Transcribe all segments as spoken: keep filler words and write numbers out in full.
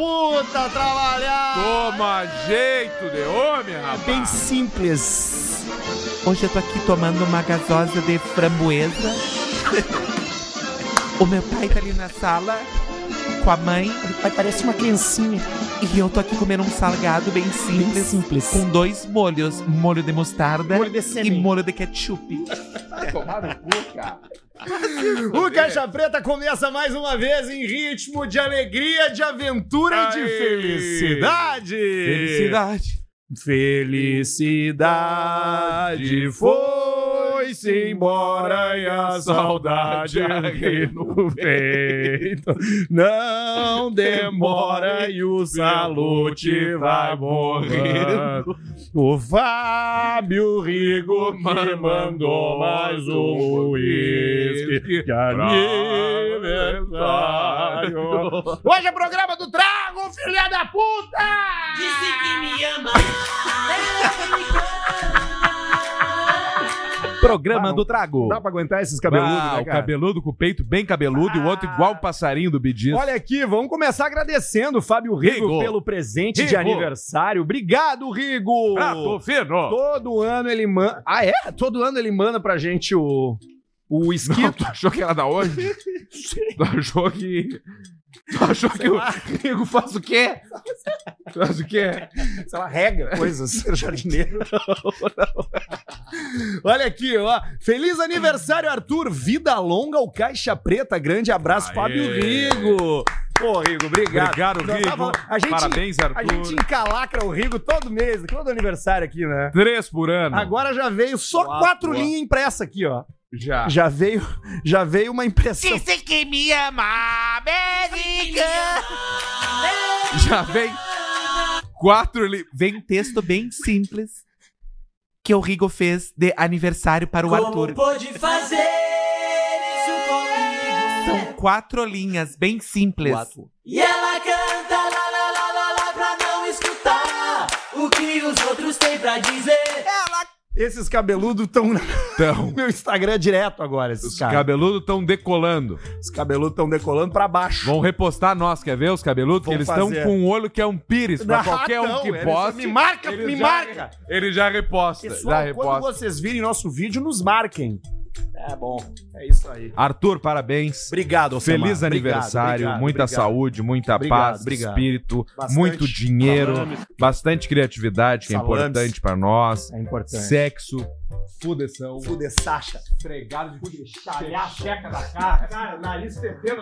puta trabalhar! Toma jeito de homem, rapaz! Bem simples. Hoje eu tô aqui tomando uma gasosa de framboesa. O meu pai tá ali na sala com a mãe. O pai parece uma criancinha. E eu tô aqui comendo um salgado bem simples, Bem simples. com dois molhos. Molho de mostarda Molho de e sêmen. molho de ketchup. Tomar no cu, cara. O Caixa Preta começa mais uma vez em ritmo de alegria, de aventura e de Aê! felicidade. Felicidade. Felicidade foi-se embora e a saudade aqui no peito. Não demora e o Salute vai morrendo. O Fábio Rigo me mandou mais um uísque de aniversário. Hoje é programa do Trago, filha da puta! Disse que me ama. Programa Ah, do Trago. Não dá pra aguentar esses cabeludos, Ah, né, o cara? cabeludo com o peito bem cabeludo e o outro Ah. igual um passarinho do Bidis. Olha aqui, vamos começar agradecendo o Fábio Rigo, Rigo. pelo presente de Rigo. aniversário. Obrigado, Rigo! Prato fino. Todo ano ele manda... Ah, é? Todo ano ele manda pra gente o... O Não, esquito. tu achou que era da onde? Tu achou que... Tu achou que o Rigo faz o quê? Faz o quê? Se ela rega coisas, ser jardineiro. Olha aqui, ó. Feliz aniversário, Arthur. Vida longa ao Caixa Preta. Grande abraço, Aê. Fábio Rigo. Pô, Rigo, obrigado. Obrigado, Nós Rigo. tava- A gente, Parabéns, A Arthur. gente encalacra o Rigo todo mês, todo aniversário aqui, né? Três por ano. Agora já veio só Boa, quatro boa. linhas impressas aqui, ó. Já. Já veio, já veio uma impressão. Disse que me ama, América. Já vem quatro... Li... Vem um texto bem simples que o Rigo fez de aniversário para o Arthur. Como pôde fazer isso comigo? São quatro linhas bem simples. E ela canta lá, lá, lá, lá, lá pra não escutar o que os outros têm pra dizer. Esses cabeludos estão no Então, meu Instagram direto agora, esses os caras. cabeludos estão decolando. Os cabeludos estão decolando pra baixo. Vão repostar nós, quer ver os cabeludos? Que Vão eles estão fazer. com um olho que é um pires. Pra Ah, qualquer um não, que eles- poste. me marca, ele me já- marca. Ele já reposta. Pessoal, já quando reposta. vocês virem nosso vídeo, nos marquem. É bom, é isso aí. Arthur, parabéns. Obrigado, Alcemar. Feliz Obrigado, aniversário, obrigado, muita obrigado. saúde, muita Obrigado, paz, obrigado. espírito, Bastante muito dinheiro, salame. bastante criatividade, que é Salames. importante pra nós. É importante. Sexo, fudeção, Fude Sacha. fregado de fude, Chalhar a checa da cara. Cara, nariz fervendo.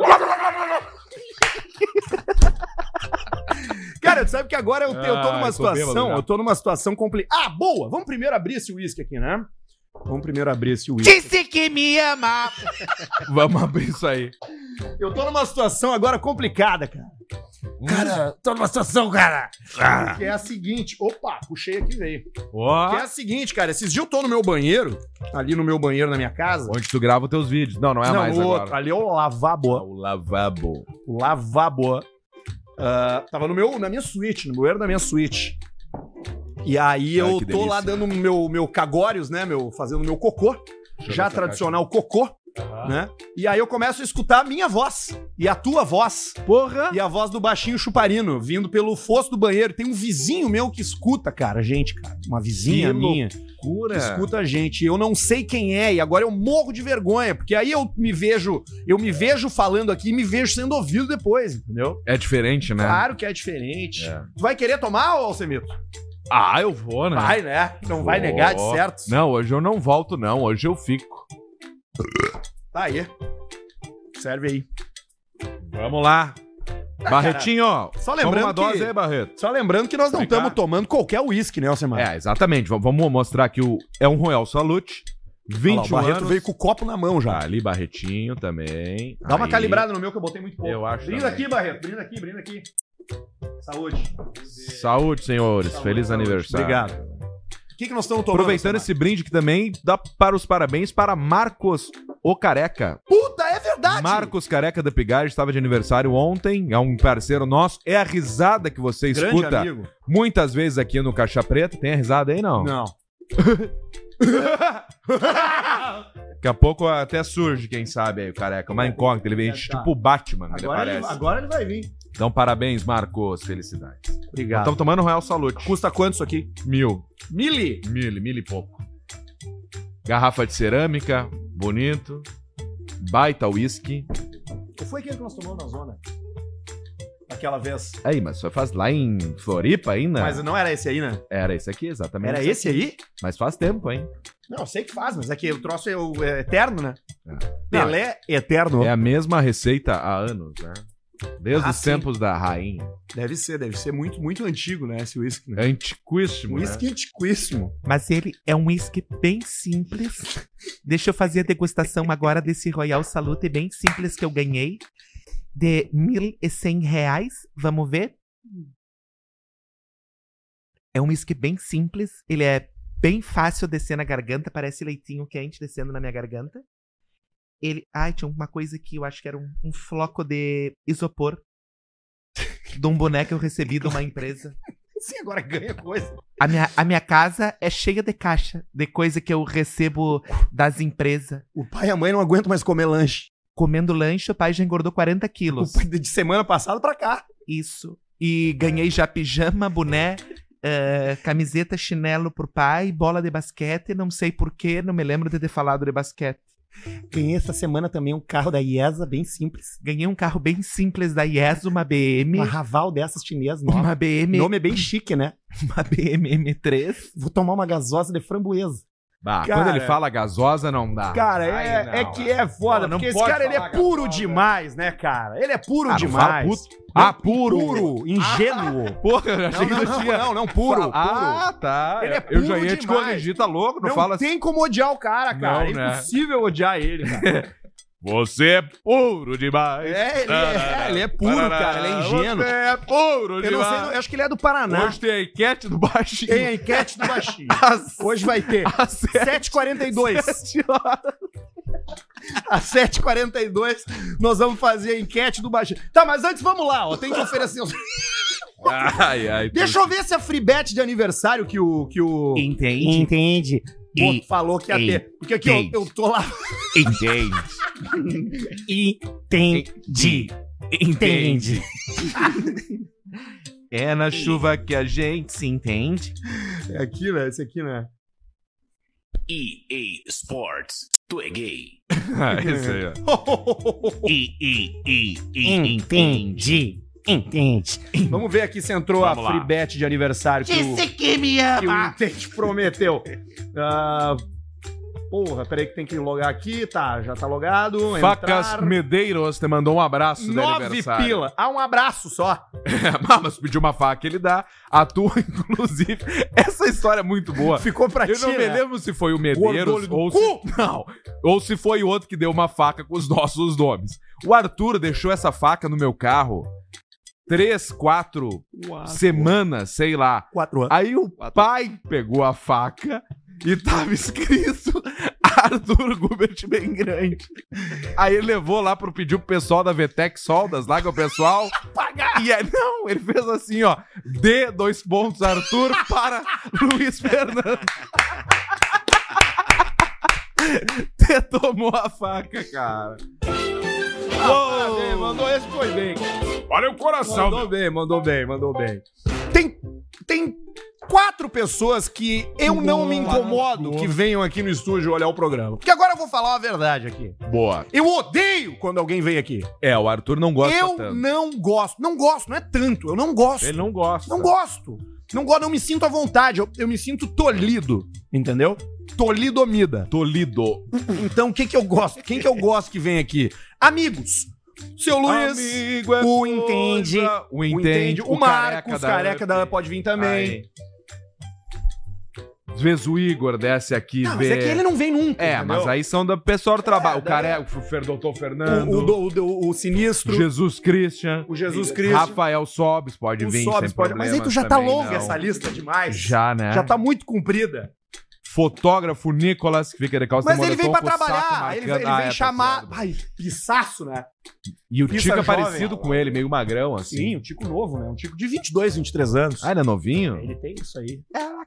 Cara, tu sabe que agora eu, eu tô Ah, numa eu tô bêbado situação, já. eu tô numa situação complicada. Ah, boa! Vamos primeiro abrir esse uísque aqui, né? Vamos primeiro abrir esse uísque. Disse que me ama. Vamos abrir isso aí. Eu tô numa situação agora complicada, cara. Cara, tô numa situação, cara. Ah. Que é a seguinte. Opa, puxei aqui e veio. Ó, Que é a seguinte, cara. Esses dias eu tô no meu banheiro, ali no meu banheiro na minha casa. onde tu grava os teus vídeos. Não, não é Não, mais no agora. outro. Ali é o lavabo. O lavabo. O lavabo. Ah, tava no meu, na minha suíte, no banheiro da minha suíte. E aí Ai, eu que tô delícia. lá dando meu, meu cagórios, né? Meu, fazendo meu cocô. Deixa eu Já ver essa tradicional cocô, Aham. né? E aí eu começo a escutar a minha voz. E a tua voz. Porra! E a voz do baixinho chuparino, vindo pelo fosso do banheiro. Tem um vizinho meu que escuta, cara, gente, cara. Uma vizinha Que minha Cura. que escuta a gente. Eu não sei quem é, e agora eu morro de vergonha, porque aí eu me vejo, eu me vejo falando aqui e me vejo sendo ouvido depois, entendeu? É diferente, né? Claro que é diferente. É. Tu vai querer tomar, ô Alcemito? Ah, eu vou, né? Vai, né? Não vai Vou. negar, de certo? Não, hoje eu não volto, não. Hoje eu fico. Tá aí. Serve aí. Vamos lá. Barretinho, ó. Só Toma lembrando uma dose que- aí, Barreto. Só lembrando que nós não Vem cá. estamos tomando qualquer uísque, né, Alcemar? É, exatamente. Vamos- Vamos mostrar que o é um Royal Salute. Olha lá, vinte e o um Barreto anos. veio com o copo na mão já. Tá ali, Barretinho também. Dá uma Aí. calibrada no meu que eu botei muito pouco. Eu acho Brinda também. aqui, Barreto. Brinda aqui, brinda aqui. Saúde. Saúde, senhores. Saúde, Feliz saúde. aniversário. Obrigado. O que, que nós estamos tomando? Aproveitando Alcemar? esse brinde que também dá para os parabéns para Marcos o Careca. Puta, é verdade! Marcos Careca da Pigar estava de aniversário ontem, é um parceiro nosso. É a risada que você Grande escuta amigo. muitas vezes aqui no Caixa Preta. Tem a risada aí, não? Não. Daqui a pouco até surge, quem sabe, aí o careca. Uma incógnita, ele vem tipo o Batman, ele Agora ele, aparece. agora ele vai vir. Então, parabéns, Marcos. Felicidades. Obrigado. Estamos tomando Royal Salute. Custa quanto isso aqui? Mil. Mili. Mil, mil e pouco. Garrafa de cerâmica, bonito. Baita whisky. Ou foi aquele que nós tomamos na zona? Aquela vez. Aí, mas só faz lá em Floripa ainda? Mas não era esse aí, né? Era esse aqui, exatamente. Era esse aí? Mas faz tempo, hein? Não, eu sei que faz, mas é que o troço é, o, é eterno, né? É. Pelé eterno. É a mesma receita há anos, né? Desde Ah, os sim. tempos da rainha. Deve ser, deve ser muito, muito antigo, né? Esse whisky, né? É antiquíssimo, Um né? whisky antiquíssimo. Mas ele é um whisky bem simples. Deixa eu fazer a degustação agora desse Royal Salute bem simples que eu ganhei. De mil e cem reais. Vamos ver? É um whisky bem simples. Ele é bem fácil descer na garganta. Parece leitinho quente descendo na minha garganta. Ele... Ai, tinha uma coisa que eu acho que era um, um floco de isopor. De um boneco que eu recebi de uma empresa. Sim, agora ganha coisa. A minha, a minha casa é cheia de caixa. De coisa que eu recebo das empresas. O pai e a mãe não aguentam mais comer lanche. Comendo lanche, o pai já engordou quarenta quilos. De semana passada pra cá. Isso. E ganhei já pijama, boné, eh, camiseta, chinelo pro pai, bola de basquete. Não sei porquê, não me lembro de ter falado de basquete. Ganhei essa semana também um carro da IESA, bem simples. Ganhei um carro bem simples da IESO, uma B M. Uma Raval dessas chinesas nova. Uma B M. O nome é bem chique, né? Uma B M M três. Vou tomar uma gasosa de framboesa. Bah, Cara, quando ele fala gasosa, não dá. Cara, Aí é, não, é que é foda, Não, não porque esse pode cara ele é falar puro gasosa. demais, né, cara? Ele é puro Ah, não fala demais. puto. Ah, puro. Puro, ingênuo. Porra, eu achei Não, que não, tu tinha... não, não, não, puro, puro. Ah, tá. Ele é eu já puro ia te demais. corrigir, tá louco? Não, Não fala assim. tem como odiar o cara, cara. Não, é né? impossível odiar ele, cara. Você é puro demais. É, ele é, ele é puro, cara. Ele é ingênuo. Você é puro Eu não sei, demais. eu acho que ele é do Paraná. Hoje tem a enquete do baixinho. Tem a enquete do baixinho. Às- Hoje vai ter. às sete e quarenta e dois. sete horas. Às sete e quarenta e dois, nós vamos fazer a enquete do baixinho. Tá, mas antes vamos lá, ó. Tem que oferecer os... Ai, ai. Deixa eu ver se a free bet de aniversário que o... Que o... Entende? Entende. Pô, E- falou que ia e- ter. Porque aqui, ó, Entende. eu tô lá. Entende. Entendi. Entende. É na chuva que a gente se entende. É aqui, né? Esse aqui, né? E A Sports, tu é gay. Ah, isso aí, ó. E, e, e, e, entende. Entende. Vamos ver aqui se entrou Vamos a lá. free bet de aniversário que o, que me que o Entende prometeu. Ah, porra, peraí que tem que logar aqui. Tá, já tá logado. Facas Entrar. Medeiros te mandou um abraço de Nove aniversário. pila. Ah, um abraço só. Ah, mas pediu uma faca, ele dá. A tua, inclusive. Essa história é muito boa. Ficou pra Eu ti, não me né? lembro se foi o Gordolho Medeiros do ou cu. se, não, ou se foi o outro que deu uma faca com os nossos nomes. O Arthur deixou essa faca no meu carro três, quatro semanas, sei lá. Quatro anos. Aí o pai pegou a faca e tava escrito Arthur Gubert bem grande. Aí ele levou lá pro pedir pro pessoal da Vetec Soldas, lá que é o pessoal pagar. E aí, não, ele fez assim, ó. D, dois pontos, Arthur para Luiz Fernando. Você tomou a faca, cara. Ah, bem, mandou esse, foi bem. Olha o coração. Mandou bem, mandou bem, mandou bem. Tem, tem quatro pessoas que eu não me incomodo que venham aqui no estúdio olhar o programa. Porque agora eu vou falar uma verdade aqui. Boa. Eu odeio quando alguém vem aqui. É, o Arthur não gosta eu tanto. não gosto. Não gosto, não é tanto. Eu não gosto. Ele não gosta. Não gosto. Não gosto, não me sinto à vontade. Eu, eu me sinto tolhido, entendeu? Tolidomida. Tolido. Então, o que que eu gosto? Quem que eu gosto que vem aqui? Amigos. Seu Luiz, Amigo é o coisa. Entende, O Entende. o, Marcos, careca da pode vir também. Aí. Às vezes o Igor desce aqui Não, vê... mas é que ele não vem nunca. É, entendeu? mas aí são do pessoal do trabalho. É, o careca, o Fer, doutor Fernando, O, o, o, o, o Sinistro, Jesus Christian, o Jesus Cristo, Rafael Sobes pode o vir Sobes sem pode... Mas aí tu problemas já tá também, longa não. essa lista demais. Já, né? Já tá muito comprida. Fotógrafo Nicolas, que fica de calça Mas ele vem moletom pra com o saco trabalhar. Ele, marcando. ele Ah, vem é, tá chamar... certo. Ai, pisaço, né? E o Pisa Tico é jovem. parecido com ele, meio magrão, assim. Sim, um tico novo, né? Um tico de vinte e dois, vinte e três anos. Ah, ele é novinho? Ele tem isso aí. Ela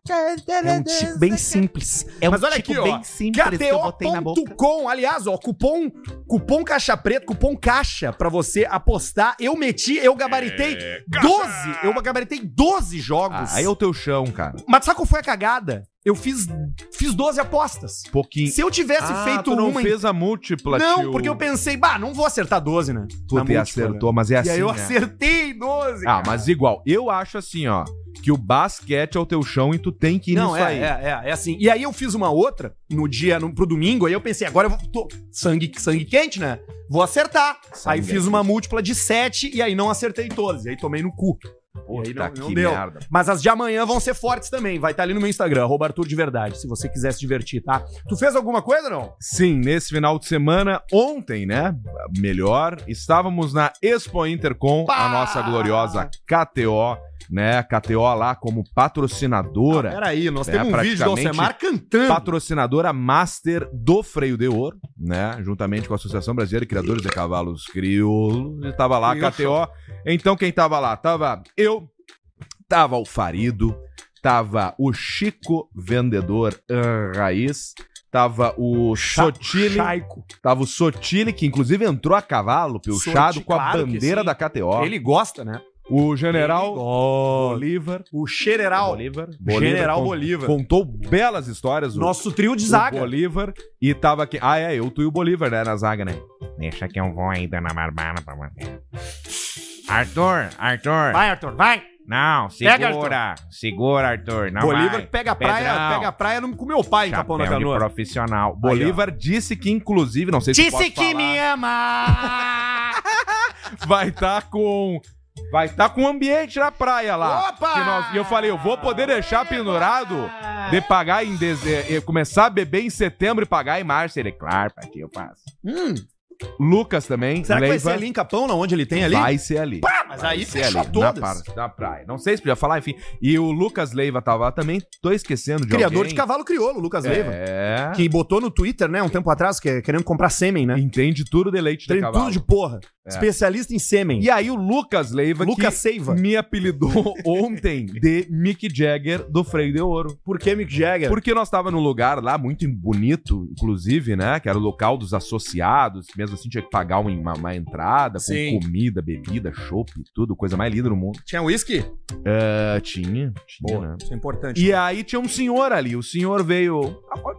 É um tipo bem simples. É Mas um olha tipo aqui, ó. bem simples que eu botei na boca. K T O ponto com, aliás, ó, cupom, cupom caixa preta, cupom caixa pra você apostar. Eu meti, eu gabaritei doze, eu gabaritei doze jogos. Ah, aí é o teu chão, cara. Mas sabe qual foi a cagada? Eu fiz, fiz doze apostas. Pouquinho. Se eu tivesse ah, feito tu não uma... em- fez a múltipla, Não, tio. porque eu pensei, bah, não vou acertar doze, né? Tu Na te múltipla, acertou, né? mas é assim, E aí eu né? acertei doze, Ah, cara. mas igual, eu acho assim, ó, que o basquete é o teu chão e tu tem que ir Não, nisso é, aí. é, é, é assim. E aí eu fiz uma outra no dia, no, pro domingo, aí eu pensei, agora eu vou. Tô, sangue, sangue quente, né? Vou acertar. Sangue aí fiz uma múltipla de sete e aí não acertei todas. E aí tomei no cu. Puta E aí não, não que deu. merda. Mas as de amanhã vão ser fortes também. Vai estar ali no meu Instagram, arroba Arthur de Verdade, se você quiser se divertir, tá? Tu fez alguma coisa, não? Sim, nesse final de semana, ontem, né? Melhor, estávamos na Expo Intercom, Pá! a nossa gloriosa K T O, né? K T O lá como patrocinadora. Peraí, nós É, temos um vídeo do praticamente Alcemar cantando. Patrocinadora master do freio de ouro, né? Juntamente com a Associação Brasileira de Criadores de Cavalos Crioulos. E tava lá a K T O. Então quem tava lá? Tava eu, tava o Farido, tava o Chico Vendedor ah, Raiz, tava o Sotile, Chaico. tava o Sotile, que inclusive entrou a cavalo, pilchado, Soti- com a claro que bandeira sim. da K T O. Ele gosta, né? O General Ele gosta. Bolívar. O General. Bolívar. General con- Bolívar. Contou belas histórias. o- Nosso trio de o zaga. Bolívar. E tava aqui. Ah, é, eu, tu e o Bolívar, né, na zaga, né? Deixa que eu vou aí, dona Barbara, pra você. Arthur, Arthur. Vai, Arthur, vai. Não, Pega, segura. Segura, Arthur. Não Bolívar vai. que pega a praia, Pedrão. pega a praia no- com meu pai em Capão da Chapéu de Canoa. profissional. Bolívar disse que, inclusive, não sei se Disse pode que falar, me ama. vai estar com... Vai estar com ambiente na praia lá. Opa! Que nós- E eu falei, eu vou poder deixar pendurado de pagar em... Deze... eh, começar a beber em setembro e pagar em março. Ele, claro, pra que eu faço. Hum, Lucas também. será que vai Leiva, ser ali em Capão, na onde ele tem ali? Vai ser ali. Pá, mas aí Vai ser fechou ali, todas. Na, par- na praia. Não sei se podia falar, enfim. E o Lucas Leiva tava lá também. Tô esquecendo de Criador alguém. de cavalo crioulo, Lucas Leiva. É. Que botou no Twitter, né, um tempo atrás, que, querendo comprar sêmen, né? Entende tudo de leite de Tem cavalo. tudo de porra. É. Especialista em sêmen. E aí o Lucas Leiva Lucas que Seiva. me apelidou ontem de Mick Jagger do Freio de Ouro. Por que Mick Jagger? Porque nós tava num lugar lá muito bonito, inclusive, né? Que era o local dos associados. Mesmo assim tinha que pagar uma, uma- uma entrada com Sim. comida, bebida, chopp, tudo. Coisa mais linda do mundo. Tinha whisky? Ah, tinha, tinha, né? Isso é importante. E aí tinha um senhor ali. O senhor veio...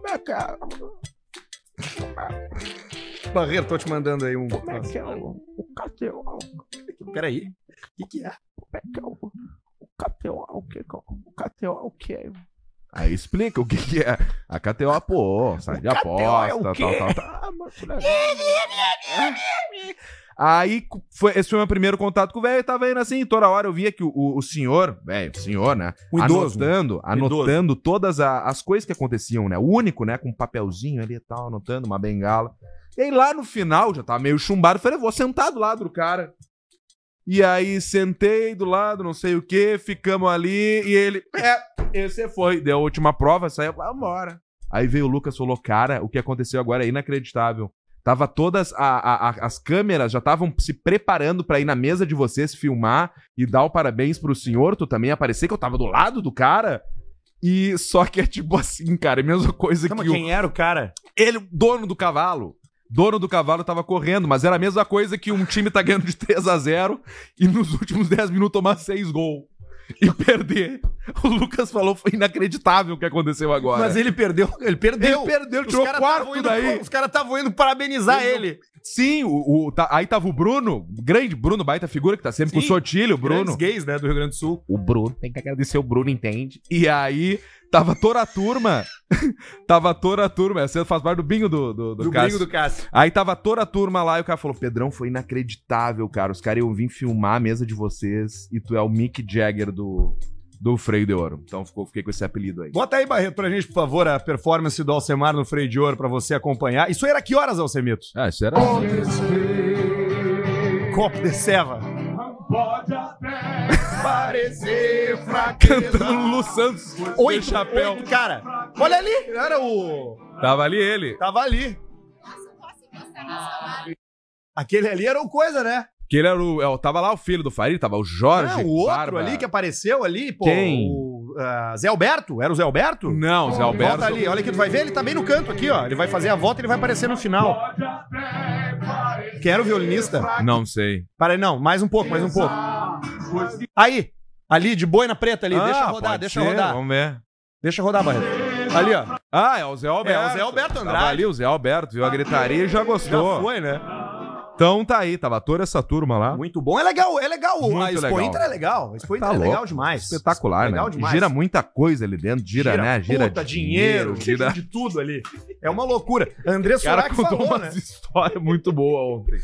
Barreiro, tô te mandando aí um... Como é que é o, o K T O? Peraí. O que que é? Como é que é o, o K T O? O que, o K T O é o que? Aí explica o que que é. A K T O, pô, sai de K T O é aposta, o quê? tal, tal, tal. Ah, mas que legal. É. Aí foi, esse foi o meu primeiro contato com o velho. Tava indo assim, toda hora eu via que o, o, o senhor, velho, o senhor, né? O idoso. Anotando, O anotando todas a- as coisas que aconteciam, né? O único, né? Com um papelzinho ali e tal, anotando, uma bengala. E aí lá no final, já tava meio chumbado, eu falei, vou sentar do lado do cara. E aí sentei do lado, não sei o que, ficamos ali, e ele, é, esse foi, deu a última prova, saiu, vambora. Aí veio o Lucas e falou, cara, o que aconteceu agora é inacreditável. Tava todas, a, a- a- as câmeras já estavam se preparando pra ir na mesa de vocês filmar e dar o parabéns pro senhor, tu também aparecer, que eu tava do lado do cara. E só que é tipo assim, cara, é a mesma coisa Calma, que o... quem era o cara? Ele, dono do cavalo. Dono do cavalo tava correndo, mas era a mesma coisa que um time tá ganhando de três a zero e nos últimos dez minutos tomar seis gols e perder. O Lucas falou, foi inacreditável o que aconteceu agora. Mas ele perdeu, ele perdeu. Ele perdeu, ele Os tirou caras quarto tavam indo- daí. Os caras estavam indo parabenizar Ele ele. Sim, o, o- tá- aí tava o Bruno, grande Bruno, baita figura, que tá sempre com o Sim, Sotilho, o Bruno. Bruno. gays, né, do Rio Grande do Sul. O Bruno, tem que agradecer o Bruno, entende? E aí, tava toda a turma, tava toda a turma, essa faz parte do bingo do, do, do, Do Cássio. bingo do Cássio. Aí tava toda a turma lá e o cara falou, Pedrão, foi inacreditável, cara, os caras iam vir filmar a mesa de vocês e tu é o Mick Jagger do, do Freio de Ouro. Então ficou, fiquei com esse apelido aí. Bota aí, Barreto, pra gente, por favor, a performance do Alcemar no Freio de Ouro pra você acompanhar. Isso era que horas, Alcemito? Ah, isso era... Copo de ceva. Pode até parecer fraqueza. Cantando Lulu Santos, Oito, de chapéu. oito, cara. Olha ali, era o... Tava ali ele. Tava ali. Aquele ali era o coisa, né? Que ele era o... é, tava lá o filho do Farid, tava o Jorge. Não, o outro Barba. ali que apareceu ali, pô. Quem? O... uh, Zé Alberto? Era o Zé Alberto? Não, Zé Alberto. Volta ali, olha aqui, tu vai ver, ele tá bem no canto aqui, ó. Ele vai fazer a volta e ele vai aparecer no final. Quem era o violinista? Não sei. Para aí, não, mais um pouco, mais um pouco. Aí, ali, de boina preta ali, Ah, deixa rodar, pode deixa ser, rodar. Vamos ver. Deixa rodar, Barreto. Ali, ó. Ah, é o Zé Alberto. É, o Zé Alberto Andrade. Tava ali o Zé Alberto, viu a gritaria e já gostou. Já foi, né? Então tá aí, tava toda essa turma lá. Muito bom. É legal, é legal. Muito a Expo legal. Inter é legal. A Expo Inter Tá é legal louco. demais. Espetacular, legal né? demais. Gira muita coisa ali dentro. Gira, né? Gira puta, dinheiro, gira. de tudo ali. É uma loucura. André O cara Surak contou falou, umas né? histórias muito boas ontem.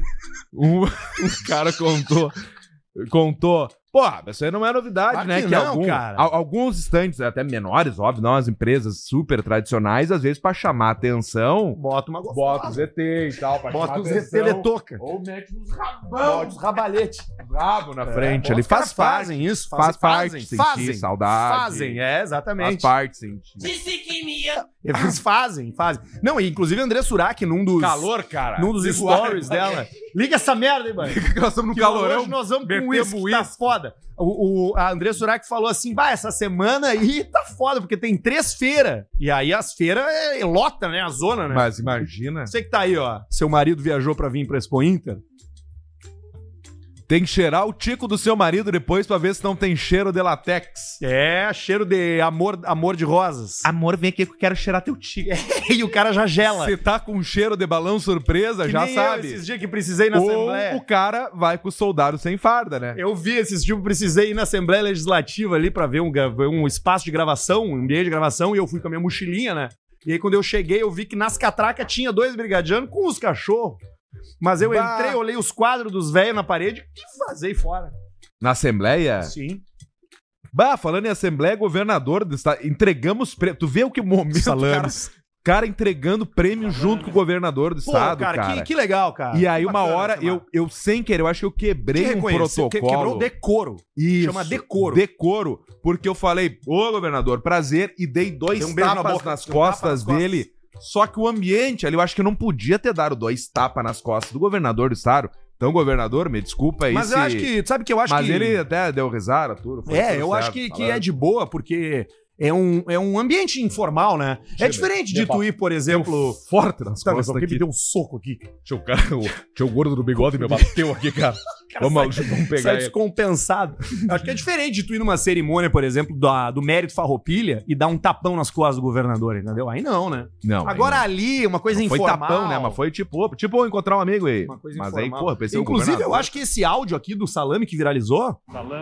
Um, um cara contou. Contou. Pô, isso aí não é novidade, Claro né? que Que não, algum- cara. al- alguns estantes, até menores, óbvio, não as empresas super tradicionais, às vezes pra chamar atenção, Bota uma gostosa. bota o Z T e tal, pra Bota chamar os Z T atenção. de toca. Ou mete uns rabão, Bota os rabalhetes. rabo na frente. É, Ele os caras faz parte. fazem isso. Faz parte, fazem, sentir fazem, saudade. Fazem, é, Faz exatamente. parte, sentir. Disse que me ama. Eles fazem, fazem. Não, e inclusive André Surak, num dos, Calor, cara. num dos Liga o stories ar, dela. Liga essa merda aí, mano. que nós estamos no Que calorão. hoje nós vamos com metemos uísque, tá uísque. foda. O, o, a André Surak falou assim, bah, essa semana aí tá foda, porque tem três feiras. E aí as feiras é, lota, né, a zona, né? Mas imagina. Você que tá aí, ó, seu marido viajou pra vir pra Expo Inter. Tem que cheirar o tico do seu marido depois pra ver se não tem cheiro de latex. É, cheiro de amor, amor de rosas. Amor, vem aqui que eu quero cheirar teu tico. E o cara já gela. Se tá com cheiro de balão surpresa, Que já nem eu sabe. esses dias que precisei ir na Ou Assembleia. o cara vai com o soldado sem farda, né? Eu vi esses dias, precisei ir na Assembleia Legislativa ali pra ver um, gra- ver um espaço de gravação, um ambiente de gravação, e eu fui com a minha mochilinha, né? E aí quando eu cheguei, eu vi que nas catracas tinha dois brigadianos com os cachorros. Mas eu Bah. entrei, olhei os quadros dos velhos na parede e vazei fora. Na Assembleia? Sim. Bah, falando em Assembleia, governador do estado, entregamos prêmio. Tu vê o que momento, cara, Salames. cara entregando prêmio junto com o governador do Pô, estado, cara, cara. Que, que legal, cara. E aí, Que uma bacana hora, essa eu, marca. eu sem querer, eu acho que eu quebrei Que um reconheceu, protocolo. que- quebrou o decoro. Isso. Chama decoro. Decoro. Porque eu falei, ô governador, prazer, e dei dois Dei um beijo na tapas boca, nas dei um tapa costas nas costas. dele. Só que o ambiente ali, eu acho que eu não podia ter dado dois tapas nas costas do governador do estado. Então, governador, me desculpa aí Mas se... eu acho que, sabe que eu acho Mas que... ele até deu risada, tudo. foi É, tudo eu certo, acho que, que falando. é de boa, porque é um, é um ambiente informal, né? É diferente de tu ir, por exemplo... Forte nas Tá, costas alguém aqui. me deu um soco aqui. Tinha o cara, o, tinha o gordo do bigode me bateu aqui, cara. Vamos, vamos pegar Sai ele. descompensado. Acho que é diferente de tu ir numa cerimônia, por exemplo, da- do Mérito Farroupilha e dar um tapão nas costas do governador, entendeu? Aí não, né? Não, aí Agora não. ali, uma coisa Foi informal. tapão, né? Mas foi tipo, tipo encontrar um amigo aí. Uma coisa Mas aí, informal. porra, pensei Inclusive, eu acho que esse áudio aqui do Salame que viralizou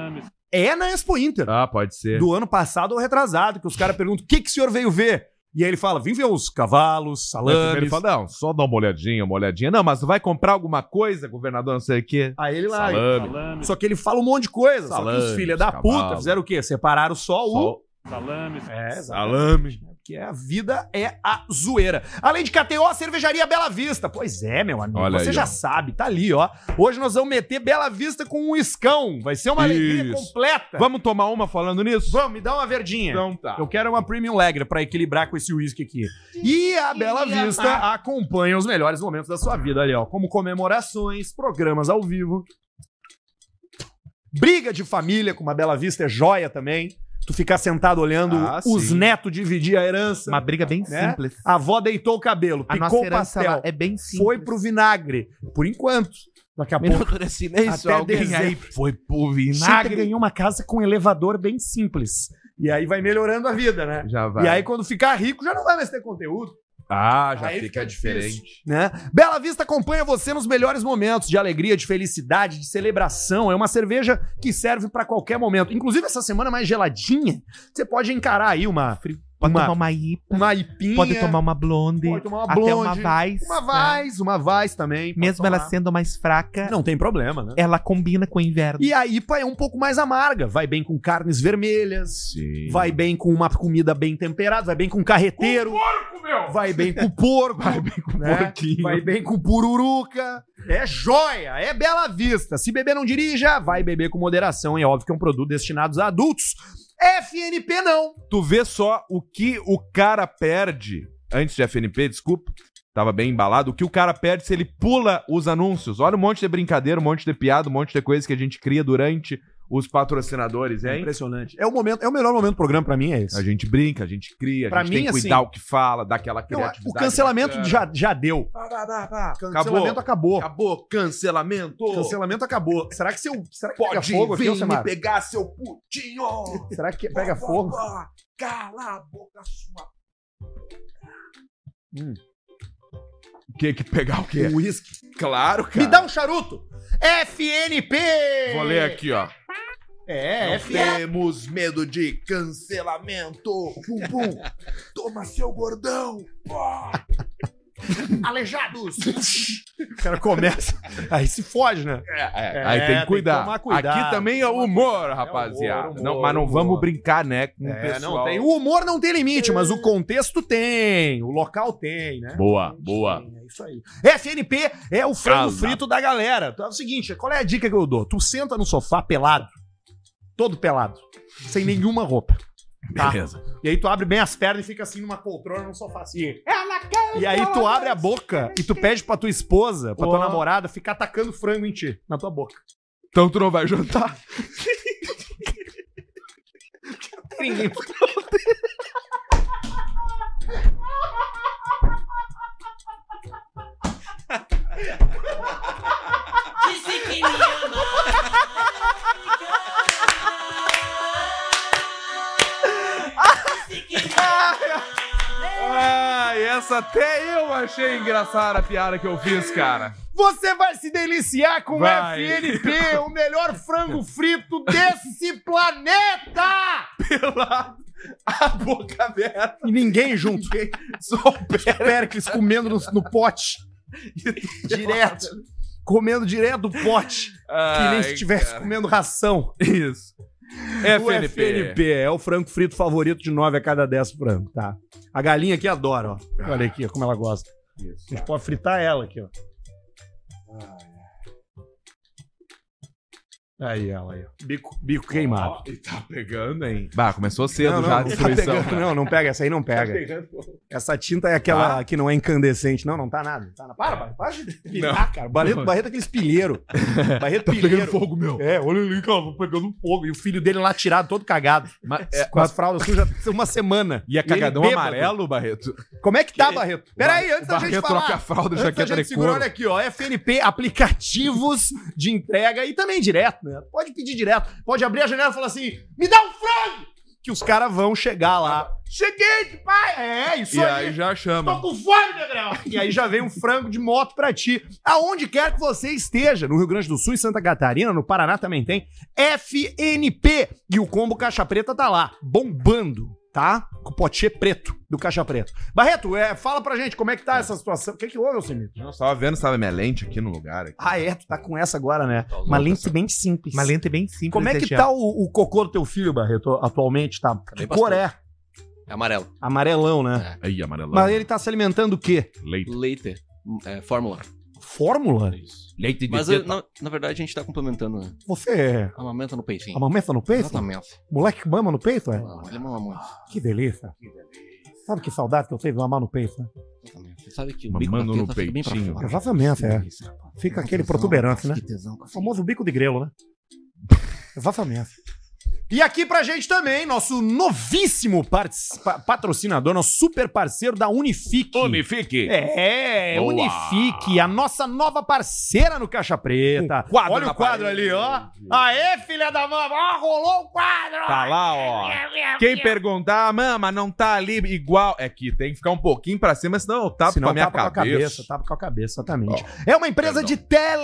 é na Expo Inter. Ah, pode ser. Do ano passado ou retrasado, que os caras perguntam: o que, que o senhor veio ver? E aí ele fala: vim ver os cavalos, Mas primeiro salames. ele fala, não, só dá uma olhadinha, uma olhadinha. Não, mas vai comprar alguma coisa, governador, não sei o quê. Aí ele lá. Salame. Só que ele fala um monte de coisa. só que os Salames, filhos da puta cavalo. fizeram o quê? Separaram só o. Só- É, exatamente. Salame. Porque a vida é a zoeira. Além de K T O, a cervejaria Bela Vista. Pois é, meu amigo. Olha Você aí, já ó. sabe, tá ali, ó. Hoje nós vamos meter Bela Vista com um escão. Vai ser uma alegria Isso. completa. Vamos tomar uma falando nisso? Vamos, me dá uma verdinha. Então tá. Eu quero uma Premium Lager pra equilibrar com esse uísque aqui. E a Bela Vista acompanha os melhores momentos da sua vida ali, ó. Como comemorações, programas ao vivo. Briga de família com uma Bela Vista é joia também. Tu ficar sentado olhando Ah, os sim. netos dividir a herança. Uma briga bem né? simples. A avó deitou o cabelo, A picou nossa o herança pastel, lá é bem simples. foi pro vinagre. Por enquanto. Daqui a pouco. Minuto de silêncio, Até alguém dezembro. aí foi pro Chega vinagre. ganhou uma casa com um elevador bem simples. E aí vai melhorando a vida, né? Já vai. E aí, quando ficar rico, já não vai mais ter conteúdo. Ah, já Aí fica, fica diferente. difícil. Né? Bela Vista acompanha você nos melhores momentos de alegria, de felicidade, de celebração. É uma cerveja que serve pra qualquer momento. Inclusive, essa semana mais geladinha, você pode encarar aí uma, Pode uma, tomar uma I P A, uma ipinha. pode tomar uma blonde, pode tomar uma até blonde, uma Weiss. Uma né? Weiss, uma Weiss também. pode Mesmo ela tomar. sendo mais fraca, Não tem problema, né? ela combina com o inverno. E a I P A é um pouco mais amarga. Vai bem com carnes vermelhas, Sim. vai bem com uma comida bem temperada, vai bem com carreteiro. Vai bem com porco. Vai bem com porquinho. Vai bem com pururuca. É joia, é Bela Vista. Se beber não dirija, vai beber com moderação. É óbvio que é um produto destinado a adultos. F N P não. Tu vê só o que o cara perde, antes de F N P, desculpa, tava bem embalado, o que o cara perde se ele pula os anúncios. Olha um monte de brincadeira, um monte de piada, um monte de coisa que a gente cria durante os patrocinadores, É hein? impressionante. É o, momento, é o melhor momento do programa pra mim, é esse. A gente brinca, a gente cria, a Pra gente mim, tem que assim, cuidar o que fala, dar aquela Não, criatividade. o cancelamento bacana. já, já deu. Pá, pá, pá, pá. Cancelamento acabou. Acabou. Cancelamento. Cancelamento acabou. Será que, seu, será que pega Pode fogo aqui, vir ô me Semar? pegar, seu putinho. Será que pega fogo? Cala a boca sua. Hum. O que que pegar o quê? O uísque. Claro, cara. Me dá um charuto! F N P! Vou ler aqui, ó. É, Não F N P. temos medo de cancelamento. Pum, pum. Toma seu gordão. Aleijados! O cara começa. Aí se foge, né? É, É, aí tem tem que que cuidar. tomar cuidado. Aqui também é humor, rapaziada. humor, não, mas não humor. vamos brincar, né? Com o É, pessoal. não tem. O humor não tem limite, mas o contexto tem. O local tem, né? Boa, boa. É isso aí. F N P é o frango Casa. frito da galera. Então é o seguinte, qual é a dica que eu dou? Tu senta no sofá pelado, todo pelado, sem nenhuma roupa. Tá? Beleza. E aí tu abre bem as pernas e fica assim numa poltrona, num sofá assim. E aí tu abre a boca e tu pede pra tua esposa, pra tua Ó. namorada, ficar tacando frango em ti, na tua boca. Então tu não vai jantar? Ninguém... Disse que me ama. Disse que me ama. Ah, essa até eu achei engraçada a piada que eu fiz, cara. Você vai se deliciar com o Vai. F N P, o melhor frango frito desse planeta! Pela a boca aberta. E ninguém junto. Só o pé. Péricles comendo no, no pote. Direto. Comendo direto do pote. Que nem se estivesse comendo ração. Isso. O F N P é o frango frito favorito de nove a cada dez frangos, tá? A galinha aqui adora, ó. Olha aqui, ó, como ela gosta. A gente pode fritar ela aqui, ó. Aí ela aí, ó. Bico, bico queimado. Ó, e tá pegando, hein? Bah, começou cedo Não, não, já a não, tá destruição. pegando, cara. não, não pega, essa aí não pega. Tá pegando, pô. Essa tinta é aquela Tá. que não é incandescente. Não, não tá nada. Não tá nada. Para, para, para de pilhar, Não. cara. Barreto, Barreto é aquele espilheiro. Barreto Tá pilheiro. pegando fogo, meu. É, olha ali, cara, tô pegando fogo. E o filho dele lá tirado, todo cagado. Mas, é, Com as fraldas sujas uma semana. e é cagadão ele bêbado. amarelo, Barreto? Como é que tá, Barreto? Pera aí, antes da gente Barreto falar. troca a fralda, Antes da jaqueta gente de segurar, couro. olha aqui, ó. F N P, aplicativos de entrega e também direto, né? Pode pedir direto. Pode abrir a janela e falar assim: me dá um frango! Que os caras vão chegar lá. Cheguei, pai! É, isso E aí. aí já chama. Tô com fome, Negrão! E aí já vem um frango de moto pra ti. Aonde quer que você esteja, no Rio Grande do Sul, em Santa Catarina, no Paraná também tem, F N P. E o combo Caixa Preta tá lá, bombando, tá? Com o potinho preto do Caixa Preta. Barreto, é, fala pra gente como é que tá essa situação. O que que houve, Alcemito? Não, tava vendo, sabe, minha lente aqui no lugar. Aqui. Ah, é? Tu tá com essa agora, né? Uma lente bem simples. Uma lente bem simples. Como é que recheada. tá o, o cocô do teu filho, Barreto, atualmente? Tá? Que bem cor é? É amarelo. Amarelão, né? Aí, amarelão. Mas ele tá se alimentando do quê? Leite. Leite. É, fórmula. Fórmula? Leite de Mas teta. na, na verdade a gente tá complementando, né? Você é Amamenta no peitinho. amamenta no peito? Exatamente. Moleque que mama no peito, é? Ah, ele mama muito. Que delícia. Sabe que saudade que eu tenho de mamar no peito, né? Exatamente. Você sabe que o bico Mamando da no teta fica bem pra peitinho. fora. Exatamente, é. Delícia, rapaz. Fica Que aquele tesão, protuberante, né? Que tesão. O famoso bico de grelo, né? Exatamente. E aqui pra gente também, nosso novíssimo partic- pa- patrocinador, nosso super parceiro da Unifique. Unifique. É, Boa. Unifique, a nossa nova parceira no Caixa Preta. Um quadro Olha na o quadro parede. ali, ó. Aê, filha da mama, ó, rolou o quadro. Tá lá, ó. Quem perguntar, mama, não tá ali igual. É que tem que ficar um pouquinho pra cima, senão eu tapo Senão com a minha tapa com a cabeça. cabeça, tapa com a cabeça, exatamente. É uma empresa de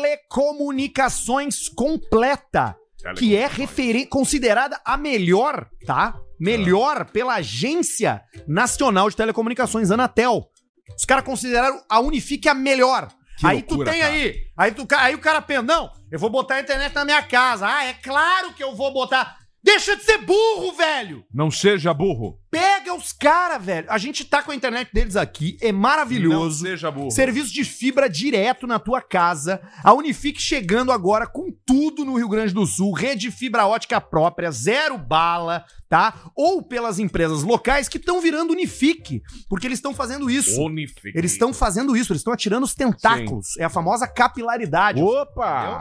telecomunicações completa, que é referen- considerada a melhor, tá? Melhor pela Agência Nacional de Telecomunicações, Anatel. Os caras consideraram a Unifique a melhor. Que aí loucura, tu tem cara. aí, aí, tu, aí o cara pensa, não, eu vou botar a internet na minha casa. Ah, é claro que eu vou botar. Deixa de ser burro, velho! Não seja burro. Pega os caras, velho. A gente tá com a internet deles aqui, é Não maravilhoso. seja burro. Serviço de fibra direto na tua casa. A Unifique chegando agora com tudo no Rio Grande do Sul. Rede fibra ótica própria, zero bala, tá? Ou pelas empresas locais que estão virando Unifique. Porque eles estão fazendo isso. Unifique. Eles estão fazendo isso, eles estão atirando os tentáculos. É a famosa capilaridade. Opa!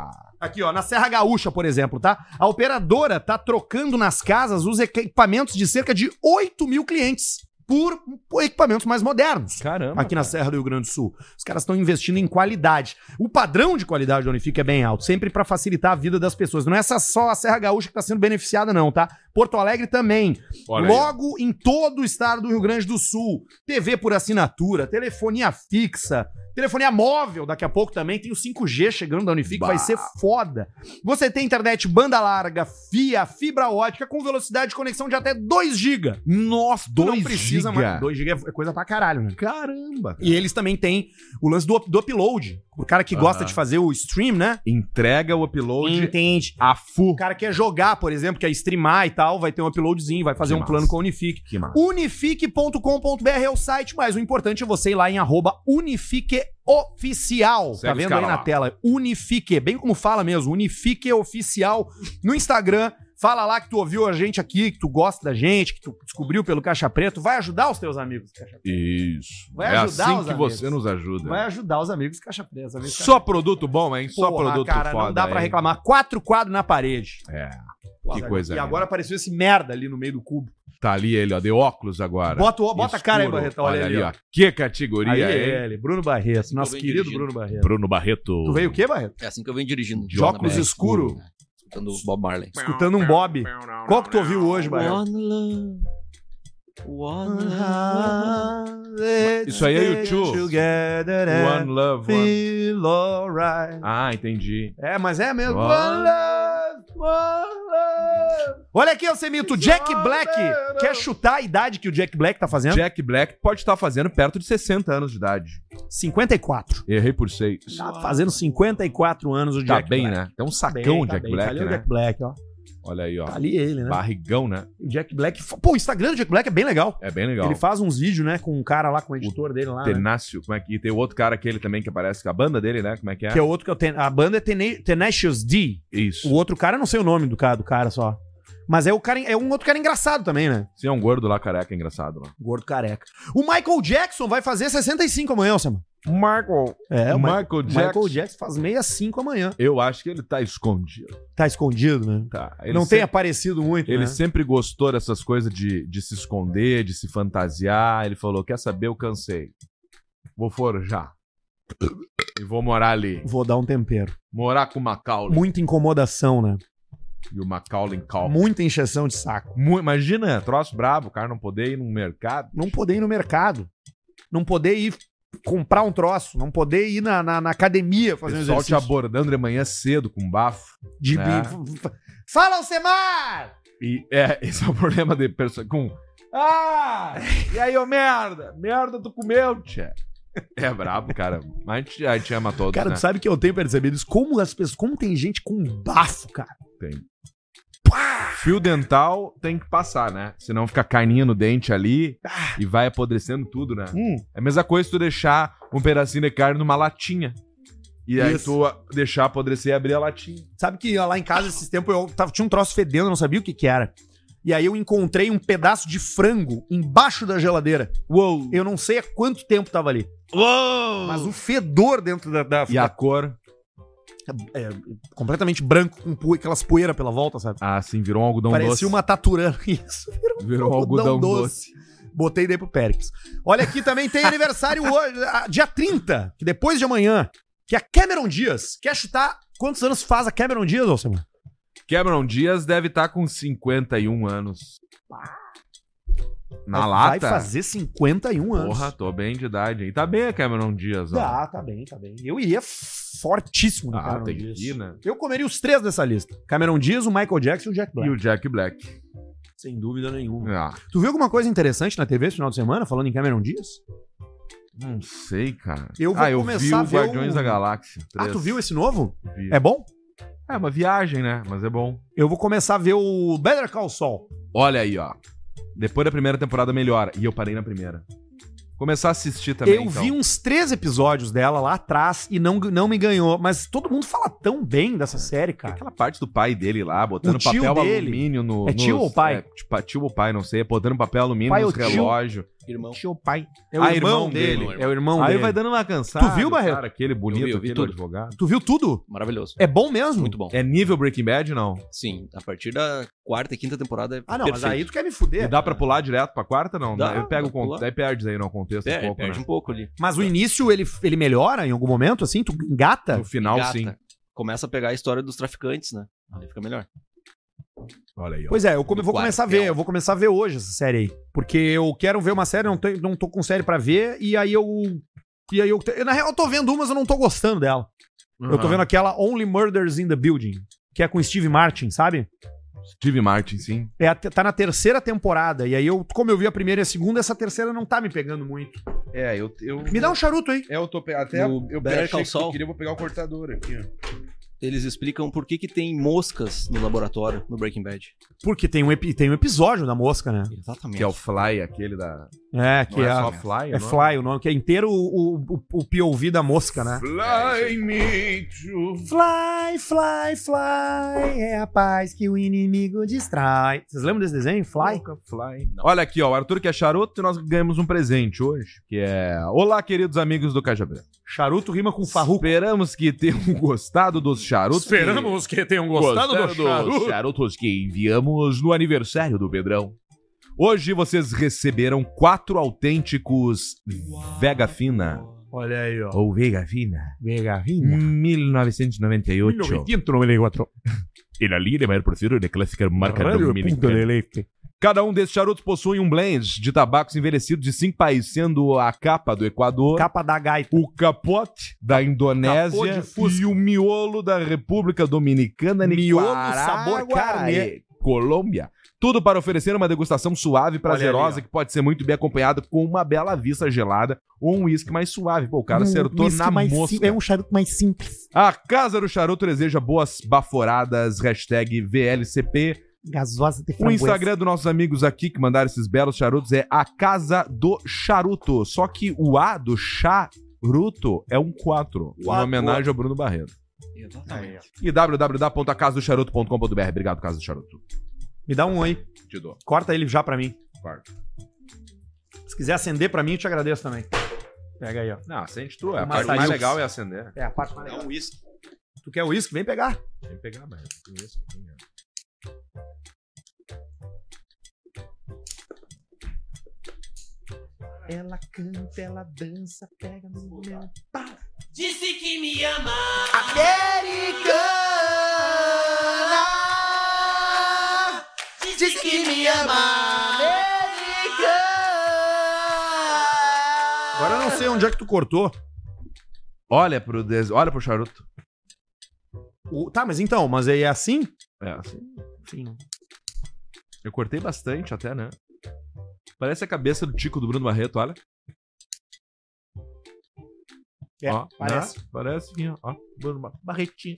Aqui, ó, na Serra Gaúcha, por exemplo, tá? A operadora tá trocando nas casas os equipamentos de cerca de oito mil clientes por equipamentos mais modernos. Caramba. Aqui na Serra do Rio Grande do Sul. Os caras estão investindo em qualidade. O padrão de qualidade da Unifique é bem alto, sempre pra facilitar a vida das pessoas. Não é essa só a Serra Gaúcha que tá sendo beneficiada, não, tá? Porto Alegre também. Olha aí, Logo em todo o estado do Rio Grande do Sul. T V por assinatura, telefonia fixa, telefonia móvel, daqui a pouco também. Tem o cinco G chegando da Unifique, Bah. vai ser foda. Você tem internet banda larga, via fibra ótica, com velocidade de conexão de até dois gigas. Nossa, Tu não dois precisa giga. mais. dois gigas é coisa pra caralho, né? Caramba. E eles também têm o lance do, up- do upload. O cara que gosta Aham. de fazer o stream, né? Entrega o upload Entende. a full. O cara quer jogar, por exemplo, quer streamar e tal, vai ter um uploadzinho, vai fazer Que um massa. plano com a Unifique. Que massa. unifique ponto com ponto b r é o site, mas o importante é você ir lá em arroba Unifique Oficial. Segue Tá os vendo cara aí na lá. tela? Unifique, bem como fala mesmo, Unifique Oficial no Instagram. Fala lá que tu ouviu a gente aqui, que tu gosta da gente, que tu descobriu pelo Caixa Preto. Vai ajudar os teus amigos do Caixa Preto. Isso. Vai é ajudar assim os que amigos. você nos ajuda. Vai ajudar os amigos do Caixa Preto. amigos do Caixa Só produto bom, hein? Só Porra, produto cara, foda. não dá pra hein? reclamar. Quatro quadros na parede. É. Pô, Que coisa E linda. agora apareceu esse merda ali no meio do cubo. Tá ali ele, ó. De óculos agora. Bota, o- bota a cara aí, Escuro. Barreto. Olha, ali, ó. Que categoria, Aí hein? ele, Bruno Barreto, nosso bem querido dirigido. Bruno Barreto. Bruno Barreto. Tu veio o quê, Barreto? É assim que eu venho dirigindo. De óculos Na escuro, B R, Escutando o Bob Marley. escutando um Bob. Qual que tu ouviu hoje, Barreto? One love. One love. Isso aí é U dois. Together One Love, One... feel alright. Ah, entendi. É, mas é mesmo. One One love, one love. Olha aqui, Alcemito, Jack Black. Quer chutar a idade que o Jack Black tá fazendo? Jack Black pode estar fazendo perto de sessenta anos de idade. cinquenta e quatro. Errei por seis. Tá fazendo cinquenta e quatro anos o Tá Jack bem, Black. né? Tem um Tá sacão bem, o tá Jack bem. Black, Tá ali o né? Jack Black, ó. Olha aí, ó. Tá ali ele, né? Barrigão, né? O Jack Black. Pô, o Instagram do Jack Black é bem legal. É bem legal. Ele faz uns vídeos, né, com um cara lá, com o editor dele lá. Né? Tenácio, como é que... E tem o outro cara aquele também que aparece com a banda dele, né? Como é que é? Que é outro que eu tenho. A banda é Tena- Tenacious D. Isso. O outro cara, eu não sei o nome do cara, do cara só. Mas é, o cara, é um outro cara engraçado também, né? Sim, é um gordo lá, careca, engraçado lá. Gordo careca. O Michael Jackson vai fazer sessenta e cinco amanhã, Alcema. Michael. É, o Ma- Michael Jackson. Michael Jackson faz sessenta e cinco amanhã. Eu acho que ele tá escondido. Tá escondido, né? Tá. Ele não sempre, tem aparecido muito, Ele né? sempre gostou dessas coisas de, de se esconder, de se fantasiar. Ele falou, quer saber, eu cansei. Vou forjar. E vou morar ali. Vou dar um tempero. Morar com o Macaulay. Muita incomodação, né? E o Macaulay Culkin. Muita encheção de saco. Mu- Imagina, troço brabo, o cara não poder ir no mercado. Não poder ir no mercado. Não poder ir comprar um troço. Não poder ir na, na, na academia O fazer um pessoal te exercício. abordando de manhã cedo com bafo. De né? Fala, Alcemar! E é, esse é o problema de pessoa com. Ah! E aí, ô merda? Merda, tu comeu, tchê. É brabo, cara. Mas a gente, a gente ama todos, Cara, né? tu sabe que eu tenho percebido isso? Como as pessoas. Como tem gente com bafo, cara. Tem. Fio dental tem que passar, né? Senão fica carninha no dente ali e vai apodrecendo tudo, né? Hum. É a mesma coisa se tu deixar um pedacinho de carne numa latinha. E aí Isso. tu a- deixar apodrecer e abrir a latinha. Sabe que lá em casa, esses tempos, eu tava, tinha um troço fedendo, eu não sabia o que que era. E aí eu encontrei um pedaço de frango embaixo da geladeira. Uou! Eu não sei há quanto tempo tava ali. Uou! Mas o fedor dentro da... da E a cor? é, completamente branco, com poe- aquelas poeiras pela volta, sabe? Ah, sim, virou um algodão Parecia doce. uma taturana. Isso, virou, Virou um algodão doce. Botei daí pro Péricles. Olha aqui, também tem aniversário hoje, ah, dia trinta, que depois de amanhã, que é a Cameron Diaz. Quer chutar quantos anos faz a Cameron Diaz, Alcemar? Cameron Diaz deve estar com cinquenta e um anos. Na Vai lata? fazer cinquenta e um anos. Porra, tô bem de idade. E tá bem a Cameron Diaz, ó. Tá, tá bem, tá bem. Eu iria fortíssimo no Ah, Cameron tem Diaz. que ir, né? Eu comeria os três dessa lista. Cameron Diaz, o Michael Jackson e o Jack Black. E o Jack Black. Sem dúvida nenhuma. Ah, Tu viu alguma coisa interessante na T V esse final de semana, falando em Cameron Diaz? não sei, cara. Eu vou ah, eu vi começar a o ver Guardiões o- da Galáxia. Ah, três. tu viu esse novo? Vi. É bom? É uma viagem, né? Mas é bom. Eu vou começar a ver o Better Call Saul. Olha aí, ó. Depois da primeira temporada melhora. E eu parei na primeira. Começar a assistir também, eu então. vi uns três episódios dela lá atrás e não, não me ganhou. Mas todo mundo fala tão bem dessa série, cara. Aquela parte do pai dele lá, botando O tio papel dele. alumínio no... É tio nos- ou pai? É, tipo, tio ou pai, não sei. Botando papel alumínio Pai nos ou tio? relógios. Irmão. Tio pai. É o Ah, irmão, irmão dele. dele. É o irmão Aí dele. vai dando uma cansada. Tu viu, Barreto? Cara, aquele bonito, Eu vi, eu vi aquele tudo. advogado. Tu viu tudo? Maravilhoso. É bom mesmo? Muito bom. É nível Breaking Bad, não? Sim, a partir da quarta e quinta temporada é Ah, não, mas perfeito. aí tu quer me E fuder. dá pra pular direto pra quarta, não? Dá, eu pego dá o pra con- pular. daí perde aí no contexto É, um pouco, perde né? um pouco ali. Mas o início, ele, ele melhora em algum momento, assim? Tu engata? No final, Gata. sim. Começa a pegar a história dos traficantes, né? Aí fica melhor. Olha aí, ó. Pois é, eu come- Do vou começar a ver. quartel. Eu vou começar a ver hoje essa série aí. Porque eu quero ver uma série, não, tenho, não tô com série pra ver, e aí eu... E aí eu... Na real, eu tô vendo umas, eu não tô gostando dela. Eu tô Aham. vendo aquela Only Murders in the Building, que é com Steve Martin, sabe? Steve Martin, sim. É, a te- tá na terceira temporada. E aí, eu, como eu vi a primeira e a segunda, essa terceira não tá me pegando muito. É, eu... eu... Me dá um charuto aí. É, eu tô pe... até No eu Better achei Call que eu Saul. queria vou pegar o cortador aqui, ó. Eles explicam por que, que tem moscas no laboratório no Breaking Bad. Porque tem um, epi- tem um episódio da mosca, né? Exatamente. Que é o Fly, aquele da... É, que Não é, é a- só Fly? é o nome? Fly o nome, que é inteiro o, o, o P O V da mosca, né? Fly me to... Fly, fly, fly, é a paz que o inimigo distrai. Vocês lembram desse desenho? Fly? Fly. Olha aqui, ó, o Arthur que é charuto e nós ganhamos um presente hoje, que é... Olá, queridos amigos do Caixa Branca. Charuto rima com farruco. Esperamos que tenham gostado dos charutos. Esperamos que tenham que... gostado do dos charuto. charutos que enviamos no aniversário do Pedrão. Hoje vocês receberam quatro autênticos Vega Fina. Olha aí, ó. Ou Vega Fina. Vega Fina. mil novecentos e noventa e oito. mil novecentos e noventa e quatro. E la linha maior porcino de clássica marca Radio dominicana. Punto de Leite. Cada um desses charutos possui um blend de tabacos envelhecidos de cinco países, sendo a capa do Equador, Capa da gaita. o capote da Indonésia Capô de Fusca. e o miolo da República Dominicana, Miolo Nicarágua sabor carne. e Colômbia. Tudo para oferecer uma degustação suave e prazerosa ali, ó. que pode ser muito bem acompanhada com uma bela vista gelada ou um uísque mais suave. Pô, o cara acertou whisky na mais mosca. sim- É um charuto mais simples. A Casa do Charuto deseja boas baforadas, hashtag V L C P. Gasosa de O framboesa. Instagram dos nossos amigos aqui que mandaram esses belos charutos é a Casa do Charuto. Só que o A do charuto é um quatro, em Quatro. homenagem ao Bruno Barreto. Exatamente. E w w w ponto a casa do charuto ponto com ponto b r. Obrigado, Casa do Charuto. Me dá um aí. Te dou. Corta ele já pra mim. Quarto. Se quiser acender pra mim, eu te agradeço também. Pega aí, ó. Não, acende tu. A Uma parte mais Sayux. legal é acender. É a parte mais É legal. um uísque. Tu quer o uísque? Vem pegar. Vem pegar, mas tem isso aqui, né? Ela canta, ela dança, pega no meu pau. Disse que me ama. Americana, Disse que me ama. Agora eu não sei onde é que tu cortou. Olha pro, des... Olha pro charuto. O- Tá, mas então, mas aí é assim? É, assim. Sim. Eu cortei bastante até, né? Parece a cabeça do Tico do Bruno Barreto, olha. É, Ó, parece. né? Parece aqui, ó. ó. Bruno Bar- Barretinho.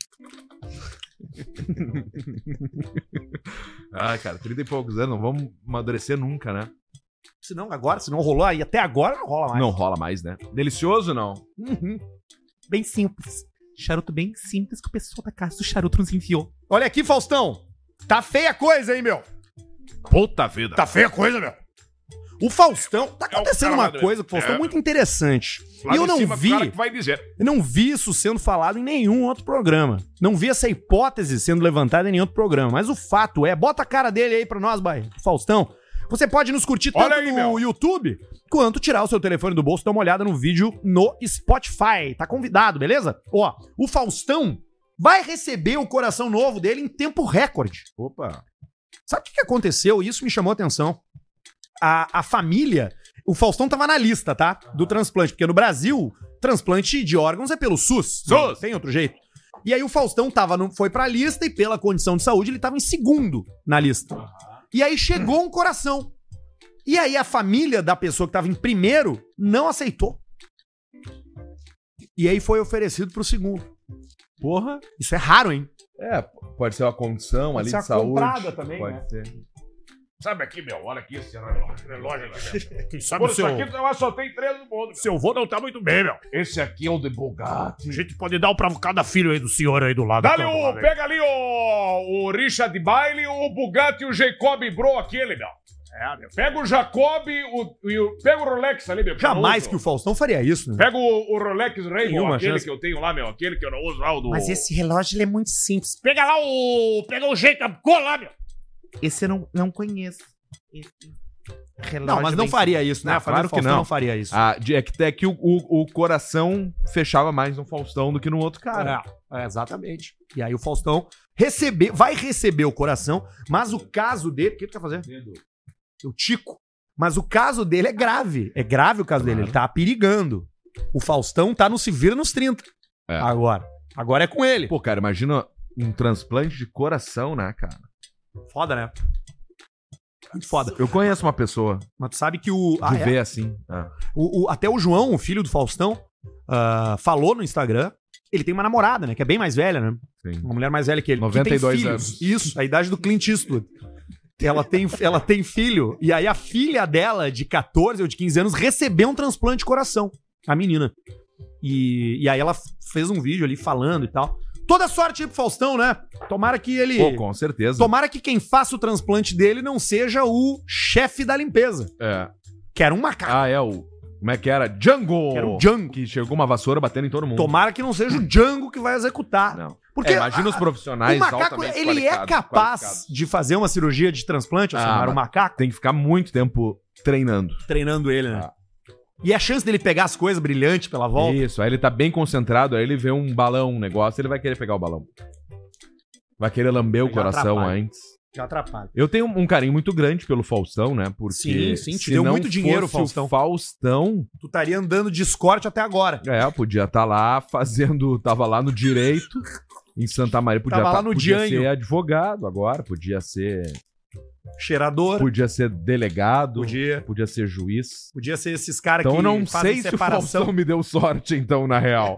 Ai, cara, trinta e poucos anos, não vamos amadurecer nunca, né? Se não agora, se não rolou aí, até agora não rola mais. Não rola mais, né? Delicioso, não? Uhum. bem simples. Charuto bem simples que o pessoal da casa do charuto nos enviou. Olha aqui, Faustão. Tá feia a coisa, hein, meu? Puta vida. Tá feia a coisa, meu. O Faustão, tá acontecendo cara uma lá do- coisa com o Faustão é. muito interessante. Lá E eu de não cima, vi, o cara que vai dizer. eu não vi isso sendo falado em nenhum outro programa. Não vi essa hipótese sendo levantada em nenhum outro programa. Mas o fato é, bota a cara dele aí pra nós, vai, Faustão. Você pode nos curtir tanto Olha aí, no meu. YouTube, quanto tirar o seu telefone do bolso e dar uma olhada no vídeo no Spotify. Tá convidado, beleza? Ó, o Faustão vai receber o coração novo dele em tempo recorde. Opa. Sabe o que que aconteceu? Isso me chamou a atenção. A, a família... O Faustão tava na lista, tá? Do transplante. Porque no Brasil, transplante de órgãos é pelo SUS. Não SUS. tem outro jeito. E aí o Faustão tava no, foi pra lista e pela condição de saúde ele tava em segundo na lista. E aí chegou um coração. E aí a família da pessoa que tava em primeiro não aceitou. E aí foi oferecido pro segundo. Porra. Isso é raro, hein? É, pode ser uma condição Pode ali ser de a saúde. comprada também, pode né? ser. Sabe aqui, meu, olha aqui esse relógio, relógio lá dentro. Quem sabe Por o isso seu, aqui nós só tem três no mundo, meu. seu vô não tá muito bem, meu. Esse aqui é o de Bugatti. A gente pode dar um pra cada filho aí do senhor aí do lado. Dá-lhe do o, lado aí. pega ali o, o Richard Bailey, o Bugatti e o Jacob Bro, aquele, meu. É, meu. Pega o Jacob o, e o, pega o Rolex ali, meu. Jamais que o Faustão faria isso, né? Pega o, o Rolex Rainbow, Nenhuma aquele chance. que eu tenho lá, meu. Aquele que eu não uso lá, o do... Mas esse relógio ele é muito simples. Pega lá o... Pega o Jacob Go lá, meu. Esse eu não, não conheço. Esse relógio Não, mas não bem faria isso, né? Não, A família claro que Faustão não. não faria isso. Ah, de- é que, é que o, o, o coração fechava mais no Faustão do que no outro cara. É, é, exatamente. E aí o Faustão receber, vai receber o coração, mas o caso dele... O que tu quer fazer? O Tico. Mas o caso dele é grave. É grave o caso dele. Ele tá perigando. O Faustão tá no se vira nos trinta. É. Agora. Agora é com ele. Pô, cara, imagina um transplante de coração, né, cara? Foda, né? Muito foda. Eu conheço uma pessoa Mas tu sabe que o... de ah, é? ver assim. É. O- o- até o João, o filho do Faustão, ah, falou no Instagram. Ele tem uma namorada, né? Que é bem mais velha, né? Sim. Uma mulher mais velha que ele. que noventa e dois tem anos. filhos. Isso, a idade do Clint Eastwood. Ela tem, ela tem filho. E aí a filha dela, de catorze ou de quinze anos, recebeu um transplante de coração. A menina. E, e aí ela fez um vídeo ali falando e tal. Toda sorte aí pro Faustão, né? Tomara que ele... Pô, com certeza. Tomara que quem faça o transplante dele não seja o chefe da limpeza. É. Que era um macaco. Ah, é o... Como é que era? Django! Que era o Django. Que chegou uma vassoura batendo em todo mundo. Tomara que não seja o Django que vai executar. Não. Porque É, imagina os a- profissionais o macaco, altamente ele é qualificados- capaz qualificados. de fazer uma cirurgia de transplante, Ah, Alcemar, o mas- macaco, Tem que ficar muito tempo treinando. treinando ele, né? Ah. E a chance dele pegar as coisas brilhantes pela volta. Isso, aí ele tá bem concentrado, aí ele vê um balão, um negócio, ele vai querer pegar o balão. Vai querer lamber o Já coração atrapalha. antes. Já atrapalha. Eu tenho um carinho muito grande pelo Faustão, né? Porque Sim, sim, te se deu não muito dinheiro, fosse Faustão. o Faustão, Tu estaria andando de escorte até agora. é, podia estar lá fazendo, tava lá no direito em Santa Maria, podia Tava lá tá- no podia Dianho. ser advogado agora, podia ser, Cheirador. podia ser delegado, Podia. podia ser juiz. Podia ser esses caras Então que eu não fazem sei se o separação. Faustão me deu sorte, então, na real.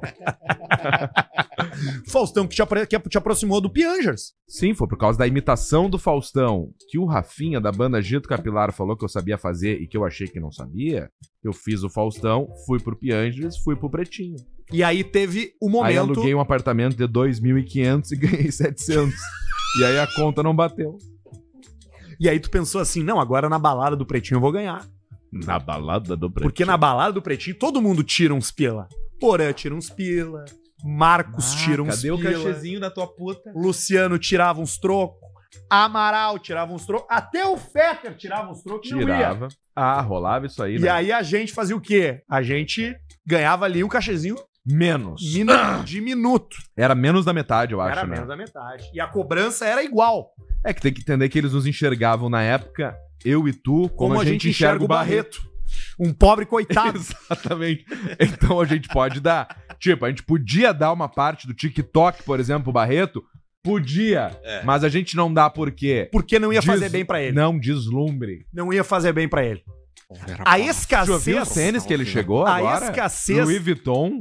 Faustão que te, apro- que te aproximou do Piangers. Sim, foi por causa da imitação do Faustão que o Rafinha da banda Gito Capilar falou que eu sabia fazer e que eu achei que não sabia. Eu fiz o Faustão, fui pro Piangers, fui pro Pretinho. E aí teve o Aí momento... aluguei um apartamento de dois mil e quinhentos e ganhei setecentos. E aí a conta não bateu. E aí tu pensou assim, não, agora na balada do Pretinho eu vou ganhar. Na balada do Pretinho. Porque na balada do Pretinho todo mundo tira uns pila. Porã tira uns pila. Marcos tira uns Cadê o pila. cachezinho da tua puta? Luciano tirava uns trocos. Amaral tirava uns trocos. Até o Fetter tirava uns trocos. e não ia. Tirava. Ah, rolava isso aí, E né? aí a gente fazia o quê? A gente ganhava ali um cachezinho Menos. minu- de minuto. Era menos da metade, eu acho, Era né? menos da metade. E a cobrança era igual. É que tem que entender que eles nos enxergavam na época, eu e tu, como, Como, a, gente enxerga o Barreto. Um pobre coitado. Exatamente. Então a gente pode dar. Tipo, a gente podia dar uma parte do TikTok, por exemplo, pro Barreto. Podia. É. Mas a gente não dá por quê? Porque não ia Des- fazer bem pra ele. Não deslumbre. Não ia fazer bem pra ele. A Tu viu o escassez... tênis que ele chegou A agora? escassez- Louis Vuitton.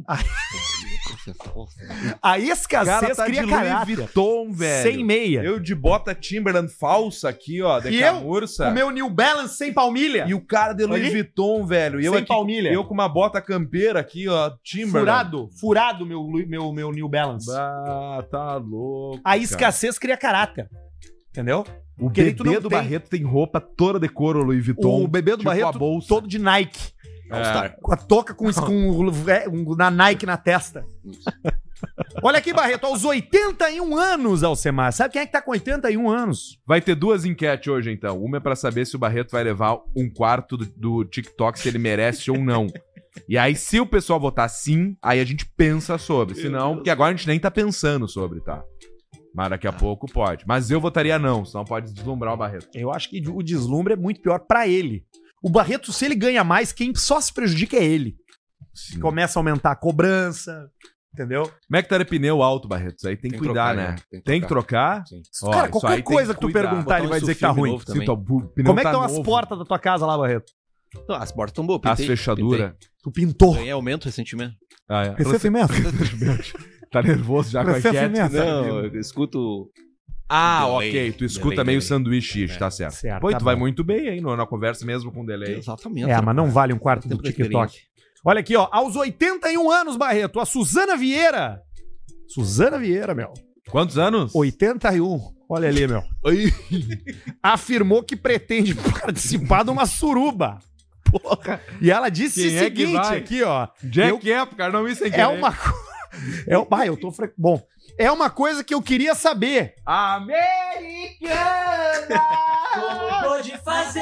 A O escassez cara tá de cria Louis caráter. Vuitton, velho. Sem meia. Eu de bota Timberland falsa aqui, ó, de E eu, camurça. O meu New Balance sem palmilha. E o cara de Louis Ali? Vuitton, velho. E eu Sem aqui, palmilha. eu com uma bota campeira aqui, ó, Timberland. Furado. Furado meu, Lu- meu, meu New Balance. Ah, tá louco. A escassez cria caráter. Entendeu? O Porque aí tu bebê não do tem- Barreto tem roupa toda de couro Louis Vuitton. O bebê do tipo Barreto a bolsa. todo de Nike. All-Star. Com a touca com, com, com na Nike na testa. Olha aqui, Barreto, aos oitenta e um anos, Alcemar. Sabe quem é que tá com oitenta e um anos? Vai ter duas enquetes hoje, então. Uma é pra saber se o Barreto vai levar um quarto do, do TikTok, se ele merece ou não. E aí, se o pessoal votar sim, aí a gente pensa sobre. Se não, porque agora a gente nem tá pensando sobre, tá? Mas daqui a pouco pode. Mas eu votaria não, senão pode deslumbrar o Barreto. Eu acho que o deslumbre é muito pior pra ele. O Barreto, se ele ganha mais, quem só se prejudica é ele. Sim. Começa a aumentar a cobrança, entendeu? Como é que tá de pneu alto, Barreto? Isso aí tem que Tem que cuidar, trocar, né? né? Tem que Tem que trocar? Sim. Ó, Cara, isso qualquer aí tem coisa que tu cuidar. perguntar, Botar ele um vai dizer que tá sulfilme ruim. novo também. Sim, tá, o pneu Como é que tá estão as novo. portas da tua casa lá, Barreto? Não, as portas estão boas. As pintei, fechaduras. Tu pintou. pintei. Ganhei aumento recentemente. Ah, é. Recentemente. Tá nervoso já com a enquete? Recentemente. Não, eu escuto... Ah, Delay, ok. Tu escuta delay, meio delay. sanduíche, É. tá certo. Certo, Pô, e tá tu vai bom. muito bem aí no- na conversa mesmo com delay. Exatamente. É, mas não vale um quarto do Tempo da TikTok. experiência. Olha aqui, ó. Aos oitenta e um anos, Barreto, a Suzana Vieira. Suzana Vieira, meu. Quantos anos? oitenta e um. Olha ali, meu. Afirmou que pretende participar de uma suruba. Porra. E ela disse Quem o é que seguinte vai? aqui, ó. Jack é, cara, não me sem É uma coisa. É, um- ah, eu tô. Fre... Bom, é uma coisa que eu queria saber. Americana! Como pode fazer?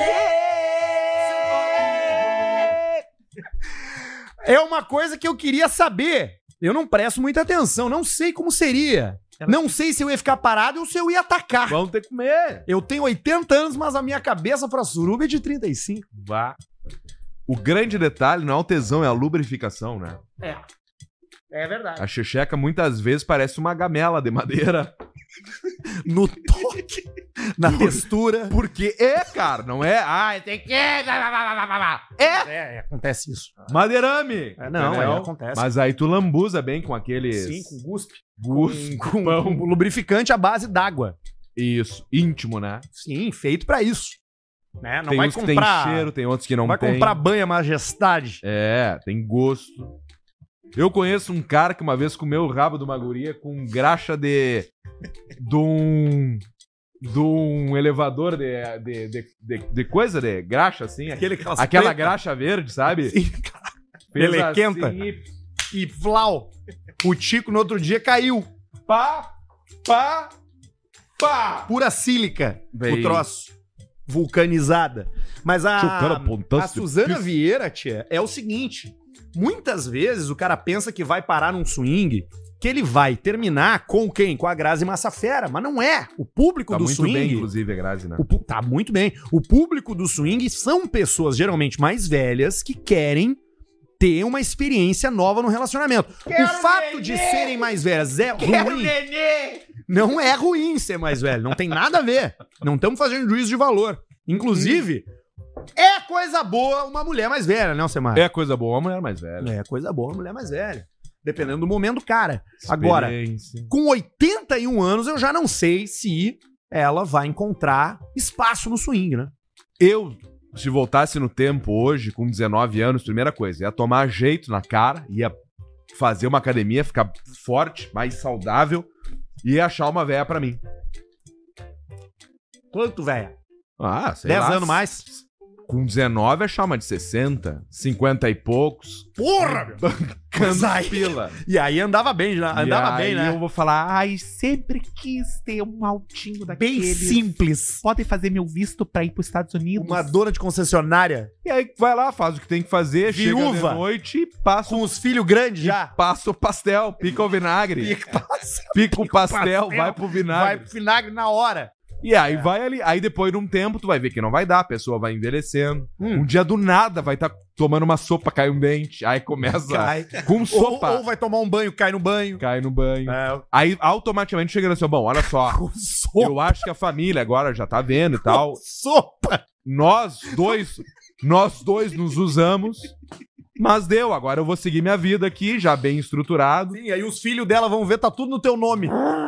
É uma coisa que eu queria saber. Eu não presto muita atenção, não sei como seria. Não sei se eu ia ficar parado ou se eu ia atacar. Vamos ter que comer. Eu tenho oitenta anos, mas a minha cabeça pra suruba é de trinta e cinco. Vá. O grande detalhe não é o tesão, é a lubrificação, né? É. É verdade. A xexeca muitas vezes parece uma gamela de madeira. No toque, na textura. Porque é, cara, não é? Ai, tem que... É! É, acontece isso. Madeirame! É, não, entendeu? é, acontece. Mas aí tu lambuza bem com aqueles... Sim, com guspe. Guspe. Com, com lubrificante à base d'água. Isso, íntimo, né? Sim, feito pra isso. Né? Não tem vai uns que comprar. tem cheiro, tem outros que não vai tem. comprar banha majestade. É, tem gosto. Eu conheço um cara que uma vez comeu o rabo de uma guria com graxa de... de um... de um elevador de, de, de, de, de coisa, de graxa, assim. Aquele, aquelas Aquela preta. graxa verde, sabe? Sim, Fez Melequenta. assim e E flau. O Tico no outro dia caiu. pá, pá, pá. Pura sílica. Bem. O troço. Vulcanizada. Mas a, Chocando, apontando, a Suzana Vieira, tia, é o seguinte. Muitas vezes o cara pensa que vai parar num swing, que ele vai terminar com quem? Com a Grazi Massafera. Mas não é. O público Tá do muito swing... bem, inclusive, a Grazi, né? O pu- tá muito bem. O público do swing são pessoas geralmente mais velhas que querem ter uma experiência nova no relacionamento. o fato de serem mais velhas é ruim. Não é ruim ser mais velho. Não tem nada a ver. Não estamos fazendo juízo de valor. Inclusive, é coisa boa uma mulher mais velha, né, Alcemar? É coisa boa, a mulher mais velha. É coisa boa uma mulher mais velha. Dependendo do momento do cara. Agora, Experiência. com oitenta e um anos, eu já não sei se ela vai encontrar espaço no swing, né? Eu, se voltasse no tempo hoje, com dezenove anos, primeira coisa, ia tomar jeito na cara, ia fazer uma academia, ficar forte, mais saudável, e ia achar uma véia pra mim. Quanto, velho? Ah, sei dez lá. anos mais? Com dezenove, achar uma de sessenta, cinquenta e poucos. Porra, meu! Mas aí- Pila. E aí andava bem, já. Andava e bem, aí né? eu vou falar, Ai, sempre quis ter um altinho Bem daqueles. simples. Podem fazer meu visto pra ir pros Estados Unidos. Uma dona de concessionária e aí vai lá, faz o que tem que fazer, chega Viúva. de noite e passa, com os filhos grandes já. passa o pastel, pica o vinagre. Pica, passa- Pica o pastel, pastel, vai pro vai vinagre. pro vinagre na hora. E aí vai ali. Aí depois de um tempo, tu vai ver que não vai dar, a pessoa vai envelhecendo. Hum. Um dia do nada vai estar tomando uma sopa, cai um dente. Aí começa Cai. com Ou, sopa. ou vai tomar um banho, cai no banho. Cai no banho. É, Aí automaticamente chega assim, bom, olha só. com sopa. Eu acho que a família agora já tá vendo e tal. Sopa. Nós dois, nós dois nos usamos. Mas deu, agora eu vou seguir minha vida aqui, já bem estruturado. Sim, aí os filhos dela vão ver, tá tudo no teu nome.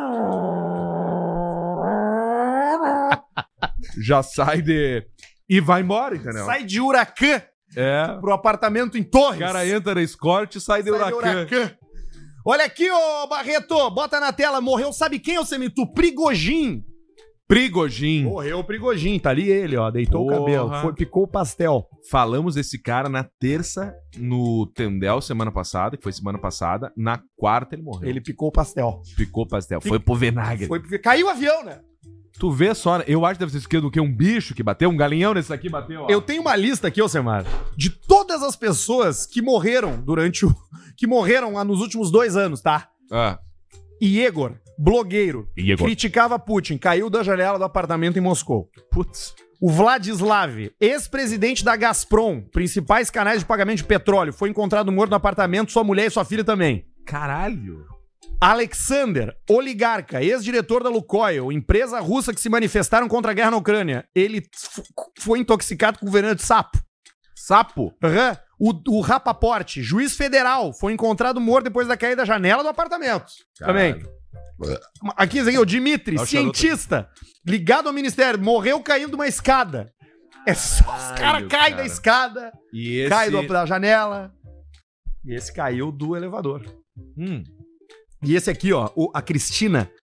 Já sai de. E vai embora, entendeu? Sai de Huracan É. pro apartamento em Torres. O cara entra na escorte e sai de Sai de huracan. Huracan. Olha aqui, ô Barreto, bota na tela. Morreu, sabe quem, ô Semitu? Prigogin. Prigogin. Morreu o Prigogin, tá ali ele, ó. Deitou Porra. o cabelo, foi, picou o pastel. Falamos desse cara na terça no Tendel semana passada, que foi semana passada. Na quarta ele morreu. Ele picou o pastel. Picou o pastel. Foi pro vinagre. Foi porque caiu o avião, né? Tu vê só, né? Eu acho que deve ser isso aqui do que? Um bicho que bateu? Um galinhão nesse aqui bateu, ó. Eu tenho uma lista aqui, ô Semar, de todas as pessoas que morreram durante o... que morreram lá nos últimos dois anos, tá? Ah. Iegor, blogueiro, Iegor. criticava Putin, caiu da janela do apartamento em Moscou. Putz. O Vladislav, ex-presidente da Gazprom, principais canais de pagamento de petróleo, foi encontrado morto no apartamento, sua mulher e sua filha também. Caralho. Alexander, oligarca, ex-diretor da Lukoil, empresa russa que se manifestaram contra a guerra na Ucrânia. Ele f- foi intoxicado com veneno de sapo. Sapo. Aham. O, o Rapaport, juiz federal, foi encontrado morto depois da caída da janela do apartamento. Caralho. Também. Aqui, esse aqui, o Dimitri, Olha o cientista, ligado ao ministério, morreu caindo de uma escada. É só os caras Caralho, caem da cara. escada, E esse... caem do- da janela. E esse caiu do elevador. Hum. E esse aqui, ó, o- a Cristina,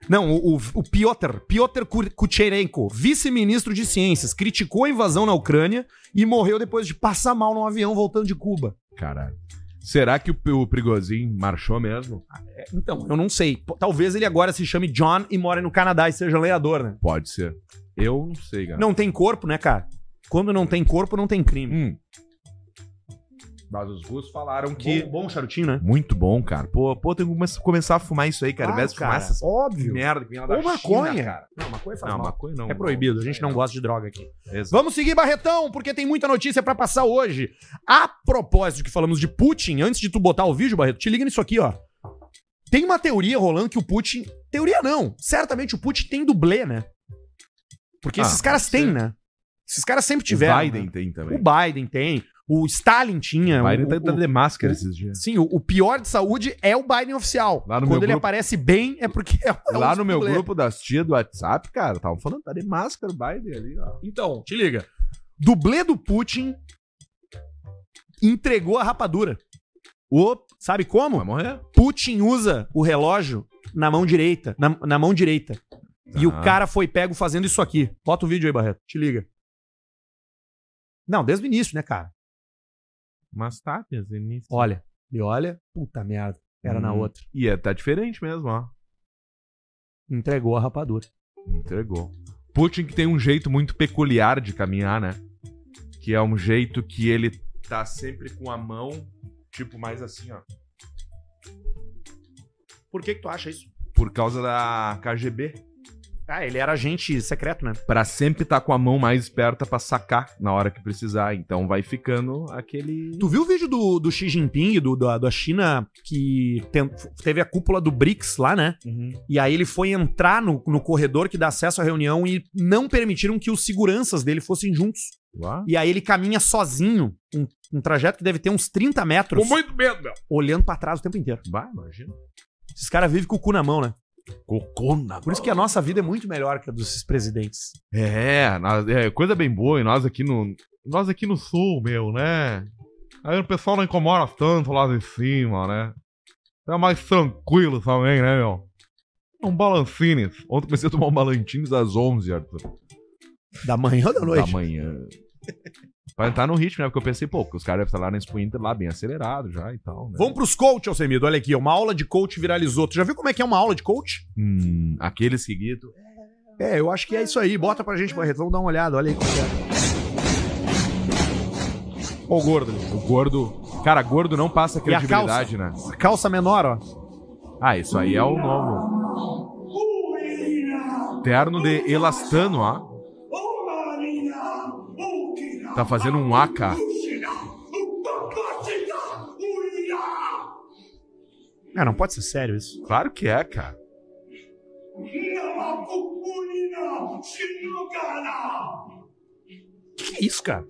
Não, o, o, o Piotr, Piotr Kucherenko, vice-ministro de ciências, criticou a invasão na Ucrânia e morreu depois de passar mal num avião voltando de Cuba. Caralho. Será que o, o Prigozhin marchou mesmo? É, então, eu não sei. P- Talvez ele agora se chame John e more no Canadá e seja lenhador, né? Pode ser. Eu não sei, cara. Não tem corpo, né, cara? Quando não tem corpo, não tem crime. Hum. Mas os russos falaram que... Bom, bom charutinho, né? Muito bom, cara. Pô, pô tem que come- começar a fumar isso aí, cara. Ao invés de Claro, fumar cara, essas óbvio. merda que vem lá da Ou China, maconha. cara. Não, maconha faz Não, mal. maconha não. É proibido, a gente não É, gosta de droga aqui. Exato. Vamos seguir, Barretão, porque tem muita notícia pra passar hoje. A propósito que falamos de Putin, antes de tu botar o vídeo, Barreto, te liga nisso aqui, ó. Tem uma teoria rolando que o Putin... Teoria não. Certamente o Putin tem dublê, né? Porque Ah, esses caras pode têm, ser. né? Esses caras sempre tiveram. O Biden né? tem também. O Biden tem. O Stalin tinha. O Biden o, tá, tá o- de máscara esses dias. Sim, o, o pior de saúde é o Biden oficial. Lá no Quando meu ele grupo- aparece bem, é porque é, é Lá um no meu dublê. grupo das tias do WhatsApp, cara, estavam falando, tá de máscara o Biden ali, ó. Então, te liga. Dublê do Putin entregou a rapadura. O, sabe como? Vai morrer? Putin usa o relógio na mão direita. Na, na mão direita. E o Ah. cara foi pego fazendo isso aqui. Bota o vídeo aí, Barreto. Te liga. Não, desde o início, né, cara? Mas tá, desde o início. Olha. E olha. Puta merda. Era na Hum. outra. E é, tá diferente mesmo, ó. Entregou a rapadura. Entregou. Putin que tem um jeito muito peculiar de caminhar, né? Que é um jeito que ele tá sempre com a mão, tipo, mais assim, ó. Por que que tu acha isso? Por causa da K G B. Ah, ele era agente secreto, né? Pra sempre tá com a mão mais esperta pra sacar na hora que precisar. Então vai ficando aquele... Tu viu o vídeo do, do Xi Jinping, do, da, da China, que tem- teve a cúpula do BRICS lá, né? Uhum. E aí ele foi entrar no, no corredor que dá acesso à reunião e não permitiram que os seguranças dele fossem juntos. Lá? E aí ele caminha sozinho, um, um trajeto que deve ter uns trinta metros, Com muito medo, meu. olhando pra trás o tempo inteiro. Vai, imagina. Esses caras vivem com o cu na mão, né? Cocô na Por isso que a nossa vida é muito melhor que a dos presidentes. É, nós- é coisa bem boa. E nós aqui no... Nós aqui no sul, meu, né? Aí o pessoal não incomoda tanto lá de cima, né? É mais tranquilo também, né, meu? Um balancines. Ontem comecei a tomar um balancines às onze, Arthur. Da manhã ou da noite? Da manhã. Pra entrar no ritmo, né? Porque eu pensei, pô, porque os caras devem estar lá na Expo Inter lá bem acelerado já e tal, né? Vamos pros coach, Alcemido. Olha aqui, uma aula de coach viralizou. Tu já viu como é que é uma aula de coach? Hum, aqueles que guitam. É, eu acho que é isso aí. Bota pra gente, Barreto. Vamos dar uma olhada. Olha aí como é. Ó o gordo ali. O gordo... Cara, gordo não passa E a credibilidade, né? A calça menor, ó. Ah, isso aí é o novo. Terno de elastano, ó. Tá fazendo um A K. É, não pode ser sério isso. Claro que é, cara. Que que é isso, cara?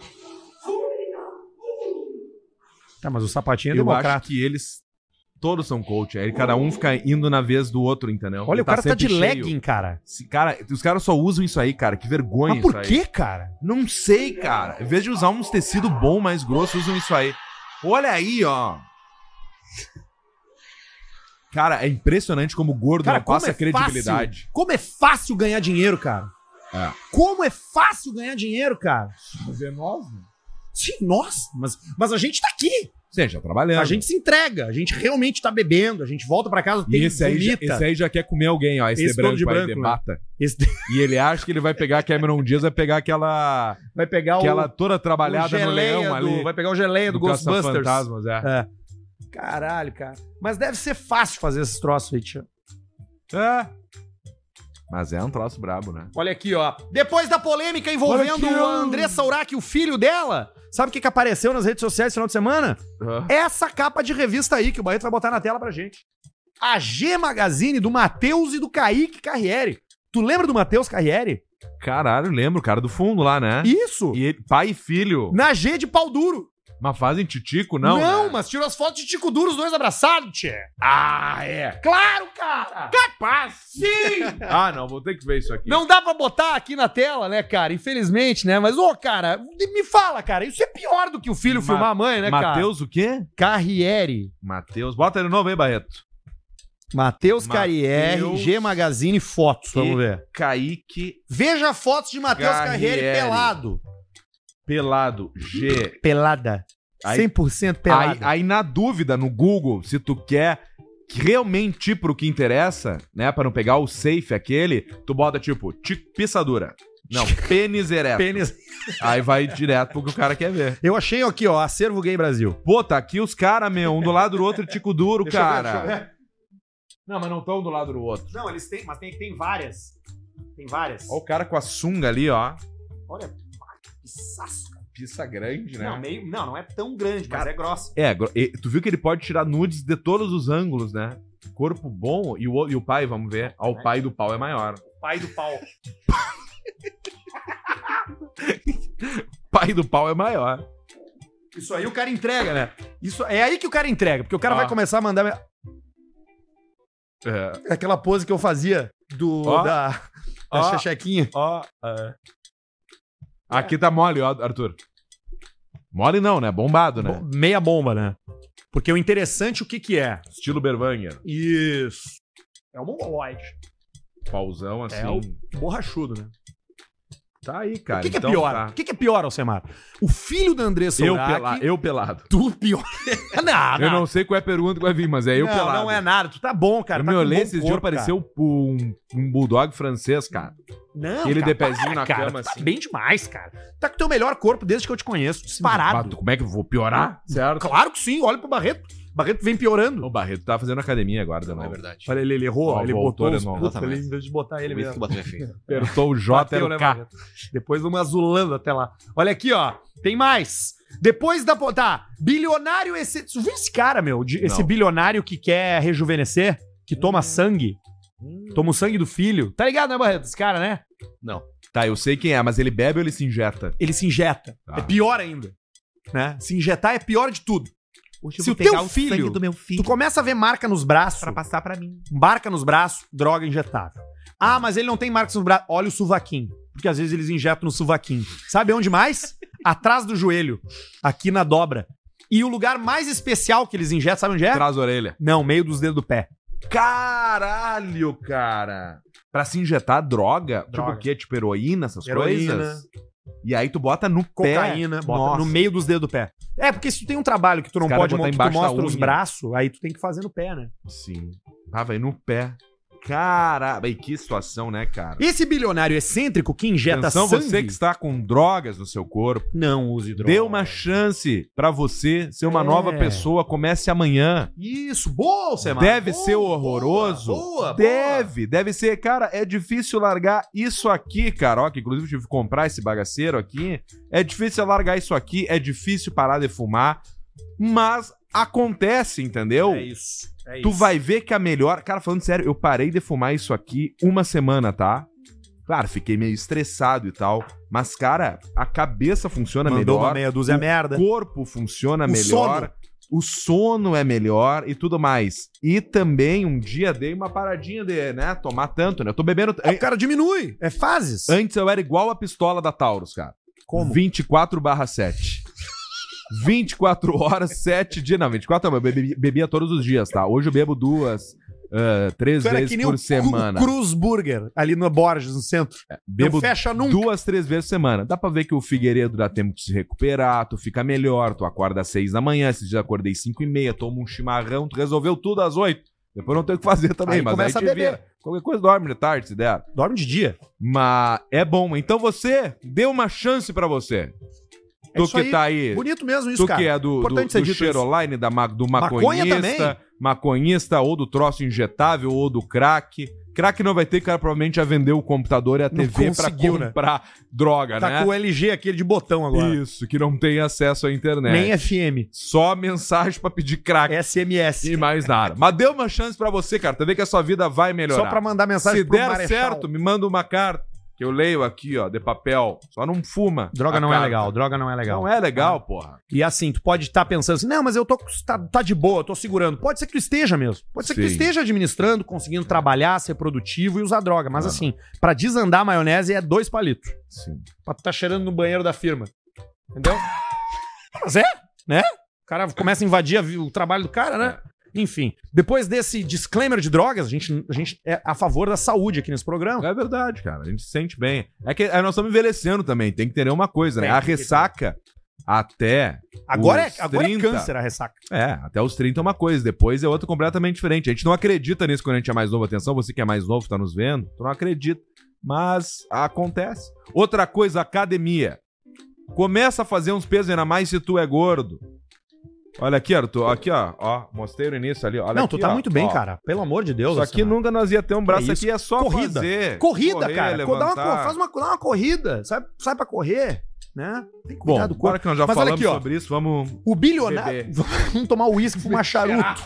Tá, mas o sapatinho é Eu democrata. acho que eles todos são coach. Aí cada um fica indo na vez do outro, entendeu? Olha, Ele o cara tá de sempre cheio. legging, cara. Esse cara, os caras só usam isso aí, cara. Que vergonha Mas por isso aí. quê, cara? Não sei, cara. Em vez de usar uns tecido bom, mais grosso, usam isso aí. Olha aí, ó. Cara, é impressionante como o gordo Cara, não como passa é credibilidade. fácil, como é fácil ganhar dinheiro, cara. É. Como é fácil ganhar dinheiro, cara. Mas é nós, né? Sim, nós. Mas, mas a gente tá aqui. Sim, já trabalhando. A gente se entrega. A gente realmente tá bebendo. A gente volta pra casa, E tem esse aí, já, vomita. esse aí já quer comer alguém, ó. Esse, Esse de todo branco, de aí, branco, de né? bata. Esse E ele acha que ele vai pegar a Cameron Diaz, vai pegar aquela... vai pegar Aquela o, toda o trabalhada no geleia leão do, ali. vai pegar o geleia do, Ghostbusters. Caça-fantasmas, é. É. Caralho, cara. Mas deve ser fácil fazer esses troços aí, tio. É. Mas é um troço brabo, né? Olha aqui, ó. Depois da polêmica envolvendo Olha aqui, ó. a Andressa Urach, o filho dela, sabe o que, que apareceu nas redes sociais esse final de semana? Ah. Essa capa de revista aí, que o Barreto vai botar na tela pra gente. A G Magazine do Matheus e do Kaique Carriere. Tu lembra do Matheus Carriere? Caralho, lembro, o cara do fundo lá, né? Isso! E ele, pai e filho. Na G de pau duro. Mas fazem titico, não? Não, né? mas tirou as fotos de Tico Duro, os dois abraçados, tchê. Ah, é. Claro, cara! Capaz! Sim! Ah, não, vou ter que ver isso aqui. Não dá pra botar aqui na tela, né, cara? Infelizmente, né? Mas, ô, cara, me fala, cara, isso é pior do que o filho Ma- filmar a mãe, né, cara? Matheus o quê? Carriere. Matheus. Bota ele de novo aí, Barreto. Matheus Carriere, Mateus G Magazine Fotos, vamos e ver. Kaique Veja fotos de Matheus Carriere Carriere. pelado. Pelado. G. Pelada. Aí- cem por cento Aí, pelada. aí, na dúvida, no Google, se tu quer realmente ir pro que interessa, né? Pra não pegar o safe aquele, tu bota tipo, ti- pissadura. Não, pênis ereto. Pênis. Aí vai direto pro que o cara quer ver. Eu achei aqui, ó, Acervo Gay Brasil. Pô, tá aqui os caras, meu, um do lado do outro, tico duro, Deixa eu ver, cara. deixa eu ver. Não, mas não tão do lado do outro. Não, eles têm, mas tem, tem várias. Tem várias. Ó o cara com a sunga ali, ó. Olha, que saço, cara. Pista grande, né? Não, meio, não, não é tão grande, mas Cara, é grossa. É, gro- e tu viu que ele pode tirar nudes de todos os ângulos, né? Corpo bom e o, e o pai, vamos ver. Ó, o pai do pau é maior. Pai do pau. Pai do pau é maior. Isso aí o cara entrega, né? Isso, é aí que o cara entrega, porque o cara Ó. vai começar a mandar... É. Aquela pose que eu fazia do, Ó. da, da Ó. chechequinha. Ó, é. Aqui tá mole, ó, Arthur. Mole não, né? Bombado, né? Bo- Meia bomba, né? Porque o interessante, o que que é? Estilo Berwanger. Isso. É o mongoloide. Pauzão assim. É o borrachudo, né? Tá aí, cara. o que, que então é pior? tá. O que, que é pior, Alcemar? O filho da Andressa Eu, Urach... pela... eu pelado. Tu pior. não, Eu não sei qual é a pergunta que vai vir, mas é eu não, pelado. não é nada. Tu tá bom, cara. Eu tá me com olhei bom esses dias, corpo, pareceu um, um bulldog francês, cara. cara. Não, Ele cara, de pezinho para, na cara. cama, Tu tá assim. bem demais, cara. Tá com o teu melhor corpo desde que eu te conheço. Disparado. Bato, como é que eu vou piorar? Certo? Claro que sim. Olha pro Barreto. Barreto vem piorando. O Barreto tá fazendo academia agora, Não é não. verdade. Olha, ele, ele errou. Ó, ele voltou botou de os novo. putos ali Exatamente. em vez de botar ele Por isso mesmo. que o Batom é feio. Apertou o J, Bateu, era né, o K. Barreto? Depois vamos azulando até lá. Olha aqui, ó. Tem mais. Depois da... po- Tá. Bilionário... Esse... Tu viu esse cara, meu? De- Esse Não. bilionário que quer rejuvenescer? Que toma sangue? Toma o sangue do filho. Tá ligado, né, Barreto? Esse cara, né? Não. Tá, eu sei quem é, mas ele bebe ou ele se injeta? Ele se injeta. Tá. É pior ainda. Né? Se injetar é pior de tudo. Hoje eu Se vou o teu pegar o filho- sangue do meu filho Tu começa a ver marca nos braços. pra passar pra mim. Marca nos braços, droga injetável. Ah, mas ele não tem marcas nos braços. Olha o sovaquinho. Porque às vezes eles injetam no sovaquinho. Sabe onde mais? Atrás do joelho. Aqui na dobra. E o lugar mais especial que eles injetam, sabe onde é? Traz a orelha. Não, meio dos dedos do pé. Caralho, cara. Pra se injetar droga? Droga. Tipo o quê? Tipo heroína, essas Heroína. coisas? E aí tu bota no Cocaína, pé. bota Nossa. no meio dos dedos do pé. É, porque se tu tem um trabalho que tu não Os cara pode botar mo- que tu embaixo da mostra os unha. braços, aí tu tem que fazer no pé, né? Sim. Ah, vai no pé. Caralho. E que situação, né, cara? Esse bilionário excêntrico que injeta Atenção, sangue... você que está com drogas no seu corpo. Não use droga. Dê uma chance pra você ser uma É. nova pessoa. Comece amanhã. Isso, boa, Alcemar. Deve Boa, ser horroroso. Boa, boa, deve, deve ser. Cara, é difícil largar isso aqui, cara. Ó, que inclusive eu tive que comprar esse bagaceiro aqui. É difícil largar isso aqui. É difícil parar de fumar. Mas acontece, entendeu? É isso. É Tu isso. vai ver que a melhor... Cara, falando sério, eu parei de fumar isso aqui uma semana, tá? Claro, fiquei meio estressado e tal. Mas, cara, a cabeça funciona Mandou melhor. uma meia dúzia o merda. corpo funciona O melhor. sono. O sono é melhor e tudo mais. E também, um dia, dei uma paradinha de, né, tomar tanto, né? Eu tô bebendo... O cara diminui. É fases. Antes eu era igual a pistola da Taurus, cara. Como? vinte e quatro barra sete. vinte e quatro horas, sete dias. Não, vinte e quatro não, eu bebi- bebia todos os dias, tá? Hoje eu bebo duas, ah, três Tu era vezes que nem por o semana. Cru- Cruz Burger, ali no Borges, no centro. Bebo Não fecha nunca. duas, três vezes por semana. Dá pra ver que o Figueiredo dá tempo de se recuperar, tu fica melhor, tu acorda às seis da manhã, esses dias eu acordei cinco e meia, toma um chimarrão, tu resolveu tudo às oito. Depois não tem o que fazer também, Aí mas começa aí a te beber. vira. Qualquer coisa dorme de tarde, se der. Dorme de dia. Mas é bom. Então você, dê uma chance pra você. É Tu isso que aí. tá aí... Bonito mesmo isso, Tu cara. que é do, do, Importante ser do dito Cheiroline, da, ma- do Maconha maconhista, maconhista, ou do troço injetável, ou do crack. Crack não vai ter, cara, provavelmente já vendeu o computador e a Não T V pra conseguiu, né? comprar droga, Tá né? com o L G aquele de botão agora. Isso, que não tem acesso à internet. Nem F M. Só mensagem pra pedir crack S M S. e mais nada. Mas dê uma chance pra você, cara. Tu vê que a sua vida vai melhorar. Só pra mandar mensagem Se pro der Marechal. certo, me manda uma carta. Que eu leio aqui, ó, de papel. Só não fuma. Droga a não é carta. legal, droga não é legal. Não é legal, porra. E assim, tu pode estar pensando assim, não, mas eu tô tá, tá de boa, eu tô segurando. Pode ser que tu esteja mesmo. Pode ser que tu Sim. esteja administrando, conseguindo trabalhar, ser produtivo e usar droga. Mas Ah. assim, pra desandar a maionese é dois palitos. Sim. Pra tu tá cheirando no banheiro da firma. Entendeu? Mas é, né? O cara começa a invadir a vi- o trabalho do cara, né? Enfim, depois desse disclaimer de drogas, a gente, a gente é a favor da saúde aqui nesse programa. É verdade, cara. A gente se sente bem. É que é, nós estamos envelhecendo também. Tem que ter uma coisa, né? Tem, A tem que ressaca até. Agora, é, os agora é trinta câncer a ressaca. É, até os trinta é uma coisa, depois é outra completamente diferente. A gente não acredita nisso quando a gente é mais novo. Atenção, você que é mais novo, tá nos vendo, tu não acredita. Mas acontece. Outra coisa, academia. Começa a fazer uns pesos, ainda mais se tu é gordo. Olha aqui, Arthur. Aqui, ó. ó mostrei no início ali. Olha Não, aqui, tu tá ó, muito bem, ó. cara. Pelo amor de Deus. Isso aqui Alcemar. nunca nós ia ter um braço É isso. aqui, é só Corrida. fazer. Corrida, correr, cara. Dá uma, levantar. faz uma, dá uma corrida. Sai, sai pra correr, né? Tem que Bom, cuidar do agora corpo. que nós já Mas olha falamos aqui, ó. sobre isso, vamos... O bilionário... Beber. Vamos tomar uísque e fumar charuto.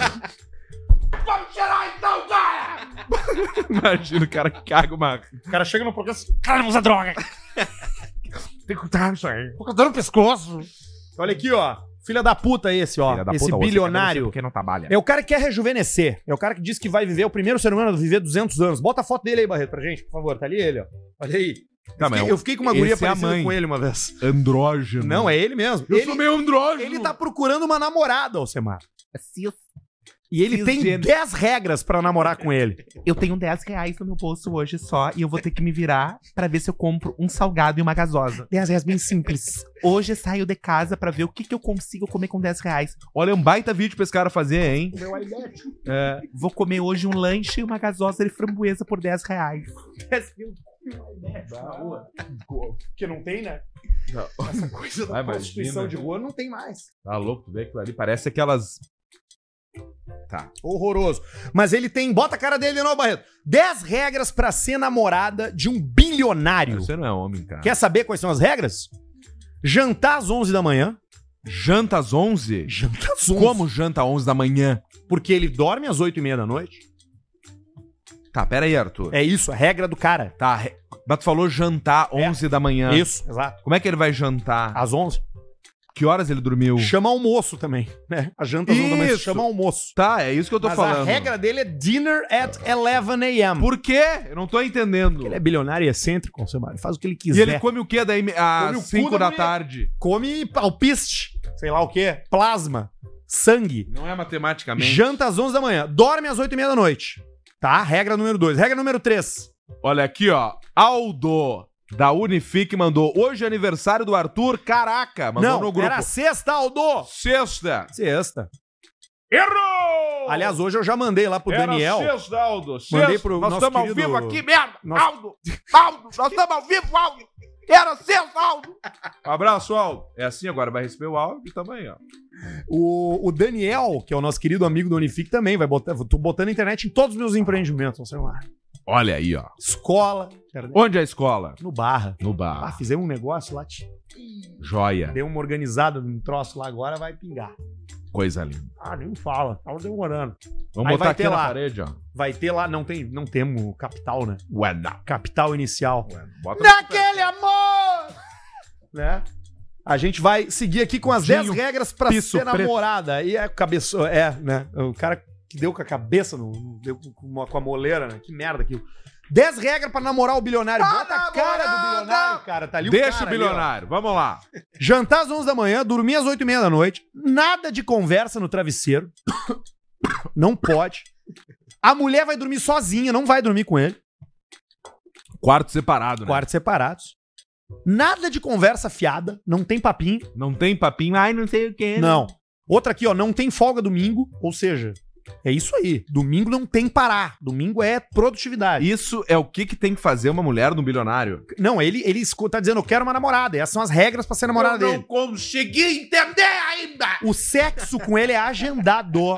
Imagina o cara que caga uma... O cara chega no programa assim, cara, não usa droga. Tem que cuidar isso aí. Tô dando pescoço. Olha aqui, ó. Filha da puta esse, ó. Filha da esse puta, você, bilionário. Porque não trabalha. É o cara que quer rejuvenescer. É o cara que diz que vai viver, o primeiro ser humano a viver duzentos anos. Bota a foto dele aí, Barreto, pra gente, por favor. Tá ali ele, ó. Olha aí. Tá, eu, mas fiquei, eu fiquei com uma guria esse é a parecida mãe. com ele uma vez. Andrógeno. Não, é ele mesmo. Eu ele, sou meio andrógeno. ele tá procurando uma namorada, Alcemar. Cis. E ele tem Cisgênero. dez regras pra namorar com ele. Eu tenho dez reais no meu bolso hoje só e eu vou ter que me virar pra ver se eu compro um salgado e uma gasosa. dez reais bem simples. Hoje saio de casa pra ver o que, que eu consigo comer com dez reais. Olha, um baita vídeo pra esse cara fazer, hein? É, vou comer hoje um lanche e uma gasosa de framboesa por dez reais. Porque não tem, né? Não. Essa coisa da Vai, prostituição imagina. de rua não tem mais. Tá louco, tu vê aquilo ali? Parece aquelas... Tá. Horroroso. Mas ele tem... Bota a cara dele de novo, Barreto. dez regras pra ser namorada de um bilionário. Você não é homem, cara. Quer saber quais são as regras? Jantar às onze da manhã. Janta às onze? Janta às onze. Como janta às onze da manhã? Porque ele dorme às oito e meia da noite. Tá, pera aí, Arthur. É isso, a regra do cara. Tá, re... mas tu falou jantar onze da manhã. Isso, exato. Como é que ele vai jantar? Às onze. Que horas ele dormiu? Chama almoço também, né? A janta às onze da manhã se Isso. chama almoço. Tá, é isso que eu tô Mas falando. a regra dele é dinner at eleven a m. Por quê? Eu não tô entendendo. Ele é bilionário e excêntrico, Alcemar. Ele faz o que ele E quiser. ele come o quê daí Come às o cu cinco da da mulher. tarde? Come alpiste, sei lá o quê, plasma, sangue. Não é matematicamente. Janta às onze da manhã, dorme às oito e meia da noite. Tá? Regra número dois. Regra número três. Olha aqui, ó. Aldo, da Unifique, mandou. Hoje é aniversário do Arthur. Caraca, mandou Não, no grupo. era sexta, Aldo. Sexta. Sexta. Errou! Aliás, hoje eu já mandei lá pro Era Daniel. sexta, Aldo. Mandei Sexta. pro Nós nosso estamos ao querido... vivo aqui, merda. Nosso- Aldo, Aldo, nós estamos ao vivo, Aldo. Era sexta, Aldo. Abraço, Aldo. É assim agora, vai receber o áudio também, ó. O, o Daniel, que é o nosso querido amigo do Unifique, também vai botar. Tô botando internet em todos os meus empreendimentos no celular. Olha aí, ó. Escola. Onde é a escola? No Barra. No Ah, bar. fizemos um negócio lá. tch, Joia. Deu uma organizada num troço lá agora, vai pingar. Coisa linda. Ah, nem me fala. Tava demorando. Vamos Aí botar vai aqui ter na lá. parede, ó. Vai ter lá, não tem, não temos capital, né? Ué, não. Capital inicial. Ué, bota Naquele amor! Né? A gente vai seguir aqui com as dez Dinho regras pra piso ser preto. namorada. Aí é cabeça, é, né? O cara que deu com a cabeça, no, no- deu com, uma- com a moleira, né? Que merda aquilo. dez regras pra namorar o bilionário. Bota a cara do bilionário, cara. Tá ali o Deixa cara o ali, bilionário. Vamos lá. ó. Jantar às onze da manhã, dormir às oito e meia da noite. Nada de conversa no travesseiro. Não pode. A mulher vai dormir sozinha, não vai dormir com ele. Quarto separado, né? Quartos separados. Nada de conversa fiada, não tem papinho. Não tem papinho. Ai, não sei o que. Não. Outra aqui, ó, não tem folga domingo, ou seja, é isso aí. Domingo não tem parar. Domingo é produtividade. Isso é o que, que tem que fazer uma mulher no bilionário? Não, ele, ele escu- tá dizendo, eu quero uma namorada. Essas são as regras pra ser namorada dele. consegui entender ainda. O sexo com ele é agendado.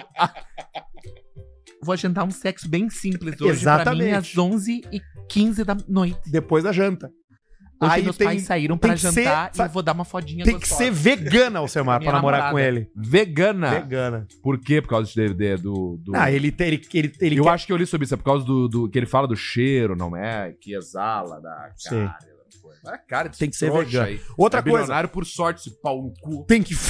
Vou agendar um sexo bem simples hoje Exatamente. pra mim às onze e quinze da noite. Depois da janta. Hoje Aí meus tem- pais saíram tem pra que jantar ser- e eu vou dar uma fodinha Tem que gostosa. ser vegana, Alcemar, pra Minha namorar namorada. com ele. Vegana. Vegana. Por quê? Por causa de, de- do... do... Ah, ele, tem- ele, ele, ele eu quer- acho que eu li sobre isso. É por causa do, do... Que ele fala do cheiro, não é? Que exala da Sim. cara. Olha a cara desse Tem que ser trouxa vegano. aí. Outra é coisa, bilionário por sorte, esse pau no cu. tem que...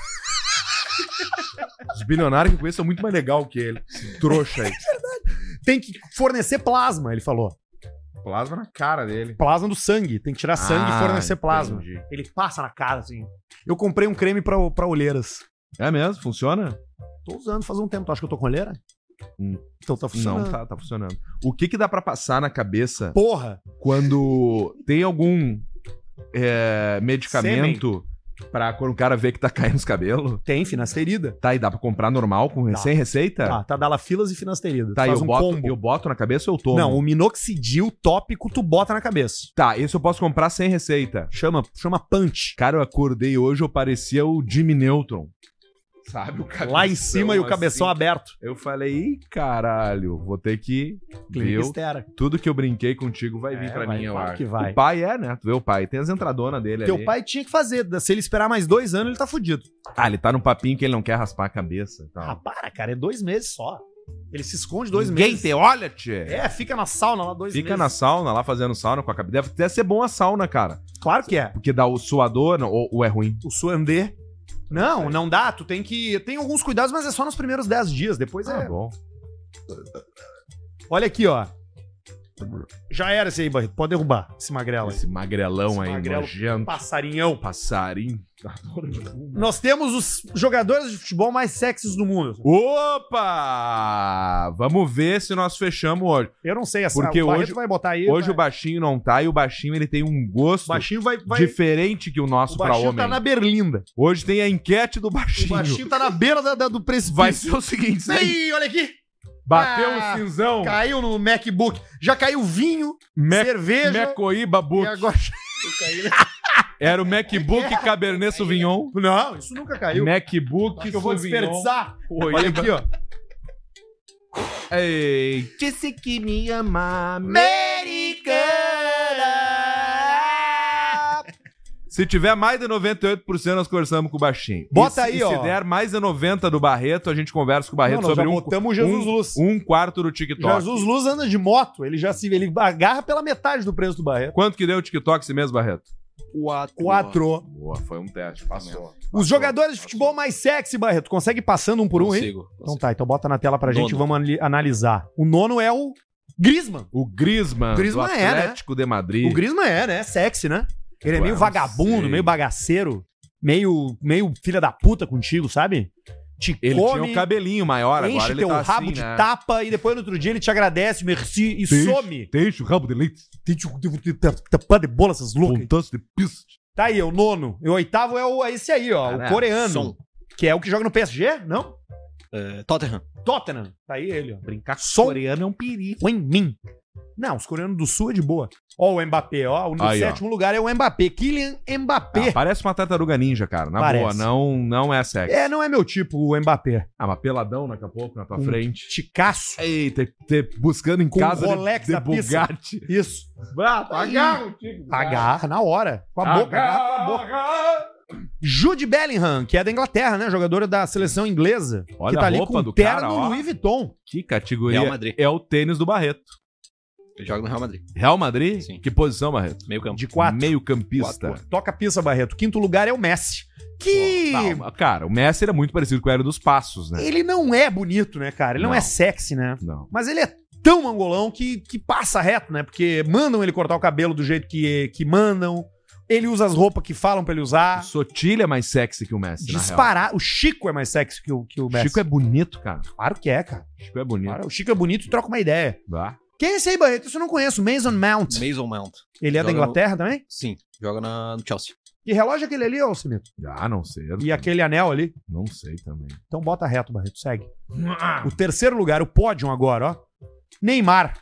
Os bilionários que eu conheço são muito mais legal que ele. Esse trouxa aí. tem que fornecer plasma, ele falou. Plasma na cara dele. Plasma do sangue. Tem que tirar sangue Ah, e fornecer plasma. entendi. Ele passa na cara, assim. Eu comprei um creme pra, pra olheiras. É mesmo? Funciona? Tô usando faz um tempo. Tu acha que eu tô com olheira? Hum. Então tá funcionando. Não, tá, tá funcionando. O que que dá pra passar na cabeça Porra! quando tem algum é, medicamento pra quando o cara vê que tá caindo os cabelos? Tem finasterida. Tá, e dá pra comprar normal, com Dá. sem receita? Tá, tá dalafilas e finasterida. Tá, Faz eu, um boto, combo. eu boto na cabeça ou eu tomo? Não, o minoxidil tópico tu bota na cabeça. Tá, esse eu posso comprar sem receita. Chama, chama punch. Cara, eu acordei hoje, eu parecia o Jimmy Neutron. Sabe, o cabeção Lá em cima e o cabeção assim. aberto. Eu falei, ih, caralho, vou ter que... Clínica Viu? Estera. Tudo que eu brinquei contigo vai vir É, pra vai, mim, eu claro acho. que vai. O pai é, né? Tu vê o pai, tem as entradonas dele Teu ali. pai tinha que fazer. Se ele esperar mais dois anos, ele tá fudido. Ah, ele tá no papinho que ele não quer raspar a cabeça. e tal. Ah, para, cara. É dois meses só. Ele se esconde dois Ninguém meses. te olha, tchê. É, fica na sauna lá dois Fica na meses. sauna lá fazendo sauna com a cabeça. Deve até ser bom a sauna, cara. Claro que é. Porque dá o suador não, ou, ou é ruim. O suandê. Não, não dá. Tu tem que... Tem alguns cuidados, mas é só nos primeiros dez dias. Depois Ah, é... bom. Olha aqui, ó. Já era esse aí, Barreto. Pode derrubar esse magrelo aí. Esse magrelão Esse aí, magrelo nojento. Passarinhão. Passarinho. Nós temos os jogadores de futebol mais sexys do mundo. Opa! Vamos ver se nós fechamos hoje. Eu não sei, essa, Porque o Barreto hoje- vai botar aí. Hoje vai... o baixinho não tá e o baixinho ele tem um gosto o baixinho vai... vai... diferente que o O nosso pra baixinho homem. tá na berlinda. Hoje tem a enquete do O baixinho. baixinho tá na beira da, da- do precipício. Vai ser o seguinte, né? Ih, olha aqui. Bateu Ah, o cinzão. Caiu no MacBook. Já caiu vinho, Mac- cerveja. Mecoíba Book. E agora... Eu caí, né? Era o MacBook Cabernet Sauvignon. Não, isso nunca caiu. MacBook Acho que eu vou Sauvignon. desperdiçar. Oi, Olha aqui, ó. Ei, Disse que me ama, Americana. se tiver mais de noventa e oito por cento, nós conversamos com o baixinho. Bota E se- aí, e ó. Se der mais de noventa por cento do Barreto, a gente conversa com o Barreto Não, nós sobre já um, botamos o Jesus um, Luz. um quarto do TikTok. Jesus Luz anda de moto. Ele já se... Ele agarra pela metade do preço do Barreto. Quanto que deu o TikTok esse mês, Barreto? Quatro. Quatro. Boa, foi um teste, passou. Os jogadores de futebol mais sexy, Barreto. Consegue ir passando um por um aí? Consigo. Então tá, então bota na tela pra Nono. gente e vamos ali- analisar. O nono é o Griezmann. O Griezmann, O Griezmann do é, né? Atlético de Madrid. O Griezmann é, né? É sexy, né? Ele é Ué, meio não vagabundo, sei. meio bagaceiro, meio, meio filha da puta contigo, sabe? Te Ele come, tinha um cabelinho maior, enche agora ele teu tá rabo assim, de né? tapa e depois no outro dia ele te agradece, merci, e Deixa- some. Deixa o rabo de leite. Tem te- te- te- te- Tapar de bola essas loucas. Pontaço de pista. Tá aí, é o nono. E o oitavo é, o, é esse aí, ó, Cara, o coreano. Son. Que é o que joga no P S G, não? É, Tottenham. Tottenham. Tá aí ele, ó. Brincar com Som. coreano é um perigo. O Min. Não, os coreanos do sul é de boa. Ó, o Mbappé, ó. O no Aí, ó. sétimo lugar é o Mbappé. Kylian Mbappé. Ah, parece uma tartaruga ninja, cara. Na Parece. boa, não, não é sexy. É, não é meu tipo, o Mbappé. Ah, mas peladão daqui a pouco na tua Um frente. Ticaço. Eita, te, buscando em Com casa o Rolex de, da de pista. Bugatti. Isso. Vá, agarra o Agarra na hora. Com a boca, agarra com a boca. Jude Bellingham, que é da Inglaterra, né? Jogadora da seleção inglesa. Olha que tá a ali roupa com do terno cara, ó. Louis Vuitton. Que categoria Real Madrid. é o tênis do Barreto. Ele joga no Real Madrid. Real Madrid? Sim. Que posição, Barreto? Meio campo. De quatro. Meio campista. Quatro. Toca a pista, Barreto. Quinto lugar é o Messi. Que... Não, cara, o Messi era muito parecido com o Era dos Passos, né? Ele não é bonito, né, cara? Ele não, Não. é sexy, né? Não. Mas ele é tão mangolão que, que passa reto, né? Porque mandam ele cortar o cabelo do jeito que, que mandam. Ele usa as roupas que falam pra ele O usar. Sotilha é mais sexy que o Messi, na real. Disparar. O Chico é mais sexy que o, que o Messi. Chico é bonito, cara. Claro que é, cara. Chico é bonito. Claro, o Chico é bonito e troca uma ideia. Vá. Quem é esse aí, Barreto? Isso eu não conheço. Mason Mount. Mason Mount. Ele é da Joga Inglaterra também? Sim, joga na, no Chelsea. Que relógio é aquele ali, ô Cimito? Ah, não sei. eu E aquele anel ali? Não sei também. Então bota reto, Barreto. Segue. O terceiro lugar, o pódio agora, ó. Neymar.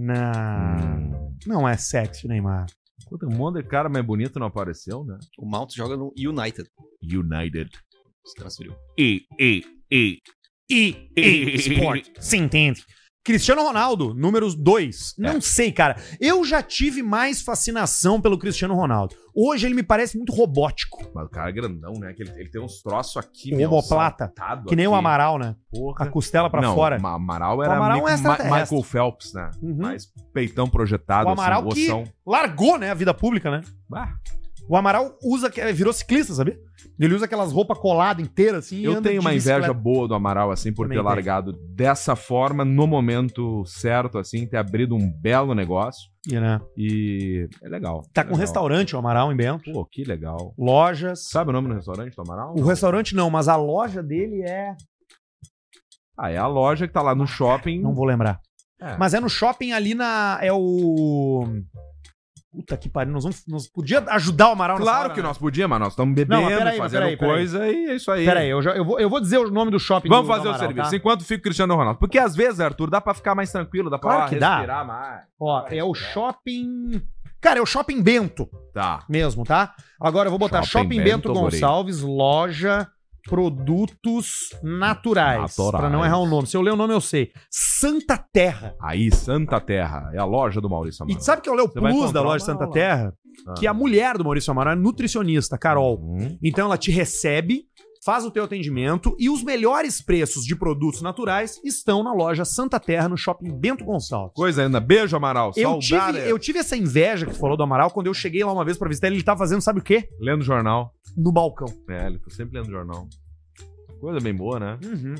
Não. Hum. Não é sexy o Neymar. Puta, um monte de cara mais bonito não apareceu, né? O Mount joga no United. United. Se transferiu. E, e, e. E, e Sport. Você entende? Cristiano Ronaldo, número dois. Não É. sei, cara. Eu já tive mais fascinação pelo Cristiano Ronaldo. Hoje ele me parece muito robótico. Mas o cara é grandão, né? Que ele, ele tem uns troços aqui, O homoplata. saltado Que nem o aqui. Amaral, né? Porra. A costela pra não, fora. o Amaral era O Amaral meio é que Ma- extraterrestre. Michael Phelps, né? Uhum. Mais peitão projetado, O Amaral assim, que ossão. largou, né, a vida pública, né? Ah, O Amaral usa, virou ciclista, sabe? Ele usa aquelas roupas coladas inteiras, assim. e Eu anda tenho de uma inveja bicicleta. boa do Amaral, assim, por Também ter tenho. largado dessa forma, no momento certo, assim, ter abrido um belo negócio. E, né? E é legal. Tá é com legal. restaurante, o Amaral, em Bento. Pô, que legal. Lojas. Sabe o nome do restaurante do Amaral? O restaurante não, mas a loja dele é... Ah, é a loja que tá lá no shopping. Não vou lembrar. É. Mas é no shopping ali na... É o... Puta que pariu, nós vamos... Nós podia ajudar o Amaral nessa Claro hora, que né? nós podíamos, mas nós estamos Não, bebendo, mas peraí, mas fazendo peraí, peraí. coisa e é isso aí. Pera aí, eu, já, eu, vou, eu vou dizer o nome do shopping. Vamos do- do fazer o Amaral, serviço. tá? Enquanto fica o Cristiano Ronaldo. Porque às vezes, Arthur, dá pra ficar mais tranquilo, dá pra Claro que dá. respirar mais. Ó, é o shopping... Cara, é o Shopping Bento Tá. mesmo, tá? Agora eu vou botar Shopping Shopping, Bento, Bento, Gonçalves, loja Produtos Naturais. Naturais. Pra não errar o nome. Se eu ler o nome, eu sei. Santa Terra. Aí, Santa Terra. É a loja do Maurício Amaral. E sabe que é o Leo Você vai Plus encontrar da loja uma Santa lá. Terra? Ah. Que a mulher do Maurício Amaral é nutricionista, Carol. Hum. Então ela te recebe, faz o teu atendimento e os melhores preços de produtos naturais estão na loja Santa Terra, no Shopping Bento Gonçalves. Coisa ainda. Beijo, Amaral. Eu Saudade. tive, eu tive essa inveja que tu falou do Amaral quando eu cheguei lá uma vez pra visitar ele, ele tava fazendo sabe o quê? Lendo jornal. No balcão. É, ele tá sempre lendo jornal. Coisa bem boa, né? Uhum.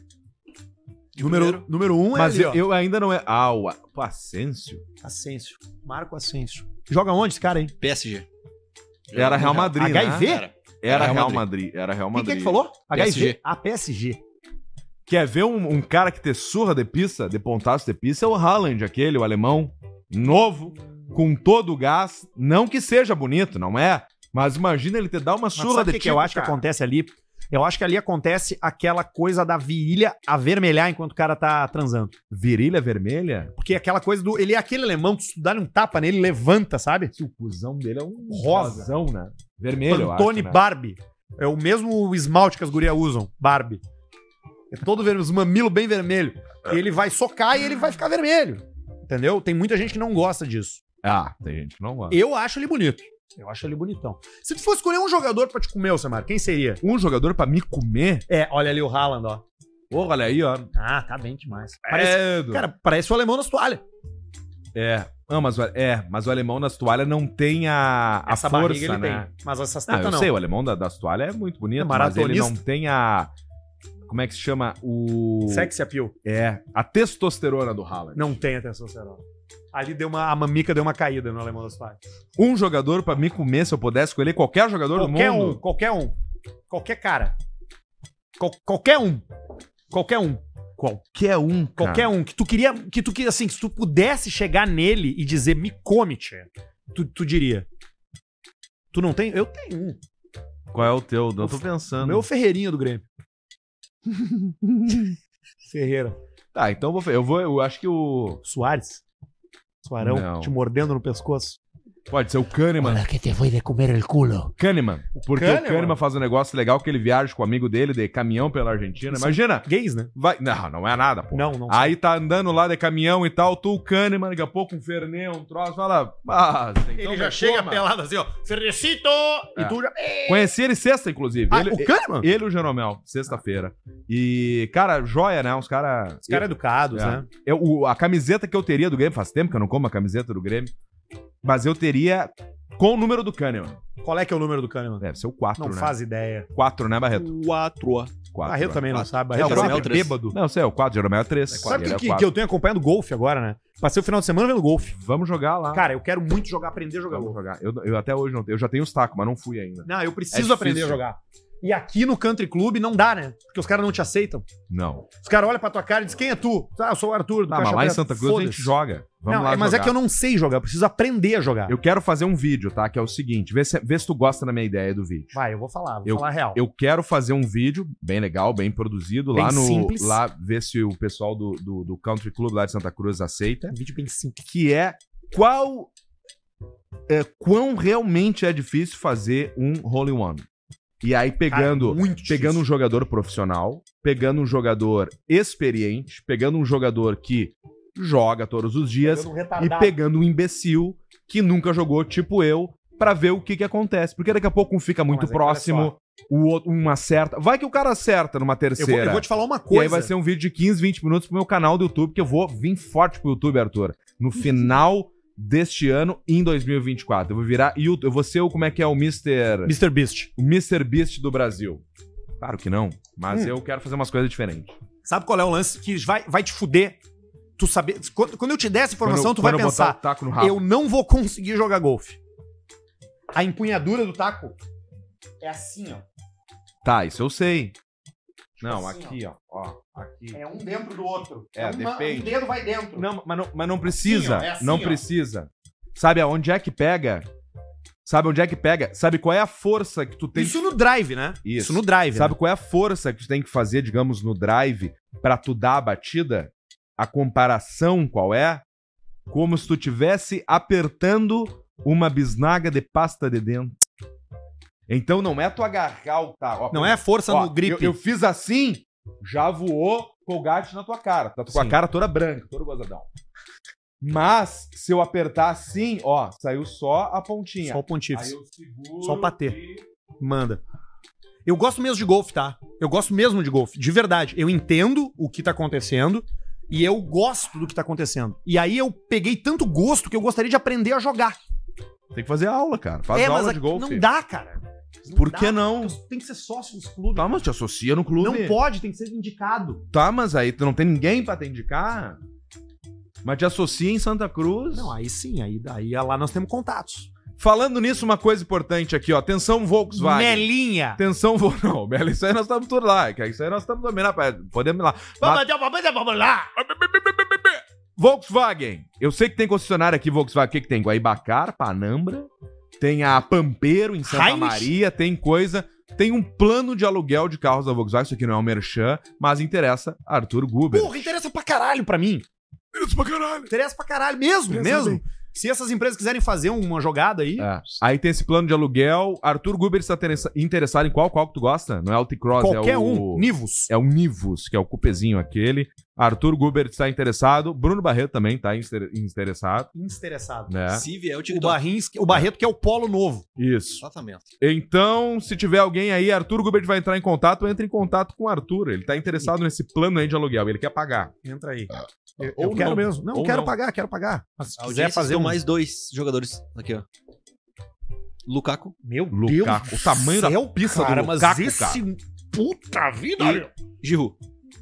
Número, número um é Mas ali, eu, ó. eu ainda não é. Ah, o, o Asensio. Asensio. Marco Asensio. Joga onde esse cara, hein? P S G. Era Real Madrid, H I V? né? Era. Era Real Real Madrid. Madrid. Era Real Quem Madrid. que é que falou? P S G. H I V. Ah, P S G. Quer ver um, um cara que te surra de pizza, de pontaço de pizza? É o Haaland, aquele, o alemão. Novo, com todo o gás. Não que seja bonito, não é? Mas imagina ele te dar uma Mas surra sabe de o que, que eu acho que acontece ali? Eu acho que ali acontece aquela coisa da virilha avermelhar enquanto o cara tá transando. Virilha vermelha? Porque aquela coisa do... Ele é aquele alemão que se tu dá um tapa nele, levanta, sabe? O cuzão dele é um Rosa. rosão, né? Vermelho, eu Pantone acho, né? Barbie. É o mesmo esmalte que as gurias usam. Barbie. É todo vermelho, os mamilos bem vermelho. E ele vai socar e ele vai ficar vermelho. Entendeu? Tem muita gente que não gosta disso. Ah, tem gente que não gosta. Eu acho ele bonito. Eu acho ele bonitão. Se tu fosse escolher um jogador pra te comer, Alcemar, quem seria? Um jogador pra me comer? É, olha ali o Haaland, ó. Ô, olha aí, ó. Ah, tá bem demais. Parece, É, do- cara, parece o alemão das toalhas. é. Ah, mas, o- é, mas o alemão das toalhas não tem a, a Essa força, barriga ele né? tem. Mas essas Não, tetas eu não. sei, o alemão da- das toalhas é muito bonito, É mas ele maratonista. não tem a... Como é que se chama? O... Sexy appeal. É, a testosterona do Haaland. Não tem a testosterona. Ali deu uma, a mamica deu uma caída no alemão das toalhas. Um jogador pra me comer, se eu pudesse escolher qualquer jogador Qualquer do mundo. um, qualquer um. Qualquer cara. Qual- qualquer um. Qualquer um. Qualquer um, cara. Qualquer um. Que tu queria. Que tu queria, assim, se tu pudesse chegar nele e dizer, me come, tia, tu, tu diria. Tu não tem? Eu tenho um. Qual é o teu? Eu tô pensando. Meu Ferreirinho do Grêmio. Ferreira. Tá, então eu vou, eu vou. Eu acho que o. Soares. Suarão, Não. te mordendo no pescoço. Pode ser o Kahneman. que te foi de comer el culo. Kahneman. Porque Kahneman? o Kahneman faz um negócio legal que ele viaja com o amigo dele de caminhão pela Argentina. Isso. Imagina. Gays, né? Vai... Não, não é nada, pô. Não, não. Aí tá andando lá de caminhão e tal, tu o Kahneman, daqui a pouco um Fernet, um troço, fala. Ah, então Ele já me chega coma. pelado assim, ó. Ferrecito! É. E tu já. Conheci ele sexta, inclusive. Ah, ele, o Kahneman? ele e o Jeromel, sexta-feira. E, cara, joia, né? Uns caras. Os caras educados, É. né? Eu, o- a camiseta que eu teria do Grêmio, faz tempo que eu não como a camiseta do Grêmio, mas eu teria com o número do Kahneman. Qual é que é o número do Kahneman? Deve ser o quatro, Não né? faz ideia. quatro, né, Barreto? Quatro. quatro. Barreto né? também não Quatro. sabe. É, Barreto o tá Jeromel sempre três. bêbado. Não, sei, é o quatro, Jeromel é três. Sabe o Ele que, é que, quatro. que eu tenho acompanhando golfe agora, né? Passei o final de semana vendo golfe. Vamos jogar lá. Cara, eu quero muito jogar, aprender a jogar Vamos golfe. jogar. Eu, eu até hoje não tenho. Eu já tenho os tacos, mas não fui ainda. Não, eu É preciso difícil. aprender a jogar. E aqui no Country Club não dá, né? Porque os caras não te aceitam. Não. Os caras olham pra tua cara e dizem, quem é tu? Ah, eu sou o Arthur, do Ah, mas Caixa lá em Preta. Santa Cruz a gente Foda-se. joga. Vamos Não, lá é- mas jogar. é que eu não sei jogar, eu preciso aprender a jogar. Eu quero fazer um vídeo, tá? Que é o seguinte, vê se, vê se tu gosta da minha ideia do vídeo. Vai, eu vou falar, vou Eu- falar real. Eu quero fazer um vídeo bem legal, bem produzido, Bem lá no. simples. Lá, ver se o pessoal do, do, do Country Club lá de Santa Cruz aceita. Um vídeo bem simples. Que é qual. É, quão realmente é difícil fazer um hole in one. E aí, pegando. Cara, muito difícil. Pegando um jogador profissional, pegando um jogador experiente, pegando um jogador que joga todos os dias Pegando um e retardado. pegando um imbecil que nunca jogou, tipo eu, pra ver o que que acontece. Porque daqui a pouco um fica muito mas é que olha próximo, o outro, um acerta. Vai que o cara acerta numa Eu terceira. vou, eu vou te falar uma E coisa. aí vai ser um vídeo de quinze, vinte minutos pro meu canal do YouTube, que eu vou vir forte pro YouTube, Arthur. No final deste ano em dois mil e vinte e quatro. Eu vou virar YouTube. Eu vou ser o, como é que é, o mister mister Beast. O mister Beast do Brasil. Claro que não, mas Hum. eu quero fazer umas coisas diferentes. Sabe qual é o lance que vai, vai te fuder? Tu saber. Quando, quando eu te der essa informação, Quando- tu vai quando eu botar pensar. o taco no rabo. Eu não vou conseguir jogar golfe. A empunhadura do taco é assim, ó. Tá, isso eu sei. Não, assim, aqui, ó. Ó, aqui. É um dentro do outro. É, uma- depende. Um dedo vai dentro. Não, mas não, mas não precisa. Assim, ó, é assim, não ó. precisa. Sabe aonde é que pega? Sabe onde é que pega? Sabe qual é a força que tu tem Isso que... no drive, né? Isso. no drive. Sabe né? qual é a força que tu tem que fazer, digamos, no drive pra tu dar a batida? A comparação qual é? Como se tu tivesse apertando uma bisnaga de pasta de dente. Então não é tu agarrar o taco. Não é força Ó, no grip. Eu, eu fiz assim, já voou Colgate na tua cara. Tá com a Sim. cara toda branca, todo gozadão. Mas, se eu apertar assim, ó, saiu só a pontinha. Só o pontífice. Aí eu seguro Só o patê. e- Manda. Eu gosto mesmo de golfe, tá? Eu gosto mesmo de golfe, de verdade. Eu entendo o que tá acontecendo e eu gosto do que tá acontecendo. E aí eu peguei tanto gosto que eu gostaria de aprender a jogar. Tem que fazer aula, cara. Faz é, aula mas de a- golfe. não dá, cara. Por dá, que não? Tem que ser sócio dos clubes. Tá, mas te associa no clube. Não pode, tem que ser indicado. Tá, mas aí tu não tem ninguém pra te indicar. Mas te associa em Santa Cruz. Não, aí sim, aí, aí lá nós temos contatos. Falando nisso, uma coisa importante aqui, ó. Atenção, Volkswagen. Melinha. Atenção, Vol... Não, Melo, isso aí nós estamos tudo lá. que Isso aí nós estamos também lá. pra- Podemos ir lá. Mas- Vamos lá. Volkswagen. Eu sei que tem concessionária aqui, Volkswagen. O que, que tem? Guaibacar, Panambra. Tem a Pampeiro em Santa Heinrich. Maria. Tem coisa. Tem um plano de aluguel de carros da Volkswagen. Isso aqui não é um merchan, mas interessa Arthur Guber. Porra, interessa pra caralho pra mim. Interessa pra caralho. Interessa pra caralho mesmo, Interessa mesmo. Se essas empresas quiserem fazer uma jogada aí, É. Aí tem esse plano de aluguel. Arthur Guber está interessa- interessado em qual? Qual que tu gosta? Não é o T-Cross, qualquer é o... um, Nivus. É o Nivus, que é o cupezinho aquele. Arthur Guber está interessado. Bruno Barreto também está inter- interessado. Interessado. Né? Se vier o O, TikTok. Barrins, o Barreto que é o polo novo. Isso. Exatamente. Então, se tiver alguém aí, Arthur Guber vai entrar em contato, entra em contato com o Arthur. Ele tá interessado nesse plano aí de aluguel. Ele quer pagar. Entra aí. Eu, Ou eu quero não. mesmo. Não, Ou quero não. pagar, quero pagar. Mas se A quiser audiência fazer deu um... mais dois jogadores aqui, ó. Lukaku. Meu Lukaku. Deus O tamanho da céu, pista cara, do mas Lukaku, esse... cara. Puta vida, E meu. Giroud.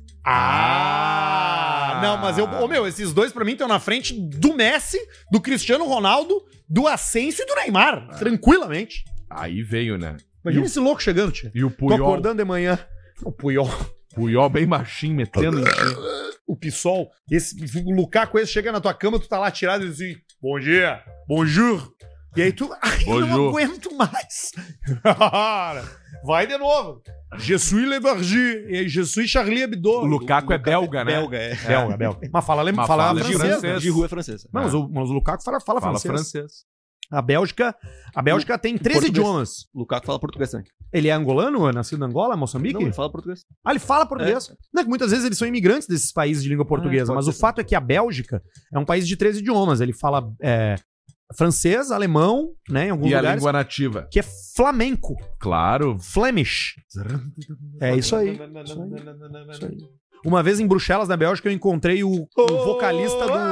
Ah! Não, mas eu... Ô, meu, esses dois pra mim estão na frente do Messi, do Cristiano Ronaldo, do Asensio e do Neymar. Tranquilamente. Aí veio, né? Imagina E o- esse louco chegando, tia. E o Tô Puyol, acordando de manhã. O Puyol, Puyol bem baixinho, metendo em ti. o Pissol, esse, o Lukaku esse chega na tua cama, tu tá lá tirado e diz assim, bom dia, bonjour. E aí tu, ai, eu não Bonjour. aguento mais. Vai de novo. Je suis Le Verger. E Je suis Charlie Hebdo. O Lukaku é belga, né? Belga, é. Belga, belga. Mas fala, lem- Mas fala, fala francês. francês. né? Giroud é francês. Não, mas, o, mas o Lukaku fala, fala, Fala francês. francês. A Bélgica, a Bélgica tem treze português. idiomas. Lukaku fala português também. Ele é angolano, é nascido em Angola, Moçambique? Não, ele fala português. Ah, ele fala português. Não é que muitas vezes eles são imigrantes desses países de língua portuguesa, pode mas ser o fato é que a Bélgica é um país de treze idiomas. Ele fala é, francês, alemão, né, em alguns E a lugares, língua nativa. que é flamenco, Claro. Flemish. É isso aí. Isso aí. Uma vez em Bruxelas, na Bélgica, eu encontrei o, o vocalista do...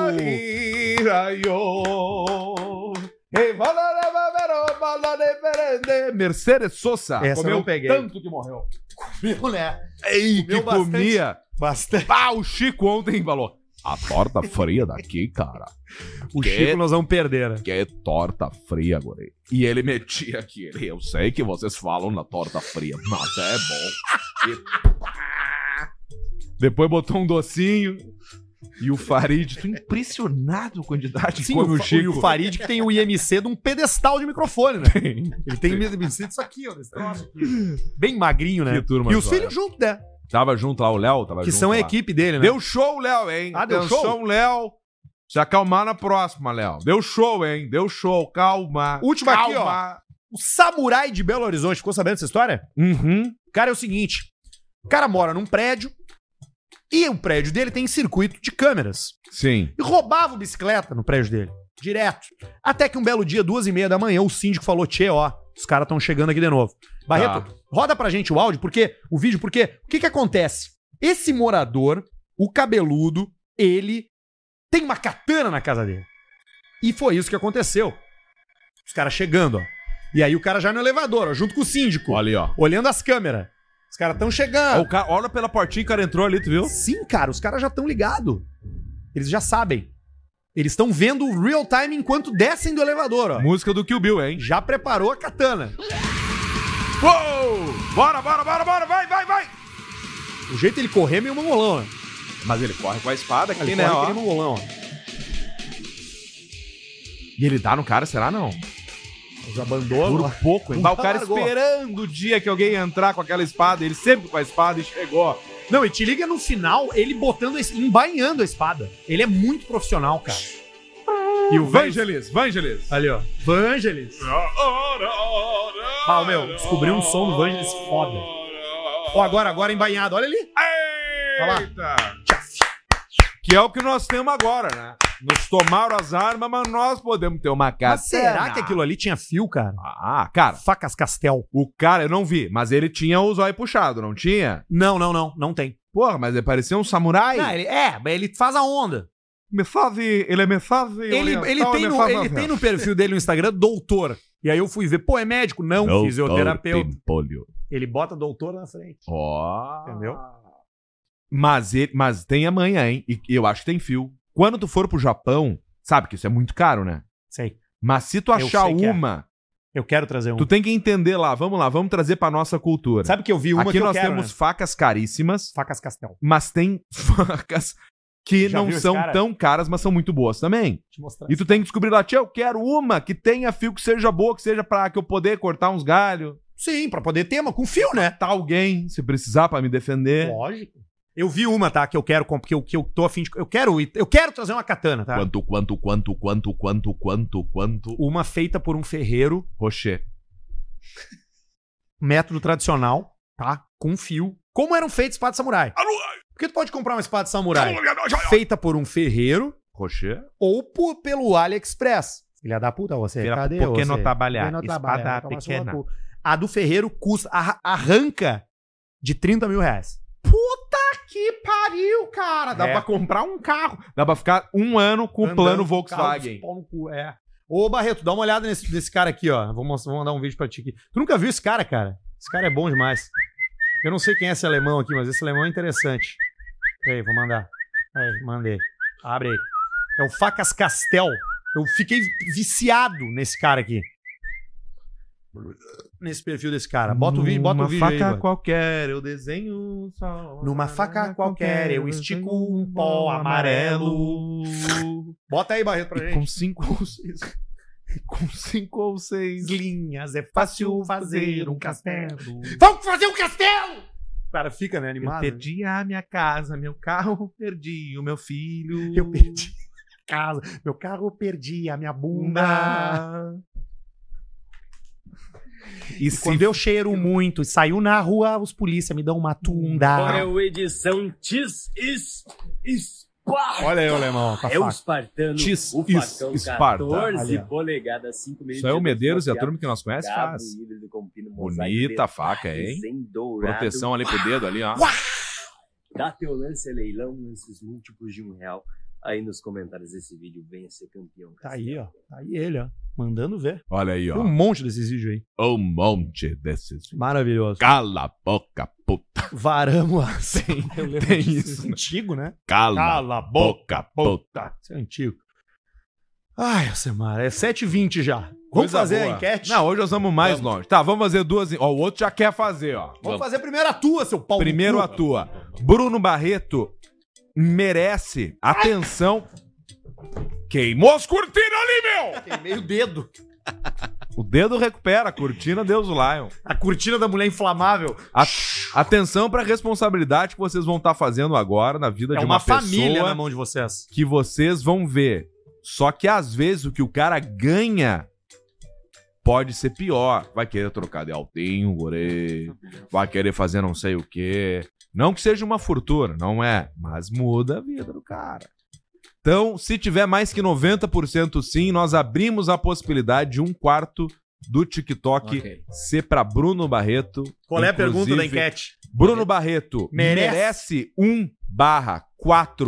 Mercedes Sosa. Essa eu comeu não peguei. tanto que morreu. Meu, né? Ei, que Comeu bastante. comia. Bastante. Ah, o Chico ontem falou. A torta fria daqui, cara. O Que- Chico nós vamos perder, né? Que torta fria, guri. E ele metia aquele. Eu sei que vocês falam na torta fria, mas é bom. E... Depois botou um docinho. E o Farid, tô impressionado com a quantidade que Sim, come o, o Fa- Chico. e o Farid que tem o I M C de um pedestal de microfone, né? Ele tem I M C disso aqui, ó, desse troço aqui. Bem magrinho, né? Que turma E os joia. filhos junto, né? Tava junto lá, o Léo tava Que junto são a lá. equipe dele, né? Deu show, Léo, hein? Ah, deu Atenção, Léo. Se acalmar na próxima, Léo. Deu show, hein? Deu show. Calma. Última aqui, Calma. O Samurai de Belo Horizonte. Ficou sabendo dessa história? Uhum. Cara, é o seguinte. O cara mora num prédio e o prédio dele tem circuito de câmeras. Sim. E roubava bicicleta no prédio dele. Direto. Até que um belo dia, duas e meia da manhã, o síndico falou, tchê, ó, os caras estão chegando aqui de novo. Barreto, Tá. roda pra gente o áudio, porque o vídeo, porque o que que acontece? Esse morador, o cabeludo, ele tem uma katana na casa dele. E foi isso que aconteceu. Os caras chegando, ó. E aí o cara já no elevador, ó, junto com o síndico. Olha ali, ó. Olhando as câmeras. Os caras tão Ó, chegando. o cara, olha pela portinha, o cara entrou ali, tu viu? Sim, cara, os caras já estão ligados. Eles já sabem. Eles estão vendo o real time enquanto descem do elevador, ó. Música do Kill Bill, hein? Já preparou a katana. Uou! Bora, bora, bora, bora, vai, vai, vai! O jeito ele correr é meio mongolão, né? Mas ele corre com a espada aqui, Ele né? corre Ó. que nem mongolão, ó. E ele dá no cara, será não? Os abandonos. Por ó. pouco, hein? Nunca O cara largou. esperando o dia que alguém ia entrar com aquela espada, ele sempre com a espada e chegou. Não, e te liga no final, ele botando, a es- embainhando a espada. Ele é muito profissional, cara. E o Vangelis, Vangelis. Ali, ó. Vangelis. Ah, meu, descobri um som do Vangelis foda. Ó, agora, agora embainhado. Olha ali. Olha lá. Eita! Que é o que nós temos agora, né? Nos tomaram as armas, mas nós podemos ter uma katana. Mas será que aquilo ali tinha fio, cara? Ah, cara, Facas Castel. o cara, eu não vi, mas ele tinha o zóio puxado, não tinha? Não, não, não. Não tem. Porra, mas ele parecia um samurai. Não, ele, é, mas ele faz a onda. Mensagem, ele é mensagem Ele, oriental, ele, tem, no, mensagem ele oriental. tem no perfil dele no Instagram, doutor. E aí eu fui ver, pô, é médico? Não, fisioterapeuta. Pimpolho. Ele bota doutor na frente. Ó. Entendeu? Mas, ele, mas tem amanhã, hein? E eu acho que tem fio. Quando tu for pro Japão, sabe que isso é muito caro, né? Sei. Mas se tu achar sei que é. uma, Eu quero trazer um. tu tem que entender lá. Vamos lá, vamos trazer pra nossa cultura. Sabe que eu vi uma Aqui que eu nós quero, temos né? facas caríssimas, Facas Castel. mas tem facas que Já não viu esse são cara? tão caras, mas são muito boas também. Deixa eu mostrar. E tu tem que descobrir lá, tia, eu quero uma que tenha fio que seja boa, que seja pra que eu poder cortar uns galhos. Sim, pra poder ter, mas com fio, né? Tá alguém, se precisar, pra me defender. Lógico. Eu vi uma, tá? Que eu quero, comp- que eu, que eu tô afim de. Eu quero, eu quero trazer uma katana, tá? Quanto, quanto, quanto, quanto, quanto, quanto, quanto. Uma feita por um ferreiro, Rocher. método tradicional, tá? Com fio. Como eram feitas espadas samurai? Porque tu pode comprar uma espada samurai feita por um ferreiro Rocher? ou por, pelo AliExpress. Filha da puta, você. Filha, Cadê por que você? não trabalhar? Por que não Espada trabalhar? Toma pequena. sua cu. A do ferreiro custa, arra- arranca de trinta mil reais. Que pariu, cara. Dá É. pra comprar um carro. Dá pra ficar um ano com o Andando plano com Volkswagen. carro, pau no cu, é. Ô, Barreto, dá uma olhada nesse, nesse cara aqui, ó. Vou, mostrar, vou mandar um vídeo pra ti aqui. Tu nunca viu esse cara, cara? Esse cara é bom demais. Eu não sei quem é esse alemão aqui, mas esse alemão é interessante. Peraí, vou mandar. Aí, mandei. Abre aí. É o Facas Castel. Eu fiquei viciado nesse cara aqui. Nesse perfil desse cara. Bota o vídeo, bota o vídeo aí. faca mano. qualquer, eu desenho só. Numa faca qualquer, eu estico um pó amarelo. Bota aí, Barreto, pra E gente. com cinco ou seis. Com cinco ou seis linhas é fácil fazer um castelo. castelo. Vamos fazer um castelo! O cara fica, né, Eu animado. perdi a minha casa, meu carro, perdi o meu filho. Eu perdi a casa, meu carro, eu perdi a minha bunda. bunda. E E se quando eu cheiro muito e saiu na rua, os polícia me dão uma tunda. Para o edição Tis is Esparta. Olha aí o alemão, com a É o faca. espartano, Tis o is facão Esparta. quatorze Ali, ó. polegadas, cinco Isso é o Medeiros e a turma que nós conhece Cabo, faz. híbrido com pino mosaico, Bonita a faca, hein? desenho dourado. Proteção ali pro dedo ali, ó. Dá teu lance, é leilão, lances múltiplos de um real. Aí nos comentários desse vídeo, venha ser campeão. Tá aí, ó. Tá aí ele, ó. Mandando ver. Olha aí, Tem ó. um monte desses vídeos aí. Um monte desses. Maravilhoso. Cala a boca, puta. Varamos assim. Eu lembro tem disso. isso, né? Antigo, né? Cala, Cala a boca, puta. Isso é antigo. Ai, Alcemar, é sete e vinte já. Vamos Coisa fazer boa. a enquete? Não, hoje nós vamos mais longe. Tá, vamos fazer duas. Ó, o outro já quer fazer, ó. Vamos fazer primeiro a tua, seu pau. no Primeiro cu. a tua. Bruno Barreto merece atenção. Queimou as cortinas ali, meu! Queimei o dedo. O dedo recupera, a cortina Deus o Lion. A cortina da mulher inflamável. A- atenção pra responsabilidade que vocês vão estar fazendo agora na vida É de uma, uma, família pessoa na mão de vocês. que vocês vão ver. Só que às vezes o que o cara ganha pode ser pior. Vai querer trocar de altinho, guri. Vai querer fazer não sei o quê. Não que seja uma fortuna, não é. Mas muda a vida do cara. Então, se tiver mais que noventa por cento sim, nós abrimos a possibilidade de um quarto do TikTok Ok. ser pra Bruno Barreto. Qual é a pergunta da Inclusive, enquete? Bruno Barreto Merece. merece um barra quatro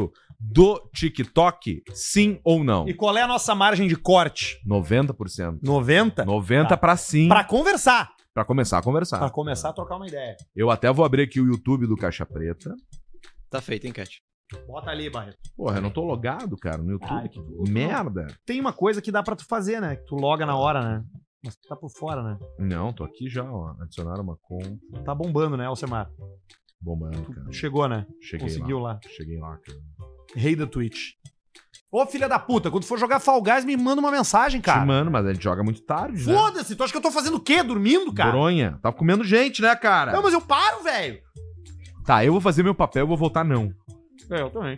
do TikTok, sim ou não? E qual é a nossa margem de corte? noventa por cento. noventa? noventa Tá. pra sim. Pra conversar. Pra começar a conversar. Pra começar a trocar uma ideia. Eu até vou abrir aqui o YouTube do Caixa Preta. Tá feita a enquete. Bota ali, Barreto. Porra, eu não tô logado, cara, no YouTube. Ai, que merda. Tem uma coisa que dá pra tu fazer, né? Que tu loga na hora, né? Mas tu tá por fora, né? Não, tô aqui já, ó. Adicionar uma conta. Tá bombando, né, Alcemar? Bombando, cara. Chegou, né? Cheguei Conseguiu lá. lá. Cheguei lá, cara. Rei da Twitch. Ô, filha da puta, quando for jogar Fall Guys, me manda uma mensagem, cara. Mano, mas a gente joga muito tarde, né? Foda-se, tu acha que eu tô fazendo o quê? Dormindo, cara? Bronha. Tava comendo gente, né, cara? Não, mas eu paro, velho. Tá, eu vou fazer meu papel, eu vou votar não. É, eu também.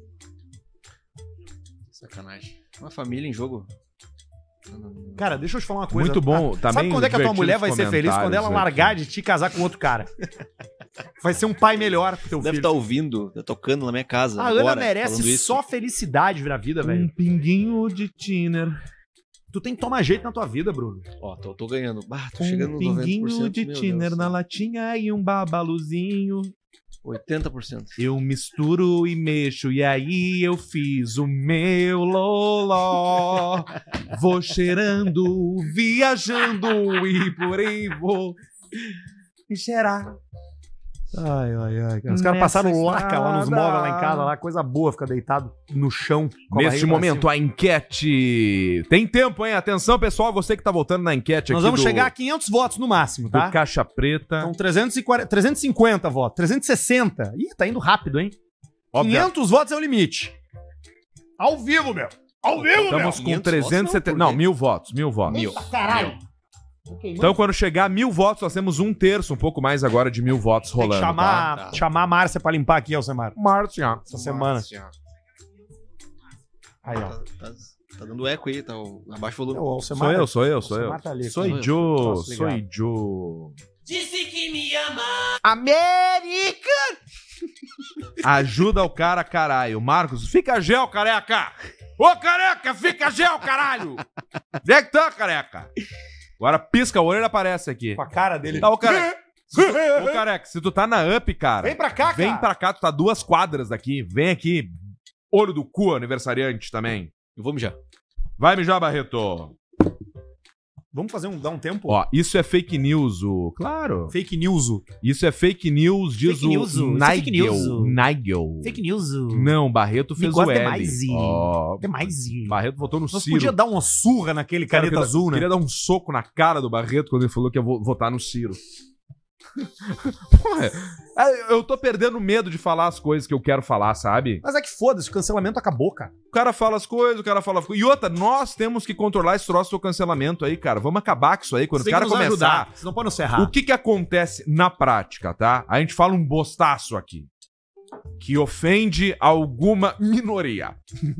Sacanagem. Uma família em jogo. Cara, deixa eu te falar uma coisa. Muito bom, Ah, tá Sabe bem quando é que a tua divertido mulher os vai ser feliz? Quando ela comentários largar aqui. de te casar com outro cara. Vai ser um pai melhor pro teu Deve filho. estar ouvindo, tá tocando na minha casa. A agora, Ana falando merece isso. só felicidade na vida, velho. Um pinguinho de tiner. Tu tem que tomar jeito na tua vida, Bruno. Ó, tô, tô ganhando. Bah, tô chegando Um nos noventa por pinguinho cento. de meu tiner Deus. na latinha e um babaluzinho. oitenta por cento. Eu misturo e mexo e aí eu fiz o meu loló. Vou cheirando, viajando e por aí vou cheirar. Ai, ai, ai. Os caras Nessa passaram laca lá nos estrada. móveis lá em casa, lá, coisa boa, fica deitado no chão. com a Neste barriga pra momento, cima. a enquete. Tem tempo, hein? Atenção, pessoal, você que tá voltando na enquete Nós aqui vamos do, chegar a quinhentos votos no máximo, do tá? Caixa Preta. São trezentos e quarenta, trezentos e cinquenta votos, trezentos e sessenta. Ih, tá indo rápido, hein? Óbvio. quinhentos votos é o limite. Ao vivo, meu. Ao vivo, Estamos com quinhentos trezentos e setenta. votos, não, Não, por mil votos, mil votos. meu. Eita, caralho. Então, quando chegar a mil votos, nós temos um terço, um pouco mais agora de mil votos Tem que rolando. chamar, tá? chamar a Márcia pra limpar aqui, Alcemar. Márcia. Essa semana. Aí, ó. Tá, tá- tá dando eco aí, tá o- abaixa o volume. O Alcemar Sou tá- eu, sou eu, sou eu. Alcemar tá ali, Sou sou eu. Joe, Troço sou ligado. Joe. Disse que me ama. América! Ajuda o cara, caralho. Marcos, fica gel, careca! Ô, careca, fica gel, caralho! Onde é que tá, careca? Agora pisca o olho e ele aparece aqui. Com a cara dele. Tá, ô, careca. Se tu, ô, careca, se tu tá na Up, cara... Vem pra cá, Vem cara. pra cá, tu tá duas quadras daqui. Vem aqui. Olho do cu, aniversariante também. Eu vou mijar. Vai mijar, Barreto. Vamos fazer um, dar um tempo? Ó, isso é fake news, o... Claro. Fake news. Isso é fake news, diz Fake o news, isso é fake Nigel. news. Nigel. Fake news. Não, Barreto fez Bigode o L. demais, e- Ó, Demais. Barreto votou no Nós Ciro. podíamos dar uma surra naquele Cara, eu careta queria- azul, né? Queria dar um soco na cara do Barreto quando ele falou que ia vo- votar no Ciro. Porra, é, eu tô perdendo medo de falar as coisas que eu quero falar, sabe? Mas é que foda-se, o cancelamento acabou, cara. O cara fala as coisas, o cara fala... E outra, nós temos que controlar esse troço do cancelamento aí, cara. Vamos acabar com isso aí. Quando Tem o cara que nos começar... ajudar, senão pode nos ferrar. O que que acontece na prática, tá? A gente fala um bostaço aqui. Que ofende alguma minoria.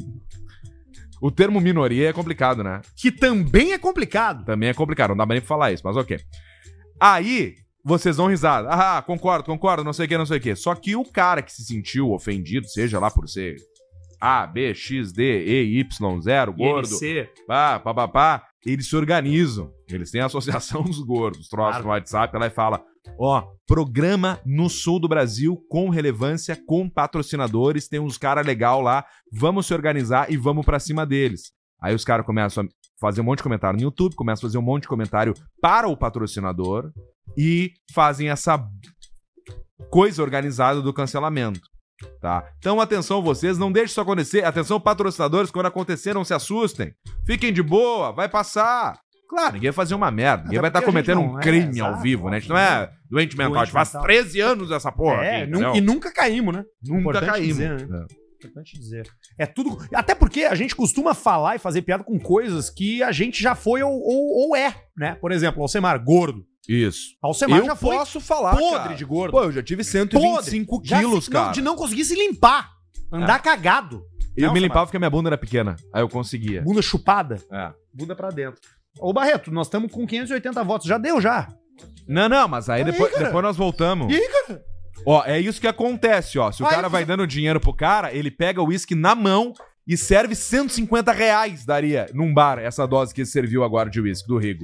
O termo minoria é complicado, né? Que também é complicado. Também é complicado, não dá nem pra falar isso, mas ok. Aí, vocês dão risada. Ah, concordo, concordo, não sei o que, não sei o que. Só que o cara que se sentiu ofendido, seja lá por ser A, B, X, D, E, Y, zero, gordo, I N C. pá, pá, pá, pá, eles se organizam. Eles têm a Associação dos Gordos. Troço Claro. no WhatsApp, ela fala, ó, programa no sul do Brasil com relevância, com patrocinadores, tem uns caras legal lá, vamos se organizar e vamos pra cima deles. Aí os caras começam a fazer um monte de comentário no YouTube, começam a fazer um monte de comentário para o patrocinador e fazem essa coisa organizada do cancelamento. Tá? Então, atenção vocês, não deixe isso acontecer. Atenção, patrocinadores, quando acontecer, não se assustem. Fiquem de boa, vai passar. Claro, ninguém vai fazer uma merda. Ninguém Até vai estar porque a gente cometendo não um é, crime ao exato, vivo, né? A gente não é doente mental. A gente faz mental. treze anos essa porra. É, aqui, nu- entendeu? e nunca caímos, né? Nunca Importante caímos. dizer, né? É. Importante dizer. É tudo. Até porque a gente costuma falar e fazer piada com coisas que a gente já foi ou, ou, ou é, né? Por exemplo, Alcemar, gordo. Isso. Alcemar Eu já foi posso falar, podre cara. de gordo. Pô, eu já tive cento e vinte e cinco Já quilos, se- não, cara. de não conseguir se limpar. Andar cagado. Eu Não, me Alcemar. limpava porque a minha bunda era pequena. Aí eu conseguia. Bunda chupada. É. Bunda pra dentro. Ô, Barreto, nós estamos com quinhentos e oitenta votos. Já deu, já. Não, não, mas aí, Aí, depois, cara. depois nós voltamos. E aí, cara? Ó, é isso que acontece, ó. Se o Aí cara vai você- dando dinheiro pro cara, ele pega o uísque na mão e serve cento e cinquenta reais, daria, num bar, essa dose que ele serviu agora de uísque, do Rigo.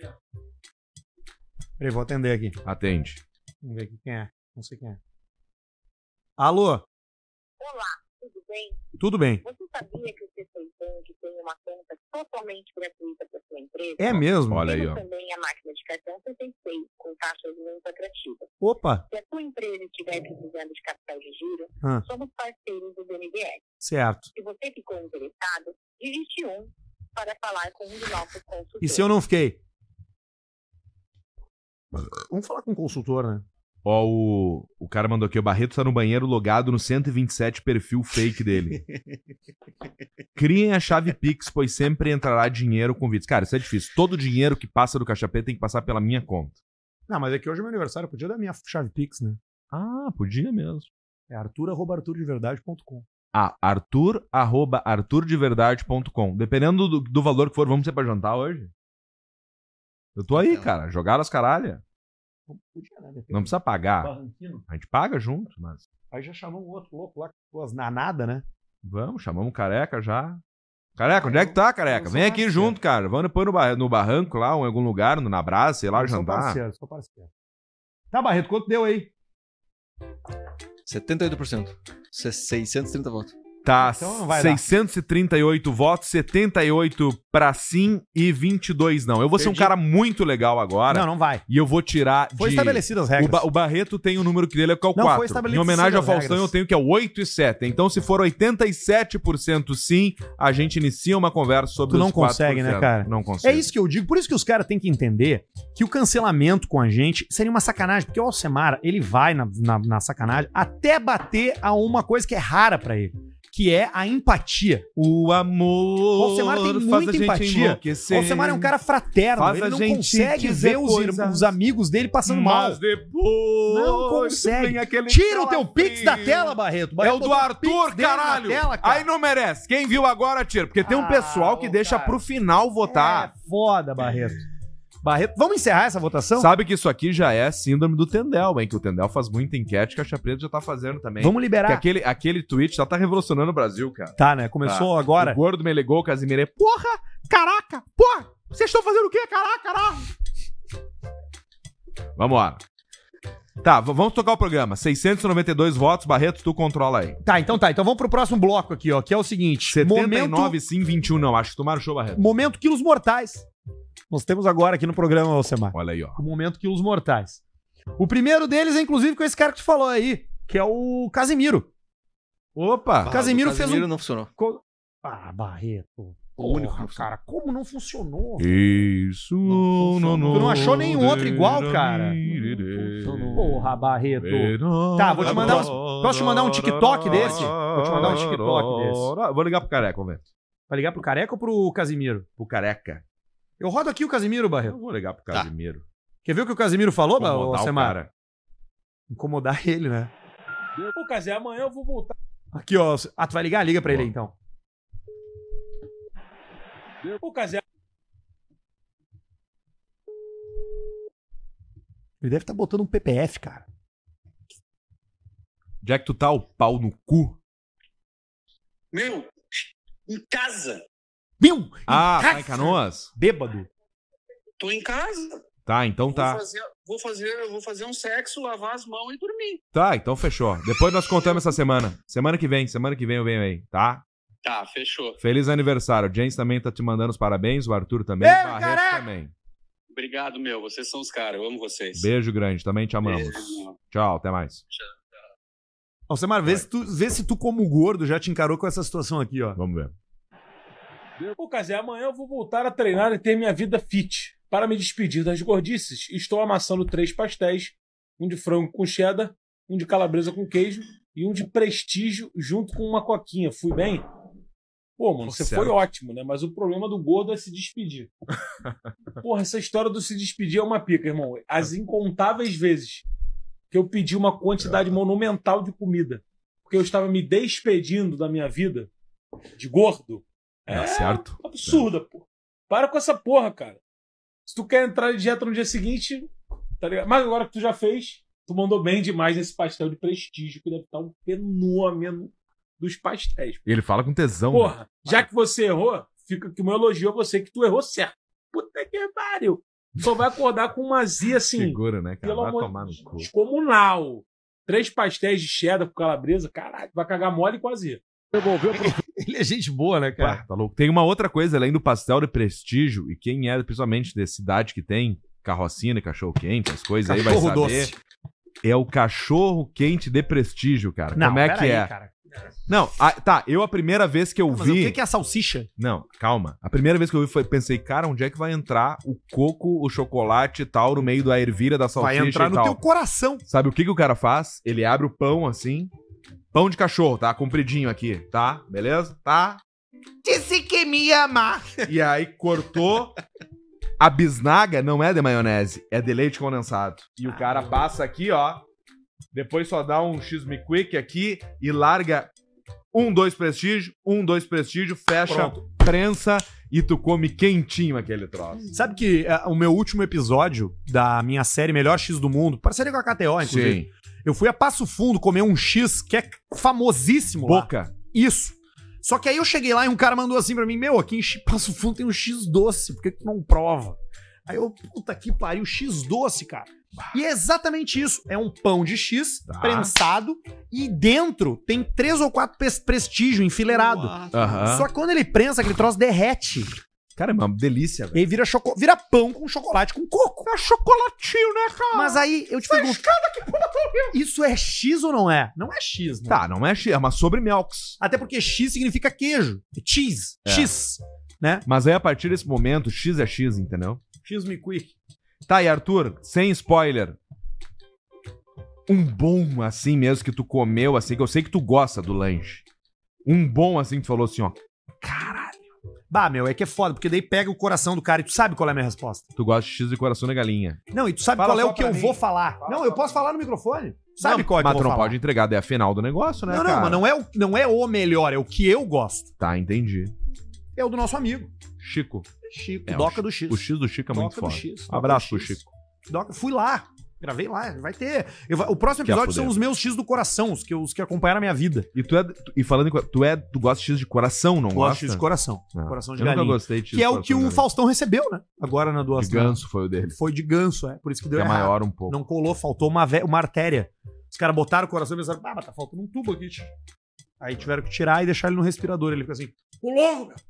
Peraí, vou atender aqui. Atende. Vamos ver aqui quem é. Não sei quem é. Alô? Olá, tudo bem? Tudo bem. Você sabia que o C seis Bank tem uma conta totalmente gratuita para sua empresa? É mesmo? Olha aí, Temos ó. também a máquina de cartão C seis seis, com taxas muito atrativas. Opa, Se a sua empresa estiver precisando de capital de giro, Ah. somos parceiros do B N D E S. certo. Se você ficou interessado, digite um para falar com um de nossos consultores. E se eu não fiquei? Vamos falar com o consultor, né? Ó, o, o cara mandou aqui, o Barreto tá no banheiro logado no cento e vinte e sete perfil fake dele. Criem a chave Pix, pois sempre entrará dinheiro com vídeos. Cara, isso é difícil. Todo o dinheiro que passa do Caixa Preta tem que passar pela minha conta. Não, mas é que hoje é meu aniversário, eu podia dar minha chave Pix, né? Ah, podia mesmo. É arthur arroba arthur de verdade ponto com. Ah, arthur arroba arthur de verdade ponto com. Dependendo do, do valor que for, vamos ser pra jantar hoje? Eu tô aí, Então. cara. Jogar as caralhas. Podia, né? Não precisa pagar. Barranquino. A gente paga junto, mas... Aí já chamou um outro louco lá, com as nanadas, né? Vamos, chamamos o Careca já. Careca, onde é que tá, Careca? eu Vem sou aqui parceiro. junto, cara. Vamos depois no, bar- no barranco lá, ou em algum lugar, no- na brasa, sei lá, Eu sou jantar. parceiro, sou parceiro. Tá, Barreto, quanto deu aí? setenta e oito por cento. Se- seiscentos e trinta votos. Tá, Então não vai dar. seiscentos e trinta e oito votos, setenta e oito pra sim e vinte e dois não. Eu vou ser um Perdi. cara muito legal agora. Não, não vai. E eu vou tirar Foi de... estabelecidas as O, regras. Ba- o Barreto tem o número que dele é que é o Não, foi quatro. Em estabelecidas homenagem ao as Faustão, regras. eu tenho que é o oito e sete. Então, se for oitenta e sete por cento sim, a gente inicia uma conversa sobre Tu não os quatro por cento. consegue, né, cara? Não É consegue. isso que eu digo. Por isso que os caras têm que entender que o cancelamento com a gente seria uma sacanagem. Porque o Alcemar, ele vai na, na, na sacanagem até bater a uma coisa que é rara pra ele. Que é a empatia. O amor O Alcemar tem faz muita a gente empatia. enlouquecer. O Alcemar é um cara fraterno. Faz ele a não gente consegue dizer ver os, coisas. os amigos dele passando mal. Mas depois... Não consegue. vem aquele Tira o teu calafrio. Pix da tela, Barreto. É Barreto o do botou Arthur, Pix dele na caralho. tela, cara. Aí não merece. Quem viu agora, tira. Porque tem um Ah, pessoal que ô, deixa cara. pro final votar. É foda, Barreto. Barreto. Vamos encerrar essa votação? Sabe que isso aqui já é síndrome do Tendel, hein? Que o Tendel faz muita enquete, que a Caixa Preta já tá fazendo também. Vamos Que liberar. aquele, aquele tweet já tá revolucionando o Brasil, cara. Tá, né? Começou agora. O gordo me ligou, o Casimiro. Porra! Caraca! Porra! Vocês estão fazendo o quê? Caraca, caralho! Vamos lá. Tá, v- vamos tocar o programa. seiscentos e noventa e dois votos, Barreto, tu controla aí. Tá, então tá. Então vamos pro próximo bloco aqui, ó. Que é o seguinte. setenta e nove momento, sim, vinte e um não. Acho que tu marchou, Barreto. momento Quilos Mortais. Nós temos agora aqui no programa, Alcemar. Olha aí, ó. O momento Quilos Mortais. O primeiro deles é, inclusive, com esse cara que tu falou aí. Que é o Casimiro. Opa! Ah, Casemiro o do fez Casemiro um- não funcionou. Co- Ah, Barreto. O único que Porra, não funcionou. cara, como não funcionou? Isso Não não, funcionou. Tu não achou nenhum outro igual, cara? Porra, Barreto. Tá, vou te mandar um- posso te mandar um TikTok desse? Vou te mandar um TikTok desse. Vou ligar pro Careca, vamos ver. Vai ligar pro Careca ou pro Casimiro? Pro Careca. Eu rodo aqui o Casimiro, Barreto. Eu vou ligar pro Casimiro. Quer ver o que o Casimiro falou, Incomodar o Alcemar? cara. Incomodar ele, né? Pô, Casé, amanhã eu vou voltar. Aqui, ó. Ah, tu vai ligar? Liga pra ele aí, então. Pô, Casé. Ele deve estar botando um P P F, cara. Onde é que tu tá, o pau no cu? Meu, em casa. Meu! Ah, casa. tá em Canoas? Bêbado. Tô em casa. Tá, então Vou tá. fazer, vou fazer, vou fazer um sexo, lavar as mãos e dormir. Tá, então fechou. Depois nós contamos essa semana. Semana que vem, semana que vem eu venho aí, tá? Tá, fechou. Feliz aniversário. O James também tá te mandando os parabéns, o Arthur também, Ei, o Barreto careca! também. Obrigado, meu. Vocês são os caras. Eu amo vocês. Beijo grande, também te amamos. Beijo, meu. Tchau, até mais. Alcemar, vê se, tu, vê se tu, como gordo, já te encarou com essa situação aqui, ó. Vamos ver. Pô, Casé, amanhã eu vou voltar a treinar e ter minha vida fit. Para me despedir das gordices, estou amassando três pastéis. Um de frango com cheddar, um de calabresa com queijo e um de prestígio junto com uma coquinha. Fui bem? Pô, mano, você Certo. foi ótimo, né? Mas o problema do gordo é se despedir. Porra, essa história do se despedir é uma pica, irmão. As incontáveis vezes que eu pedi uma quantidade monumental de comida porque eu estava me despedindo da minha vida de gordo. Tá É certo? absurda, pô. Para com essa porra, cara. Se tu quer entrar em dieta no dia seguinte, tá ligado? Mas agora que tu já fez, tu mandou bem demais nesse pastel de prestígio, que deve estar um fenômeno dos pastéis. E ele fala com tesão. né? Porra, já que você errou, fica aqui o meu elogio a você que tu errou certo. Puta que pariu. Só vai acordar com uma azia assim, Segura, né, cara? pelo Vai amor tomar no de cu. descomunal. Três pastéis de cheddar com calabresa, caralho, vai cagar mole com azia. Ele é gente boa, né, cara? Pá, tá louco. Tem uma outra coisa, além do pastel de prestígio, e quem é, principalmente de cidade que tem carrocinha de cachorro-quente, as coisas aí, vai Cachorro saber. doce. É o cachorro-quente de prestígio, cara. Não, Como é pera que aí, é? cara. Não, a- tá, eu a primeira vez que eu Mas vi... o que que é a salsicha? Não, calma. A primeira vez que eu vi foi, pensei, cara, onde é que vai entrar o coco, o chocolate e tal, no meio da ervilha da salsicha Vai entrar e no tal. teu coração. Sabe o que, que o cara faz? Ele abre o pão assim, pão de cachorro, tá? Compridinho aqui, tá? Beleza? Tá? Disse que me ama. E aí cortou. A bisnaga não é de maionese, é de leite condensado. E o cara passa aqui, ó. Depois só dá um X-Me Quick aqui e larga um, dois prestígio, um, dois prestígio, fecha, Pronto. prensa e tu come quentinho aquele troço. Sabe que é, o meu último episódio da minha série Melhor X do Mundo, parceria com a K T O, inclusive, Sim. eu fui a Passo Fundo comer um X que é famosíssimo lá. Boca. Isso. Só que aí eu cheguei lá e um cara mandou assim pra mim, meu, aqui em X- Passo Fundo tem um X doce, por que tu não prova? Aí eu, puta que pariu, X doce, cara. E é exatamente isso. É um pão de X Tá. prensado e dentro tem três ou quatro pres- prestígio enfileirado. Aham. Só que quando ele prensa, aquele troço derrete. Cara, é uma delícia, E velho. aí vira, choco... vira pão com chocolate com coco. É chocolatinho, né, cara? Mas aí eu te pergunto, isso é X ou não é? Não é X, né? Tá, não é X, é uma sobremelks. Até porque X significa queijo. Cheese. É. X. Né? Mas aí, a partir desse momento, X é X, entendeu? X-me quick. Tá, e Arthur, sem spoiler. Um bom assim mesmo que tu comeu, assim, que eu sei que tu gosta do lanche. Um bom assim que tu falou assim, ó. Bah, meu, é que é foda, porque daí pega o coração do cara e tu sabe qual é a minha resposta. Tu gosta de X de coração de galinha. Não, e tu sabe Fala qual é só o que pra eu mim. vou falar. não, eu posso falar no microfone. Sabe Não, qual é que mas eu tu vou não falar. pode entregar, daí é a final do negócio, né, Não, cara? não, mas não é, o, não é o melhor, é o que eu gosto. Tá, entendi. É o do nosso amigo. Chico. Chico, É, Doca o do X- X. O X do Chico é muito Doca do foda. X, Um Doca abraço do pro X. Chico. Doca, fui lá. Gravei lá, vai ter. Eu va- o próximo Que é episódio são fuder. os meus X do coração, os que, os que acompanharam a minha vida. E tu é. tu- E falando em. co- Tu é. Tu gosta de X de coração, não Gosto gosta? de X de coração. Ah. Coração de Eu nunca galinha. gostei de X Que de é o coração que de o galinha. Faustão recebeu, né? Agora na De doação. ganso foi o dele. Foi de ganso, é. Por isso que deu Que é errado. maior um pouco. Não colou, faltou uma, ve- uma artéria. Os caras botaram o coração e pensaram, ah, mas tá faltando um tubo aqui. tio." Aí tiveram que tirar e deixar ele no respirador. Ele fica assim, o louco, meu.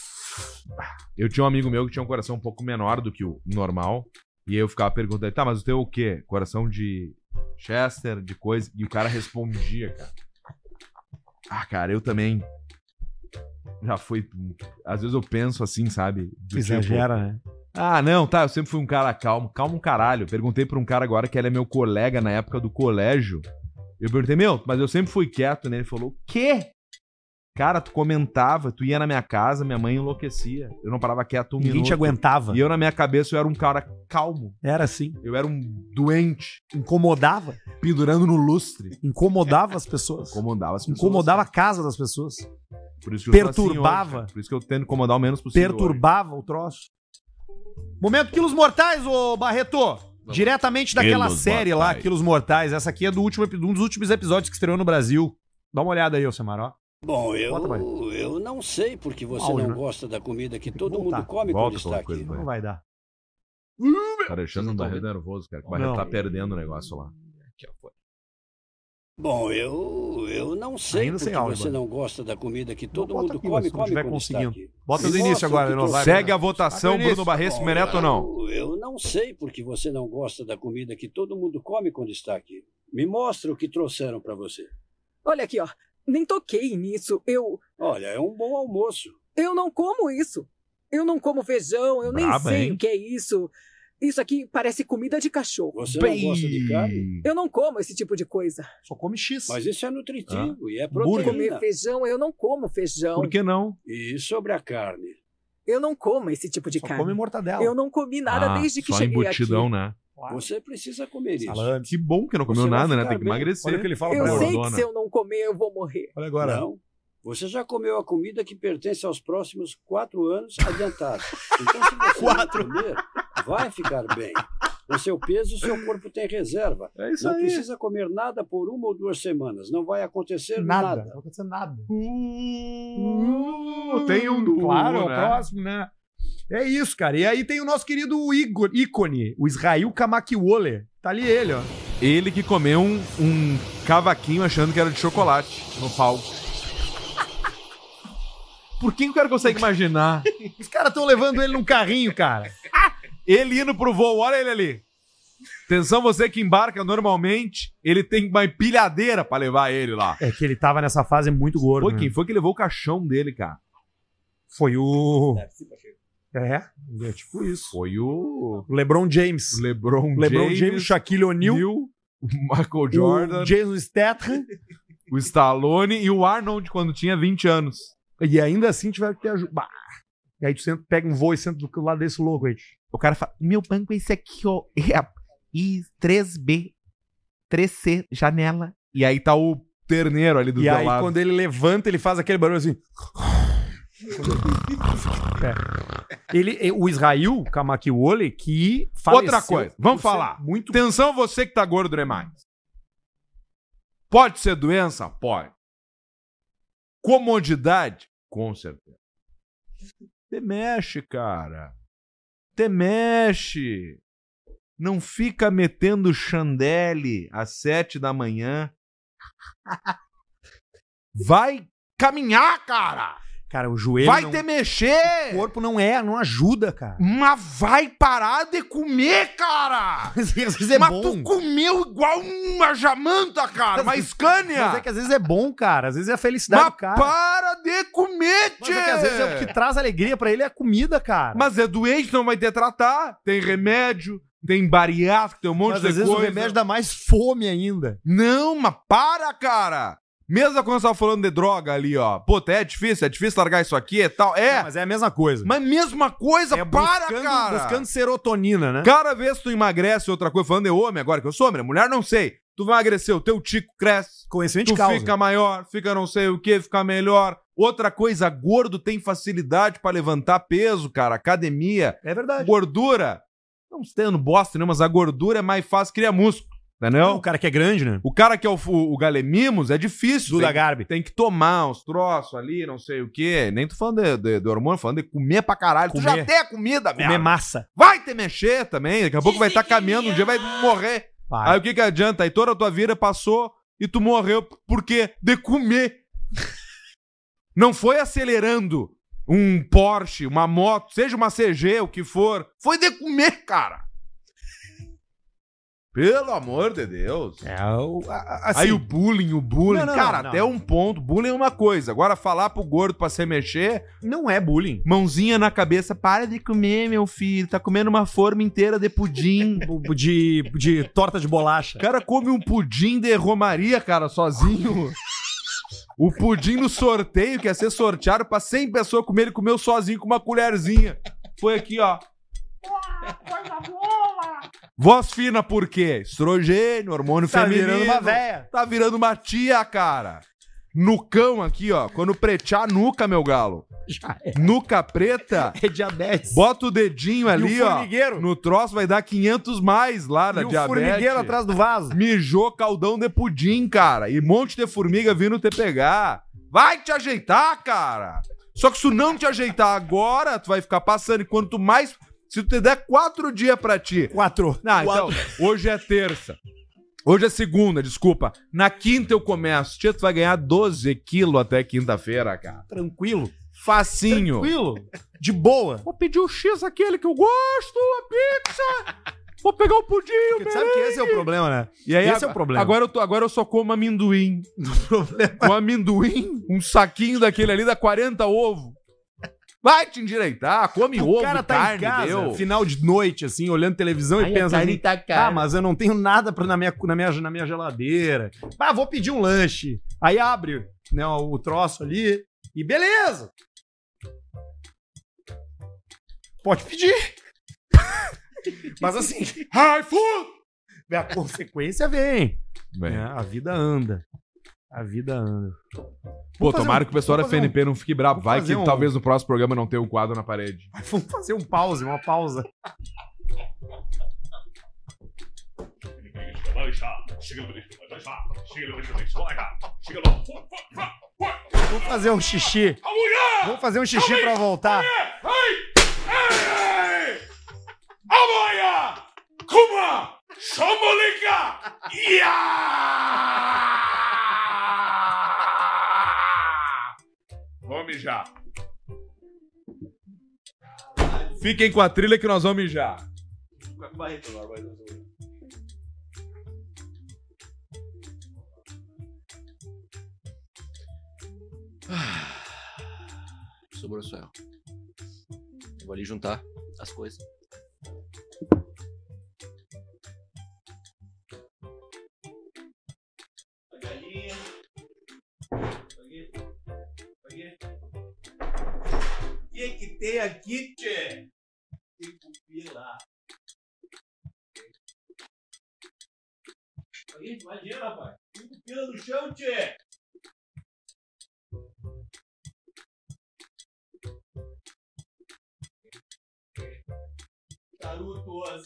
Eu tinha um amigo meu que tinha um coração um pouco menor do que o normal. E aí eu ficava perguntando, tá, mas o teu é o quê? Coração de Chester, de coisa. E o cara respondia, cara. Ah, cara, eu também. Já fui. Às vezes eu penso assim, sabe? Do Exagera, né? Ah, não, tá, eu sempre fui um cara calmo. Calmo um caralho. Perguntei pra um cara agora que ele é meu colega na época do colégio. Eu perguntei, meu, mas eu sempre fui quieto, né? Ele falou, o quê? Cara, tu comentava, tu ia na minha casa, minha mãe enlouquecia. Eu não parava quieto um Ninguém minuto. te aguentava. E eu, na minha cabeça, eu era um cara calmo. Era assim. Eu era um doente, Incomodava. pendurando no lustre. Incomodava as pessoas. Incomodava as pessoas. Incomodava a casa das pessoas. Por isso que eu sou assim perturbava. hoje, cara. Por isso que eu tento incomodar o menos possível. Perturbava o troço. Momento Quilos Mortais, ô Barreto. Diretamente daquela Quilos série lá, Mortais. Quilos Mortais. Essa aqui é do último, epi- um dos últimos episódios que estreou no Brasil. Dá uma olhada aí, ô Samara, ó. Bom, eu, Bota, Maria. eu não sei porque você Áudio, não né? gosta da comida que todo voltar. mundo come Volta quando está qualquer aqui. coisa, vai. Não vai dar. Tá deixando o Barreto nervoso, cara. O Barreto Não. tá perdendo o negócio lá. Bom, eu, eu não sei Ainda sem porque áudio, você Maria. não gosta da comida que todo Bota mundo aqui, come, se não come tiver quando está conseguindo. aqui. Bota Me do início mostra agora, o que não vai. trouxeram. Segue a votação, Bota no Bruno Barreto, se Bom, merece ou não? Eu, eu não sei porque você não gosta da comida que todo mundo come quando está aqui. Me mostra o que trouxeram para você. Olha aqui, ó. Nem toquei nisso. Eu. Olha, é um bom almoço. Eu não como isso. Eu não como feijão, eu nem Braba, sei hein? o que é isso. Isso aqui parece comida de cachorro. Você não gosta de carne? Eu não como esse tipo de coisa. Só come X. Mas isso é nutritivo e é Comer proteína. feijão, eu não como feijão. Por que não? E sobre a carne? Eu não como esse tipo de Só carne. come mortadela. Eu não comi nada Ah, desde que só cheguei embutidão, aqui. né? Você precisa comer isso. Salame. Que bom que não comeu Você vai nada, né? ficar Tem que bem. emagrecer. Olha o que ele fala Eu pra sei ela. que se eu não comer, eu vou morrer. Olha agora. Não. Você já comeu a comida que pertence aos próximos quatro anos adiantados. Então, se você Quatro. não comer, vai ficar bem. O seu peso, o seu corpo tem reserva. É isso não aí. precisa comer nada por uma ou duas semanas. Não vai acontecer Nada. nada. Não vai acontecer nada. Uh, tem um do Claro, é o né? próximo, né? É isso, cara. E aí tem o nosso querido Igor, ícone, o Israel Kamakiwole. Tá ali ele, ó. Ele que comeu um, um cavaquinho achando que era de chocolate no palco. Por que o cara consegue imaginar? Os caras estão levando ele num carrinho, cara. Ele indo pro voo, olha ele ali. Atenção, você que embarca normalmente, ele tem uma empilhadeira pra levar ele lá. É que ele tava nessa fase muito gordo. Foi né? quem foi que levou o caixão dele, cara? Foi o... É, é tipo isso. Foi o... O LeBron James. O LeBron, LeBron James, James, Shaquille O'Neal, Neil, o Michael Jordan, o Jason Statham. o Stallone e o Arnold quando tinha vinte anos. E ainda assim tiveram que ter ajuda. Bah. E aí tu senta, pega um voo e senta do lado desse louco aí. O cara fala, meu banco é esse aqui, ó. É a I três B, três C, janela. E aí tá o terneiro ali do E teu aí lado. quando ele levanta, ele faz aquele barulho assim. É. Ele, o Israel Kamakiwole, que faleceu. Outra coisa, vamos por ser falar. Muito... Atenção você que tá gordo demais. Pode ser doença? Pode. Comodidade? Com certeza. Te mexe, cara. Te mexe. Não fica metendo chandelle às sete da manhã. Vai caminhar, cara. Cara, o joelho Vai não... te mexer. O corpo não é, não ajuda, cara. Mas vai parar de comer, cara. Às vezes é Mas bom. tu comeu igual uma jamanta, cara. Uma Scania. Mas é que às vezes é bom, cara. Às vezes é a felicidade Mas do cara. para de comer, Mas tchê. é que às vezes é o que traz alegria pra ele é a comida, cara. Mas é doente, não vai ter tratar. Tem remédio, tem bariátrico, tem um monte Mas de às vezes coisa. o remédio dá mais fome ainda. Não, mas para, cara. Mesmo quando você tava falando de droga ali, ó. Pô, é difícil, é difícil largar isso aqui e tal. É. Não, mas é a mesma coisa. Mas mesma coisa, É para, buscando, cara. buscando serotonina, né? Cada vez que tu emagrece outra coisa, falando de homem agora, que eu sou homem, mulher não sei. Tu vai emagrecer, o teu tico cresce. Conhecimento Tu de causa. fica maior, fica não sei o que, fica melhor. Outra coisa, gordo tem facilidade pra levantar peso, cara. Academia. É verdade. Gordura. Não tendo bosta, né? Mas a gordura é mais fácil criar músculo. Entendeu? Não, o cara que é grande, né? O cara que é o, o, o galemimos é difícil. Duda tem, Garbi. Tem que tomar uns troços ali, não sei o quê. Nem tô falando de, de, de hormônio, falando de comer pra caralho. Comer. Tu já tem a comida, Comer merda. massa. Vai te mexer também. Daqui a pouco vai estar tá caminhando, um dia vai morrer. Vai. Aí o que que adianta? Aí toda a tua vida passou e tu morreu por quê? De comer. Não foi acelerando um Porsche, uma moto, seja uma C G, o que for. Foi de comer, cara. Pelo amor de Deus. É o... a- assim, Aí o bullying, o bullying. Não, não, cara, não, não. até um ponto. Bullying é uma coisa. Agora, falar pro gordo pra se mexer, não é bullying. mãozinha na cabeça, para de comer, meu filho. Tá comendo uma forma inteira de pudim. De, de torta de bolacha. O cara come um pudim de romaria, cara, sozinho. O pudim no sorteio, que ia ser sorteado pra cem pessoas comer, ele comeu sozinho com uma colherzinha. Foi aqui, ó. Voz fina por quê? Estrogênio, hormônio Tá feminino. virando uma véia. Tá virando uma tia, cara. Nucão aqui, ó. Quando pretear a nuca, meu galo. Já é. Nuca preta. É diabetes. Bota o dedinho ali, o ó. formigueiro? No troço vai dar quinhentos mais lá na E o diabetes. formigueiro atrás do vaso. Mijou caldão de pudim, cara. E um monte de formiga vindo te pegar. Vai te ajeitar, cara. Só que se tu não te ajeitar agora, tu vai ficar passando. E quanto mais... Se tu te der quatro dias pra ti... Quatro. Não, Quatro. então, hoje é terça. Hoje é segunda, desculpa. Na quinta eu começo. Tia, tu vai ganhar doze quilos até quinta-feira, cara. Tranquilo. Facinho. Tranquilo. De boa. Vou pedir o X aquele que eu gosto, a pizza. Vou pegar o pudim, o Porque tu sabe que esse é o problema, né? E aí, esse é o problema. Agora eu, tô, agora eu só como amendoim. Um amendoim, um saquinho daquele ali dá quarenta ovos. Vai te endireitar, come O ovo, cara tá carne, em casa, deu. final de noite, assim, olhando televisão Ai, e a pensa carne assim, tá cara. ah, mas eu não tenho nada pra, na, minha, na, minha, na minha geladeira. Ah, vou pedir um lanche. Aí abre, né, o troço ali e beleza. Pode pedir. Mas assim, Hi, food! a consequência vem. Bem. É, a vida anda. A vida anda. Pô, Vamos fazer tomara um- que o pessoal da vamos fazer F N P não fique bravo. vamos Vai que fazer um- talvez no próximo programa não tenha um quadro na parede. Vamos fazer um pause, uma pausa. Vamos fazer um xixi. Vamos fazer um xixi pra voltar. Amanhã! Kuma! Shomolika! Vamos mijar. Fiquem com a trilha que nós vamos mijar. Sobrou só eu. Vou ali juntar as coisas. Galinha. O que que tem aqui, tchê? Tem pupila. Imagina, rapaz. Tem pupila no chão, tchê. Tarutos.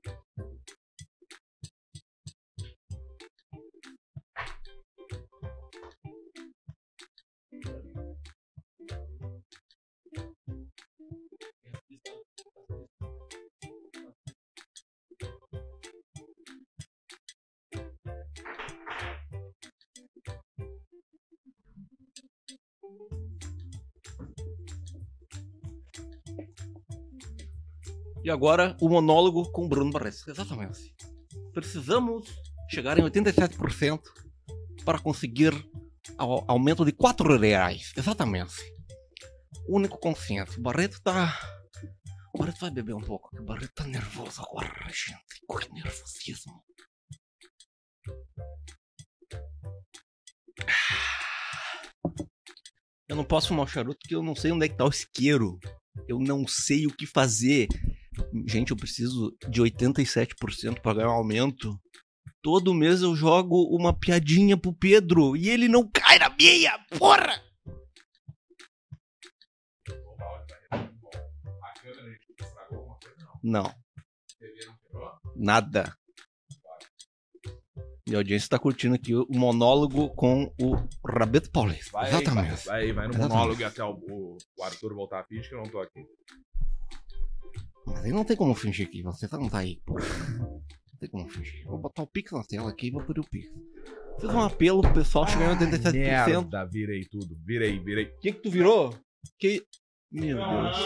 E agora o monólogo com o Bruno Barreto. Exatamente. Precisamos chegar em oitenta e sete por cento para conseguir ao aumento de quatro reais. Exatamente. Único consciente. O Barreto tá... O Barreto vai beber um pouco. O Barreto tá nervoso agora, gente. Que nervosismo. Eu não posso fumar o charuto porque eu não sei onde é que tá o isqueiro. Eu não sei o que fazer. Gente, eu preciso de oitenta e sete por cento para ganhar um aumento. Todo mês eu jogo uma piadinha pro Pedro e ele não cai na minha, porra! Não. Nada. E a audiência tá curtindo aqui o monólogo com o Rabeto Paulista. Vai Exatamente. Aí, vai, vai no Exatamente. monólogo até o, o, o Arthur voltar a fingir que eu não tô aqui. Mas aí não tem como fingir que você não tá aí, pô. Não tem como fingir. Vou botar o Pix na tela aqui e vou pedir o Pix. Fiz um apelo pro pessoal chegar em oitenta e sete por cento. Merda, virei tudo. Virei, virei. O que que tu virou? Que... Meu Deus.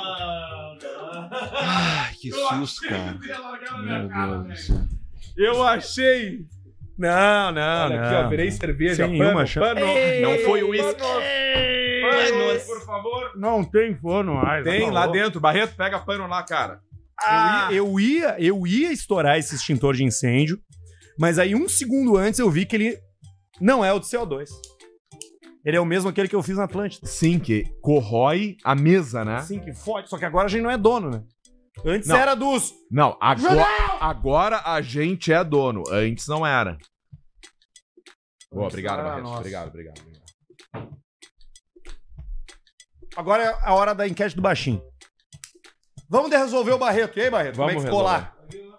Ai, que susto, cara. Meu Deus do céu. Eu achei... Não, não, Olha não. aqui, ó, virei cerveja, Sem pano, uma chance. pano. Ei, Não foi o pano. uísque. Pano, por favor. Não tem forno mais. Tem tá lá louco. dentro. Barreto, pega pano lá, cara. Eu, ia, eu, ia, eu ia estourar esse extintor de incêndio, mas aí um segundo antes eu vi que ele não é o de C O dois. Ele é o mesmo aquele que eu fiz na Atlântida. Sim, que corrói a mesa, né? Sim, que fode. Só que agora a gente não é dono, né? Antes Não. era dos... Não, agora, Jornal! agora a gente é dono. Antes não era. Boa, Antes obrigado, era Barreto. nosso. Obrigado, obrigado, obrigado. Agora é a hora da enquete do Baixinho. Vamos de resolver o Barreto. E aí, Barreto? Vamos Como é que ficou lá?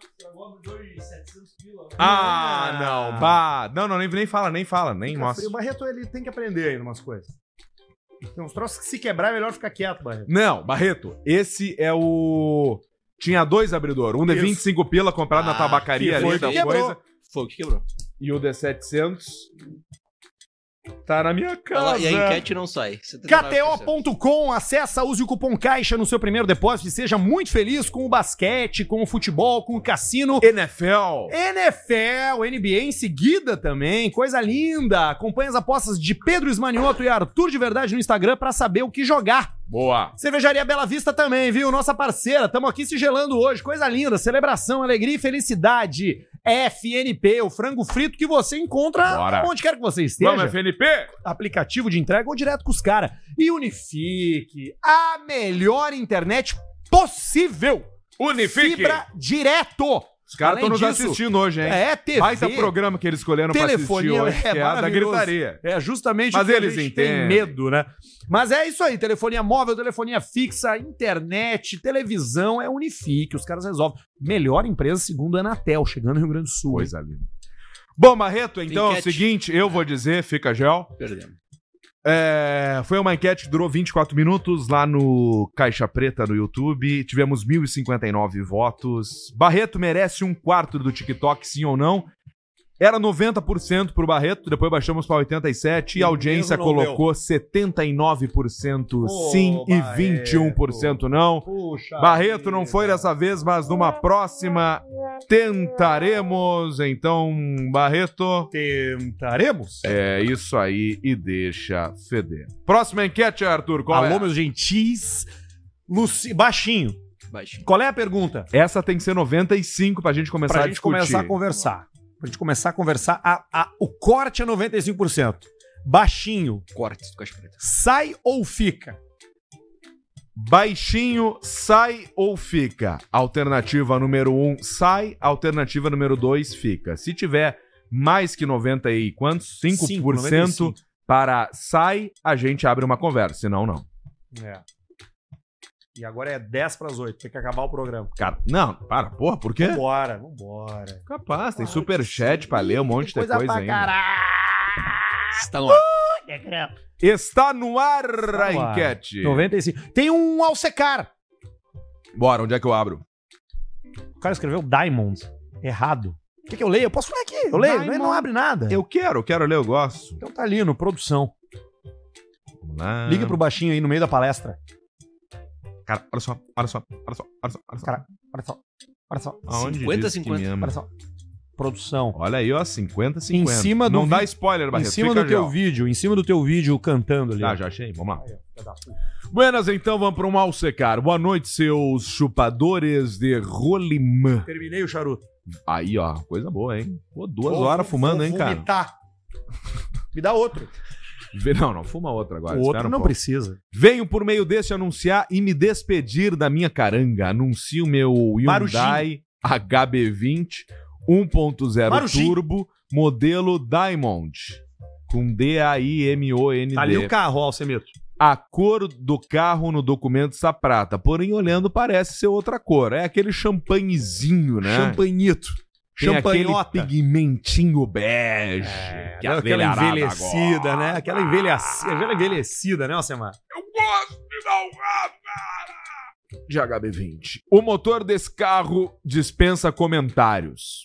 Ah, não. Bah. Não, não, nem, nem fala, nem fala, nem Fica mostra. frio. O Barreto, ele tem que aprender ainda umas coisas. Tem uns troços que se quebrar é melhor ficar quieto, Barreto. Não, Barreto, esse é o... Tinha dois abridores. Um de Isso. vinte e cinco pila comprado na Ah, tabacaria que foi ali que da quebrou. coisa. Foi o que quebrou. E o de setecentos tá na minha Olha casa. lá, e a enquete não sai. K T O ponto com, acessa, use o cupom CAIXA no seu primeiro depósito e seja muito feliz com o basquete, com o futebol, com o cassino. N F L. N F L, N B A em seguida também, coisa linda. Acompanhe as apostas de Pedro Esmanioto e Arthur de Verdade no Instagram pra saber o que jogar. Boa. Cervejaria Bela Vista também, viu? Nossa parceira, estamos aqui se gelando hoje, coisa linda, celebração, alegria e felicidade. F N P, o frango frito que você encontra Bora. onde quer que você esteja. Vamos, F N P. Aplicativo de entrega ou direto com os caras. E Unifique, a melhor internet possível. Unifique. Fibra direto. Os caras Além estão nos disso, assistindo hoje, hein? É, T V. Baita programa que eles escolheram pra assistir Telefonia hoje, é que é a da maravilhoso. gritaria. É justamente Mas o que eles a gente tem entendem. medo, né? Mas é isso aí, telefonia móvel, telefonia fixa, internet, televisão, é Unifique, os caras resolvem. Melhor empresa segundo a Anatel, chegando no Rio Grande do Sul. Coisa linda. Bom, Barreto, então é o Enquete. seguinte, eu vou dizer, fica gel. Perdemos. É, foi uma enquete que durou vinte e quatro minutos lá no Caixa Preta no YouTube. Tivemos mil e cinquenta e nove votos. Barreto merece um quarto do TikTok, sim ou não? Era noventa por cento pro Barreto, depois baixamos para oitenta e sete por cento e a audiência mesmo não colocou deu. setenta e nove por cento Ô, sim e Barreto. vinte e um por cento não. Puxa Barreto não vida. foi dessa vez, mas numa próxima tentaremos. Então, Barreto, Tentaremos? é isso aí e deixa feder. Próxima enquete, Arthur, qual Alô, é? meus gentis. Luci... Baixinho. Baixinho. Qual é a pergunta? Essa tem que ser noventa e cinco pra gente começar Pra a gente discutir. começar a conversar. Pra gente começar a conversar. A, a- o corte é noventa e cinco por cento. Baixinho. Cortes do Caixa Preta. Sai ou fica? Baixinho, sai ou fica? Alternativa número um, sai. Alternativa número dois, fica. Se tiver mais que noventa e quantos? cinco por cento noventa e cinco. para sai, a gente abre uma conversa. Senão, não. É. E agora é dez para as oito. Tem que acabar o programa. Cara, não, para, porra, por quê? Vambora, vambora. Capaz, tem superchat pra ler, um monte de coisa, pra ainda. Está no ar. Está no ar a Vamos lá. enquete. noventa e cinco. Tem um Alcecar. Bora, onde é que eu abro? O cara escreveu Diamond. Errado. O que, que eu leio? Eu posso ler aqui. Eu leio, Diamond. não abre nada. Eu quero, eu quero ler, eu gosto. Então tá ali no produção. Vamos lá. Liga pro baixinho aí no meio da palestra. Cara, olha só, olha só, olha só, olha só. Olha só. Cara, olha só. Olha só. Aonde cinquenta, diz que cinquenta. me ama? Olha só. Produção. Olha aí, ó, cinquenta, cinquenta. Em cima do Não dá vi- spoiler, Em Barreto. cima fica do teu real. vídeo, em cima do teu vídeo cantando ali. Ah, já achei, vamos lá. Aí, ó, filha da puta. Buenas, então, vamos para um Alcecar. Boa noite, seus chupadores de rolimã. Terminei o charuto. Aí, ó, coisa boa, hein? Pô, duas Vou- horas vou- fumando, vou hein, cara? vomitar. Me dá outro. Vê- Não, não, fuma outra agora. O espera outro um não pouco. precisa. Venho por meio deste anunciar e me despedir da minha caranga. Anuncio meu Hyundai H B vinte um ponto zero Marujinho. Turbo, modelo Diamond, com D A I M O N D. Tá ali o carro, Alcemito. A cor do carro no documento está prata, porém olhando parece ser outra cor. É aquele champanhezinho, né? Champanhito. Tem aquele Champanhota. pigmentinho bege. É, que a aquela velharada envelhecida, gosta. né? Aquela envelhecida, aquela envelhecida, né, Alcemar? Eu gosto de dar um rapa de H B vinte. O motor desse carro dispensa comentários.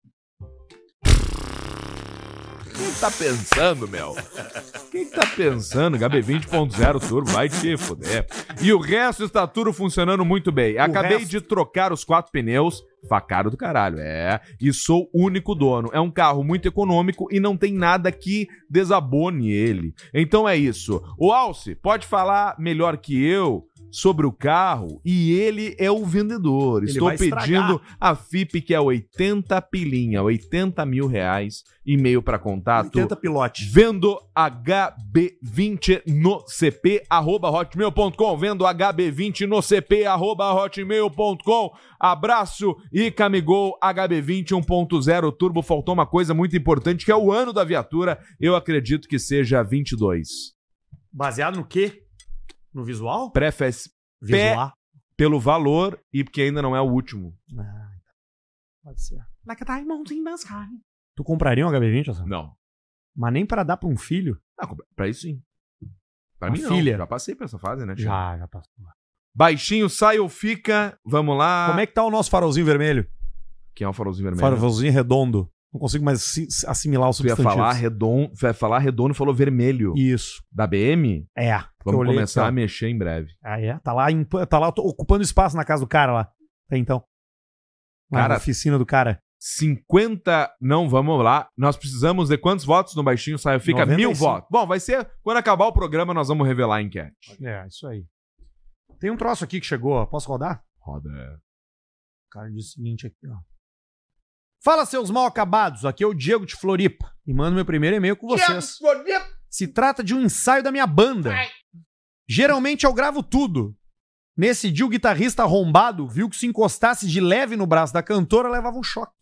Quem tá pensando, meu? Quem tá pensando? H B vinte ponto zero Turbo, vai te foder. E o resto está tudo funcionando muito bem. Acabei resto? de trocar os quatro pneus, facaro do caralho, é. E sou o único dono. É um carro muito econômico e não tem nada que desabone ele. Então é isso. O Alce pode falar melhor que eu sobre o carro e ele é o vendedor. Ele Estou vai estragar. pedindo a F I P, que é oitenta pilinha, oitenta mil reais, e-mail para contato. oitenta pilote. Vendo H B vinte no C P, arroba hotmail ponto com. Vendo H B vinte no C P, arroba hotmail ponto com. Abraço e Camigol H B vinte um ponto zero Turbo. Faltou uma coisa muito importante, que é o ano da viatura. Eu acredito que seja vinte e dois. Baseado no quê? No visual? Pré-fes Visual. pelo valor e porque ainda não é o último. Ah, pode ser. Like a diamond in the sky. Tu compraria um H B vinte, Alcemar? Não. Mas nem pra dar pra um filho? Ah, pra isso sim. Pra Uma mim filha. não. Já passei por essa fase, né? tio? Já, já passou. Baixinho, sai ou fica. Vamos lá. Como é que tá o nosso farolzinho vermelho? Quem é o farolzinho vermelho? Farolzinho redondo. Não consigo mais assi- assimilar os Tu ia substantivos. falar redondo, vai falar redondo e falou vermelho. Isso. Da B M? É. Vamos eu olhei começar aqui, ó. a mexer em breve. Ah, é? Tá lá, em- tá lá ocupando espaço na casa do cara lá. Até então. Lá Cara, na oficina do cara. cinquenta. Não, vamos lá. Nós precisamos de quantos votos no baixinho sai? Fica noventa e mil cinco. votos. Bom, vai ser. Quando acabar o programa, nós vamos revelar a enquete. É, isso aí. Tem um troço aqui que chegou, ó. Posso rodar? Roda. O cara diz o seguinte aqui, ó. Fala, seus mal acabados. Aqui é o Diego de Floripa. E mando meu primeiro e-mail com vocês. Se trata de um ensaio da minha banda. Geralmente eu gravo tudo. Nesse dia, o guitarrista arrombado viu que se encostasse de leve no braço da cantora, levava um choque.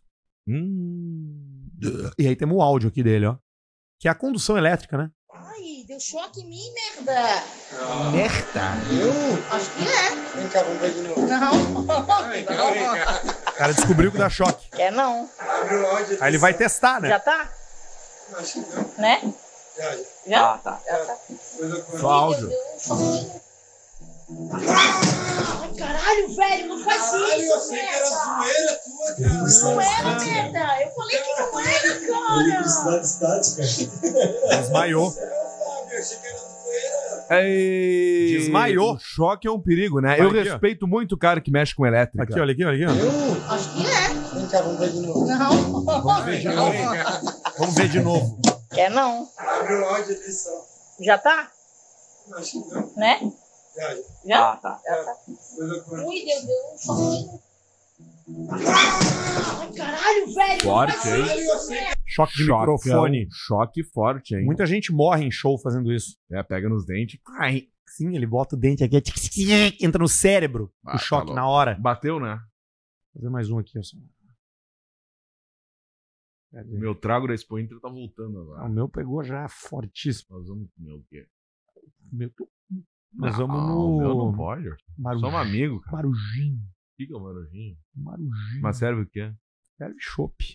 Hum. E aí temos o áudio aqui dele, ó. Que é a condução elétrica, né? Ai, deu choque em mim, merda. Merda. Eu? Acho que é. Vem cá, vamos ver de novo. Não. O cara descobriu que dá choque. Quer não. Aí ele vai testar, né? Já tá? Né? Já? Já? Ah, tá. Já tá. Só áudio. Deu um choquinho. Ai, caralho, velho, não faz isso, Caralho, eu achei que era zoeira tua, cara. Não era, merda. Eu falei que não era, cara. Eletricidade estática. Desmaiou. Eu achei que era zoeira. Ei, Desmaiou. O choque é um perigo, né? Vai Eu aqui, ó. respeito muito o cara que mexe com elétrica. Aqui, olha aqui, olha aqui. Ó. Acho que é. Vem cá, vamos ver de novo. Não. Vamos ver de novo. Vamos ver de novo. Quer não. Abre o áudio ali só. Já tá? Acho que não. Né? Já, já. Já? Ah, tá. Já tá. Coisa com- Ui, Deus, deu um choquinho. Ai, caralho, velho. Forte, não faz hein? isso, merda. Choque de Choque, microfone. Choque forte, hein? Muita gente morre em show fazendo isso. É, pega nos dentes. Ai, sim, ele bota o dente aqui, entra no cérebro. Ah, o choque tá na louco. hora. Bateu, né? Vou fazer mais um aqui, ó. O meu trago da Expo Inter tá voltando Ah, agora. o meu pegou já fortíssimo. Nós vamos comer o quê? O meu- Nós Não, vamos o meu não no pode. Maruj- Só um amigo, cara. Marujinho. O que que é o marujinho? Marujinho. Mas serve o quê? Serve chopp.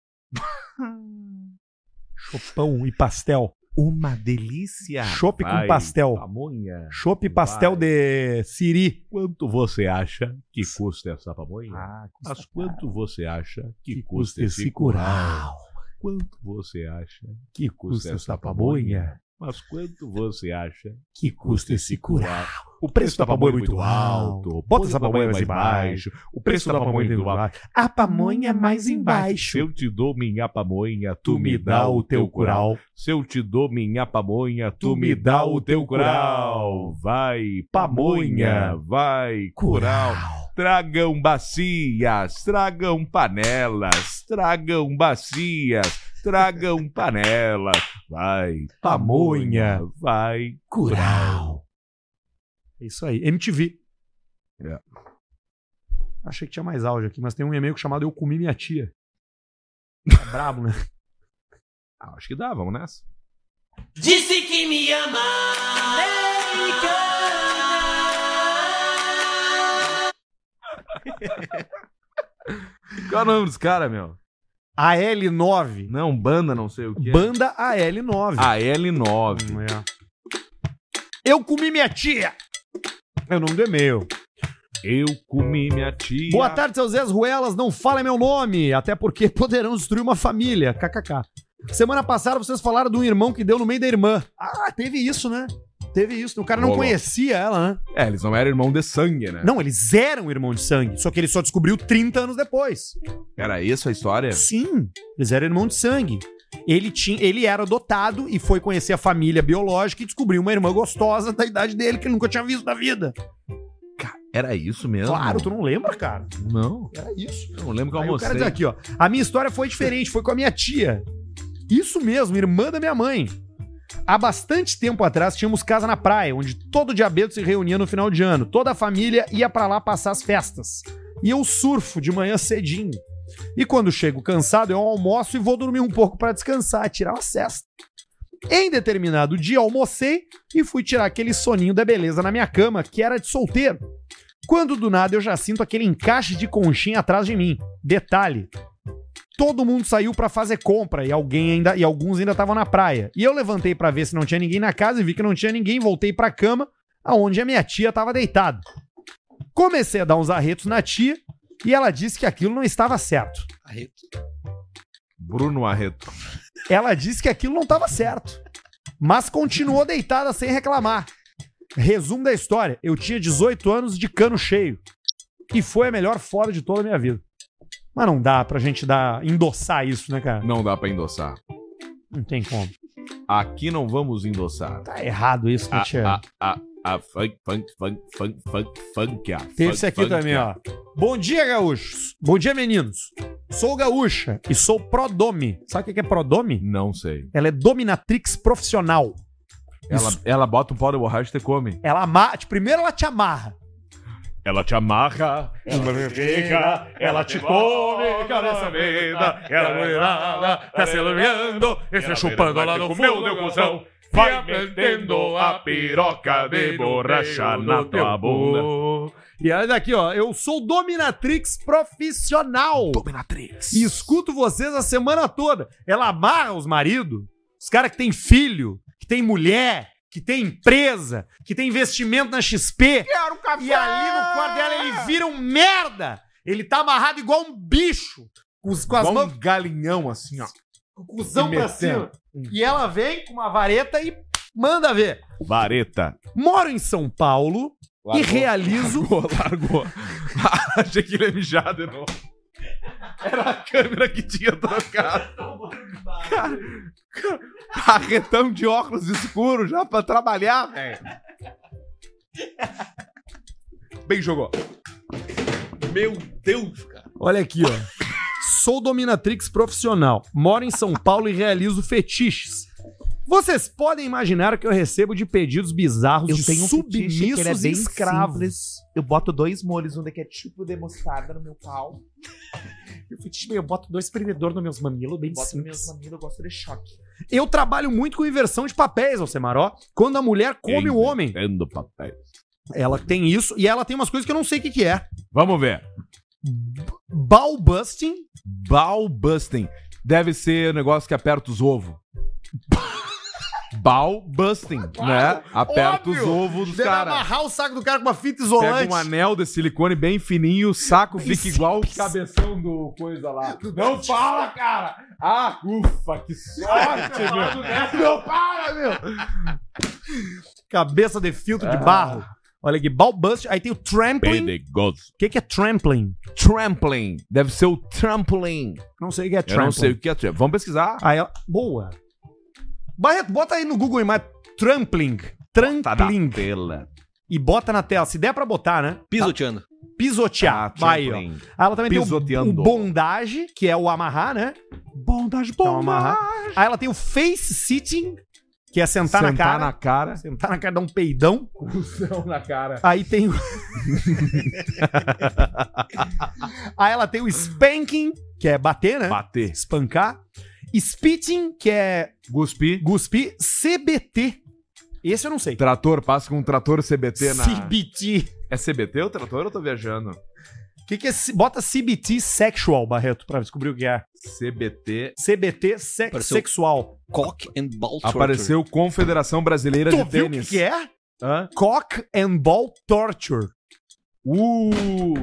Chopão e pastel. Uma delícia. Chopp com Vai, pastel. Pamonha. Chopp e pastel Vai. de siri. Quanto você acha que custa essa pamonha? Ah, custa Mas quanto você acha que, Que custa custa esse esse curau? Quanto você acha Que custa essa pamonha? Mas quanto você acha Que custa esse curau? O preço da pamonha é muito alto. Bota essa pamonha mais embaixo. O preço da pamonha é muito alto. A pamonha mais Se embaixo. eu te dou minha pamonha, tu me dá o teu curau. Se eu te dou minha pamonha, tu me dá o teu curau. Vai, pamonha, vai, curau. Tragam bacias, tragam panelas, tragam bacias, tragam panelas. Vai, pamonha, vai, curau. É isso aí. M T V. É. Achei que tinha mais áudio aqui, mas tem um e-mail chamado Eu Comi Minha Tia. Tá brabo, né? Ah, acho que dá, vamos nessa. Disse que me ama. Qual é o nome dos caras, meu? A L nove. Não, banda não sei o que. Banda A L nove. A L nove. Hum, é. Eu comi minha tia. É o nome do e-mail. Eu comi minha tia. Boa tarde, seus Zés Ruelas. Não falem meu nome, até porque poderão destruir uma família. K K K. Semana passada vocês falaram de um irmão que deu no meio da irmã. Ah, teve isso, né? Teve isso. O cara não Rolou. conhecia ela, né? É, eles não eram irmão de sangue, né? Não, eles eram irmão de sangue. Só que ele só descobriu trinta anos depois. Era isso a história? Sim, eles eram irmão de sangue. Ele, tinha, ele era adotado e foi conhecer a família biológica e descobriu uma irmã gostosa da idade dele que ele nunca tinha visto na vida. Era isso mesmo? Claro, tu não lembra, cara? Não. Era isso. Eu não lembro que eu Aí o cara almocei. diz aqui, ó. A minha história foi diferente, foi com a minha tia. Isso mesmo, irmã da minha mãe. Há bastante tempo atrás tínhamos casa na praia, onde todo diabetes se reunia no final de ano. Toda a família ia pra lá passar as festas. E eu surfo de manhã cedinho. E quando chego cansado, eu almoço e vou dormir um pouco pra descansar, tirar uma cesta. Em determinado dia, almocei e fui tirar aquele soninho da beleza na minha cama, que era de solteiro. Quando do nada eu já sinto aquele encaixe de conchinha atrás de mim. Detalhe, todo mundo saiu pra fazer compra e alguém ainda e alguns ainda estavam na praia. E eu levantei pra ver se não tinha ninguém na casa e vi que não tinha ninguém, voltei pra cama, aonde a minha tia tava deitada. Comecei a dar uns arretos na tia e ela disse que aquilo não estava certo. Arreto. Bruno Arreto. Ela disse que aquilo não estava certo, mas continuou deitada sem reclamar. Resumo da história, eu tinha dezoito anos de cano cheio e foi a melhor foda de toda a minha vida. Mas não dá pra gente dar, endossar isso, né, cara? Não dá pra endossar. Não tem como. Aqui não vamos endossar. Tá errado isso, né, Ah, tia? ah, ah, ah, funk, funk, funk, funk, funk, funk, ah, Tem funk, esse aqui funk, também, ah. ó. Bom dia, gaúchos. Bom dia, meninos. Sou gaúcha e sou prodome. Sabe o que é prodome? Não sei. Ela é dominatrix profissional. Ela, Isso. ela bota um pau de borracha e te come. Ela amarra... Primeiro ela te amarra. Ela te amarra, ela fica, ela te come, cabeça vida, ela mulherada, tá se iluminando, e se chupando lá no fundo do cuzão, vai metendo a piroca de borracha na tua bunda. E olha daqui, ó, eu sou dominatrix profissional. Dominatrix. E escuto vocês a semana toda. Ela amarra os maridos, os caras que têm filho, que têm mulher, que tem empresa, que tem investimento na X P. Quero um café! E ali no quarto dela ele vira um merda. Ele tá amarrado igual um bicho. Com, os, com as Igual mãos. um galinhão, assim, ó. Com o cuzão E pra metendo. cima. E ela vem com uma vareta e manda ver. Vareta. Moro em São Paulo Largou. e realizo. Largou, largou. Achei que ele ia mijar de novo. Era a câmera que tinha trocado. Cara, cara, carretão de óculos escuros já pra trabalhar, velho. Bem jogou. Meu Deus, cara. Olha aqui, ó. Sou dominatrix profissional. Moro em São Paulo e realizo fetiches. Vocês podem imaginar o que eu recebo de pedidos bizarros Eu de tenho um fetiche que submissos ele é e bem escravos. simples. Eu boto dois molhos, um que é tipo de mostarda no meu pau. Eu fetiche, eu boto dois prendedores nos meus mamilos, bem Boto no meu simples. mamilo, eu gosto de choque. Eu trabalho muito com inversão de papéis, Alcemar, ó. Quando a mulher come o homem. Tendo papéis. Ela tem isso e ela tem umas coisas que eu não sei o que, que é. Vamos ver. Ball busting. Ball busting. Deve ser o negócio que aperta os ovos. Ball busting, né? Aperta Óbvio. os ovos dos Deve caras. amarrar o saco do cara com uma fita isolante. Pega um anel de silicone bem fininho, o saco Bem fica igual o simples. cabeção do coisa lá. Não fala, cara! Ah, ufa, que sorte, meu! Não para, meu! Cabeça de filtro de Ah. barro. Olha aqui, ball bust. Aí tem o trampling. O que, que é trampling? Trampling. Deve ser o trampolim. Não sei o que é Eu trampling. não sei o que é trampling. Vamos pesquisar. Aí ela... Boa. Barreto, bota aí no Google Imagens. Trampling. Trampling. Tela. E bota na tela. Se der pra botar, né? Pisoteando. Pisotear. Ah, Aí, ó. trampling. Aí ela também tem o, Pisoteando. o bondage, que é o amarrar, né? Bondage, Que é o amarrar. Aí ela tem o face sitting, que é sentar, na cara. Sentar na cara. Sentar na cara, dar um peidão. Cusão na cara. Aí tem o... Aí ela tem o spanking, que é bater, né? Bater. Espancar. Spitting, que é Guspi. cuspir. C B T. Esse eu não sei. Trator, passa com um trator C B T na... C B T. É C B T o trator ou eu tô viajando? O que, que é? C- Bota C B T sexual, Barreto, pra descobrir o que é. C B T. C B T se- Apareceu. sexual. Cock and ball torture. Apareceu Confederação Brasileira Tu de viu o que, Tênis. que é? Hã? Cock and ball torture. Uh!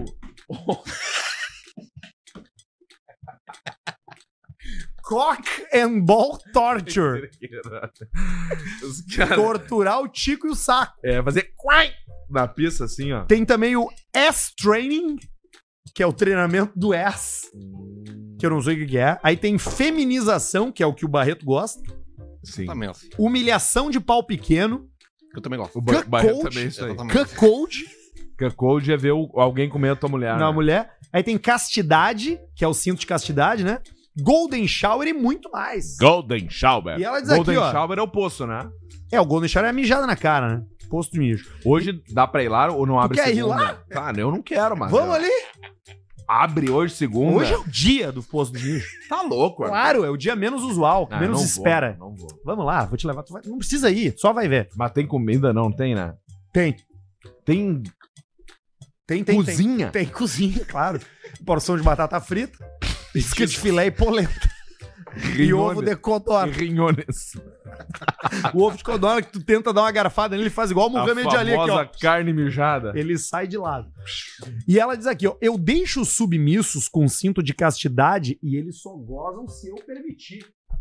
Cock and ball torture. Os caras... Torturar o tico e o saco. É, fazer... quai na pista, assim, ó. Tem também o ass training, que é o treinamento do ass, que eu não sei o que que é. Aí tem feminização, que é o que o Barreto gosta. Sim. Também, assim. Humilhação de pau pequeno. Que eu também gosto. O ba Barreto Cuckold. também é isso aí. Exatamente. Cuckold Cuckold é ver o- alguém comer a tua mulher. na né? mulher. Aí tem castidade, que é o cinto de castidade, né? Golden shower e muito mais. Golden Shower. E ela diz Golden aqui, ó. Shower é o poço, né? É, o golden shower é a mijada na cara, né? Posto de mijo. Hoje dá pra ir lá ou não abre quer ir segunda? lá? Cara, eu não quero, mas... Vamos ali. Abre hoje segunda? Hoje é o dia do posto de mijo. Tá louco, cara. Claro, é o dia menos usual, Ah, menos não espera. Vou, não vou. Vamos lá, vou te levar. Tu vai- Não precisa ir, só vai ver. Mas tem comida? Não tem, né? Tem. Tem Tem, tem, cozinha? Tem, tem cozinha, claro. Porção de batata frita, isca de filé e polenta. E ovo de codorna. Rinhones. O ovo de codorna que tu tenta dar uma garfada nele, ele faz igual o A Mohamed Ali aqui, famosa ó. carne mijada. Ele sai de lado. E ela diz aqui, ó, eu deixo os submissos com cinto de castidade e eles só gozam se eu permitir.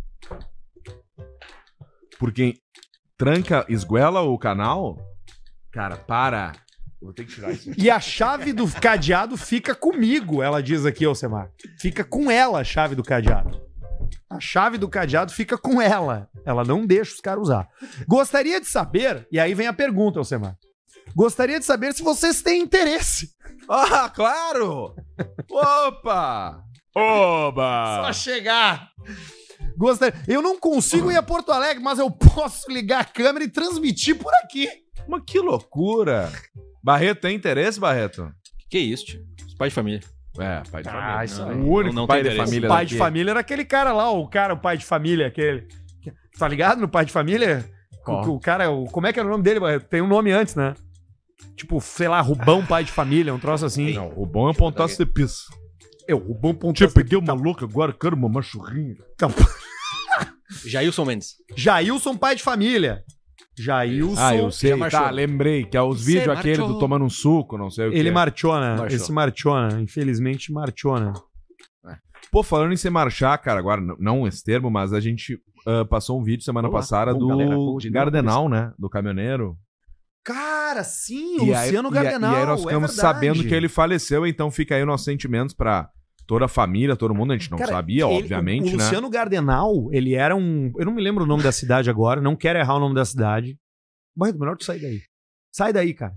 Porque tranca, esguela o canal? Cara, para. Eu vou ter que tirar isso. E a chave do cadeado fica comigo, ela diz aqui, Alcemar. Fica com ela a chave do cadeado. A chave do cadeado fica com ela. Ela não deixa os caras usar. Gostaria de saber, e aí vem a pergunta, Alcemar. Gostaria de saber se vocês têm interesse. Ah, claro! Opa! Oba! Só chegar. Gostaria. Eu não consigo ir a Porto Alegre, mas eu posso ligar a câmera e transmitir por aqui. Mas que loucura! Barreto, tem interesse, Barreto? Que isso, tio? Os pais de família. É, pai de Ah, família. isso Não, aí. o único Não- não pai tem de interesse. família O pai daqui. de família era aquele cara lá, o cara, o pai de família, aquele. Tá ligado no pai de família? Qual? O, o cara, o, como é que era o nome dele, Barreto? Tem um nome antes, né? Tipo, sei lá, Rubão, pai de família, um troço assim. Não, o bom é apontar de pizza. Eu, Rubão ponto. Tia, peguei uma louca agora, quero uma machurrinha. Jailson Mendes. Jailson, pai de família. Jailson. Ah, eu sei. já marchou. Tá, lembrei. Que é os Você vídeos aquele marchou. do tomando um suco, não sei o que. Ele marchou, né? Marchou. Esse marchou, né? Infelizmente marchou, né? Pô, falando em se marchar, cara, agora, n- não esse termo, mas a gente ah, passou um vídeo semana Olá. passada Bom, do galera, bom de novo. Gardenal, né? Do caminhoneiro. Cara, sim, o E aí, Luciano e aí- Gardenal. E aí nós é ficamos verdade. sabendo que ele faleceu, então fica aí os nossos sentimentos pra toda a família, todo mundo. A gente não Cara, sabia, ele- obviamente, o, o né? Luciano Gardenal, ele era um. Eu não me lembro o nome da cidade agora, não quero errar o nome da cidade. Barreto, melhor tu sair daí. Sai daí, cara.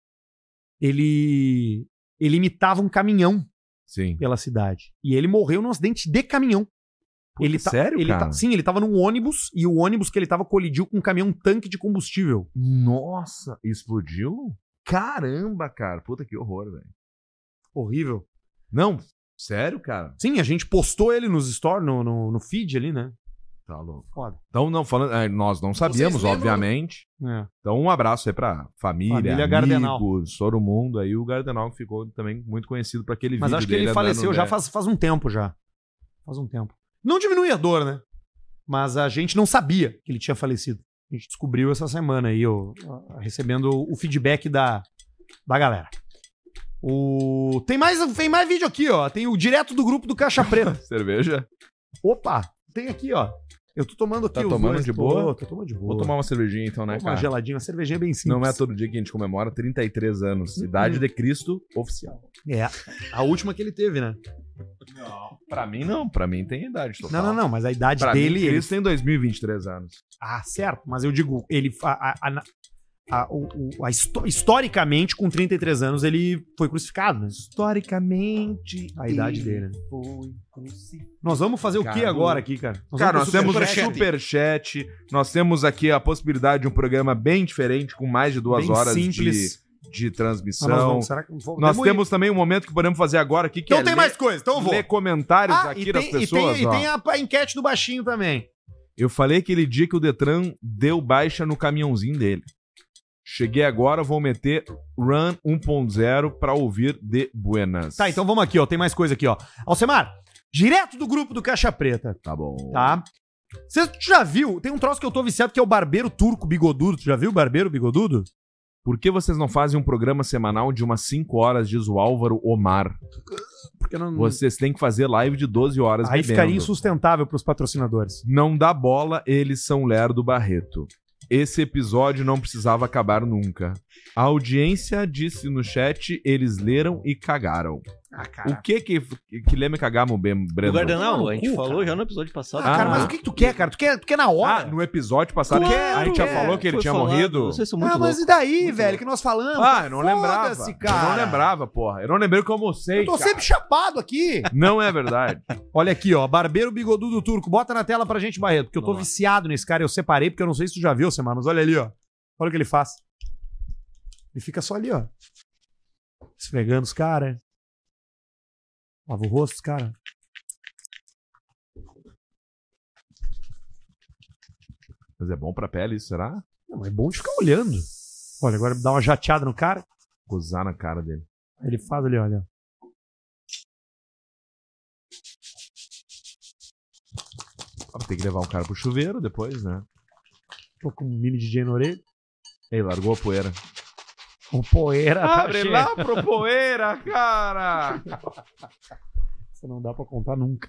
Ele. Ele imitava um caminhão Sim. pela cidade. E ele morreu num acidente de caminhão. Ele tá- sério, ele cara? tá- sim, ele tava num ônibus e o ônibus que ele tava colidiu com um caminhão tanque de combustível. Nossa, explodiu? Caramba, cara. Puta que horror, velho. Horrível. Não, sério, cara? Sim, a gente postou ele nos stories, no, no, no feed ali, né? Tá louco. Foda. Então, não falando, é, nós não sabíamos, lembram? obviamente. É. Então, um abraço aí pra família, Família Gardenal. amigos, todo mundo. Aí o Gardenal ficou também muito conhecido por aquele Mas vídeo acho que dele ele andando, faleceu já né? faz, faz um tempo já. Faz um tempo. Não diminui a dor, né? Mas a gente não sabia que ele tinha falecido. A gente descobriu essa semana aí, ó, ó, recebendo o feedback da, da galera. O... Tem, mais, tem mais vídeo aqui, ó. Tem o direto do grupo do Caixa Preta. Cerveja? Opa, tem aqui, ó. Eu tô tomando aqui Tá os tomando dois, de tô- boa? Tô tomando de boa. Vou tomar uma cervejinha então, né, Uma cara? geladinha, uma cervejinha bem simples. Não é todo dia que a gente comemora trinta e três anos. Idade de Cristo oficial. É, a última que ele teve, né? Não, pra mim não. Pra mim tem idade total. Não, não, não, mas a idade pra dele... Mim, ele- Cristo tem dois mil e vinte e três anos. Ah, certo, mas eu digo, ele... A, a- a- a- o- o- a histo- historicamente, com trinta e três anos, ele foi crucificado, né? Historicamente. A idade dele, né? Foi crucificado. Nós vamos fazer o que Cara, agora aqui, cara? Cara, nós vamos temos pro o superchat. superchat, nós temos aqui a possibilidade de um programa bem diferente, com mais de duas Bem horas simples. de, de transmissão. Ah, nós vamos- será que vamos- nós podemos temos também um momento que podemos fazer agora aqui, que Então é tem ler- mais coisa, então eu vou. ler comentários Ah, aqui e das tem, e pessoas. tem, e ó. tem a, a enquete do baixinho também. Eu falei aquele dia que o Detran deu baixa no caminhãozinho dele. Cheguei agora, vou meter Run um ponto zero pra ouvir de buenas. Tá, então vamos aqui, ó. Tem mais coisa aqui, ó. Alcemar, direto do grupo do Caixa Preta. Tá bom. Tá? Você já viu? Tem um troço que eu tô viciado que é o barbeiro turco bigodudo. Tu já viu o barbeiro bigodudo? Por que vocês não fazem um programa semanal de umas cinco horas, diz o Álvaro Omar? Porque não... Vocês têm que fazer live de doze horas Aí bebendo. ficaria insustentável pros patrocinadores. Não dá bola, eles são Lerdo Barreto. Esse episódio não precisava acabar nunca. A audiência disse no chat, eles leram e cagaram. Ah, cara. O que que, que lembra cagamos, Ben- Breno? O Gardenal, Não, a gente cu, falou cara. já no episódio passado. Ah, cara, mas o que, que tu quer, cara? Tu quer, tu quer na hora? Ah, no episódio passado Claro, a gente já é. falou que ele Foi tinha falado, morrido? Vocês são muito Ah, mas loucos. e daí, Muito velho, louco. que nós falamos? Ah, eu não lembrava. Foda-se, Eu cara. não lembrava, porra. Eu não lembrei que eu almocei, Eu tô cara. sempre chapado aqui. Não é verdade. Olha aqui, ó. Barbeiro bigodudo turco. Bota na tela pra gente, Barreto, porque eu tô Vamos lá. viciado nesse cara. Eu separei, porque eu não sei se tu já viu, Semana, mas olha ali, ó. Olha o que ele faz. Ele fica só ali, ó. Esfregando os caras. Lava o rosto dos caras. Mas é bom pra pele isso, será? Não, é bom de ficar olhando. Olha, agora dá uma jateada no cara. Gozar na cara dele. Aí ele faz ali, olha. Ah, tem que levar o cara pro chuveiro depois, né? Tô com um mini D J na orelha. Ei, largou a poeira. O poeira tá Abre cheio. lá pro poeira, cara! Isso não dá pra contar nunca.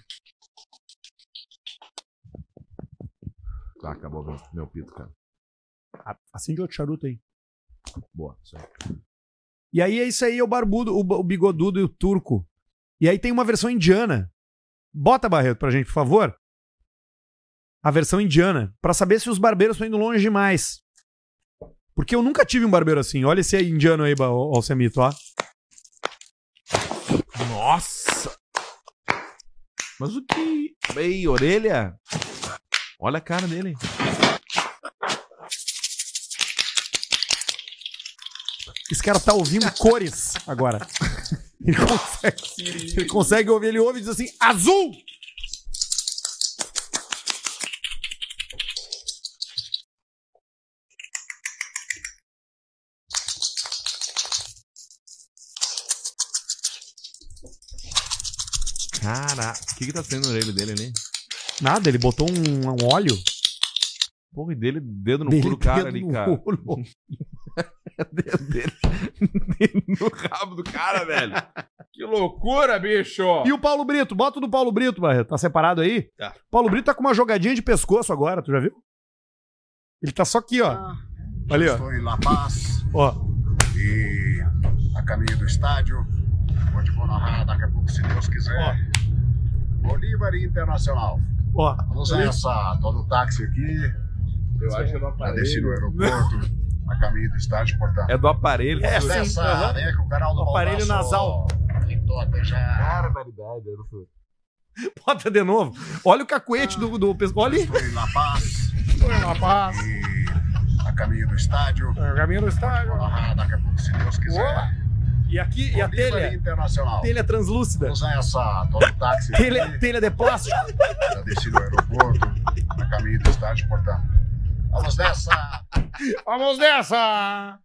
Tá, acabou meu, meu pito, cara. Acende outro charuto aí. Boa, isso aí. E aí é isso aí, é o barbudo, o, o bigodudo e o turco. E aí tem uma versão indiana. Bota, Barreto, pra gente, por favor. A versão indiana. Pra saber se os barbeiros estão indo longe demais. Porque eu nunca tive um barbeiro assim. Olha esse aí indiano aí, Ba- ó, Alcemito, ó. Nossa! Mas o que... Ei, orelha! Olha a cara dele. Esse cara tá ouvindo cores agora. Ele consegue, ele consegue ouvir, ele ouve e diz assim, azul! Cara, o que que tá saindo na orelha dele ali? Nada, ele botou um, um óleo. Porra, e dele, dedo no Dele, cu do cara dedo ali, no cara. olho. Dedo dele dedo no rabo do cara, velho. Que loucura, bicho. E o Paulo Brito? Bota o do Paulo Brito, Barreto. Tá separado aí? Tá. Paulo Brito tá com uma jogadinha de pescoço agora, tu já viu? Ele tá só aqui, ó. Ah. Ali, ó. Estou em La Paz. Ó. E a caminho do estádio, onde vou narrar daqui a pouco, se Deus quiser. Bolívar e Internacional. Ó. Vamos nessa, tô no táxi aqui. Eu acho que é do Já aparelho. desci no aeroporto, a caminho do estádio, portanto. É do aparelho. É, Vamos sim. nessa, Aham. vem aqui o canal do O aparelho Baldasso. nasal. Tô até já. Barbaridade, eu não fui. Bota de novo. Olha o cacuete do, do pescoço. Olha aí. Estou em La Paz. Estou em La Paz. E a caminho do estádio. É o caminho do estádio. Vou narrar daqui a pouco, se Deus quiser. E aqui, e a Bolívar telha? Internacional. Telha translúcida. Vamos nessa, tô no táxi Telha, aqui. telha de plástico. Já desci no aeroporto, a caminho do estádio, portanto. Vamos nessa! Vamos nessa!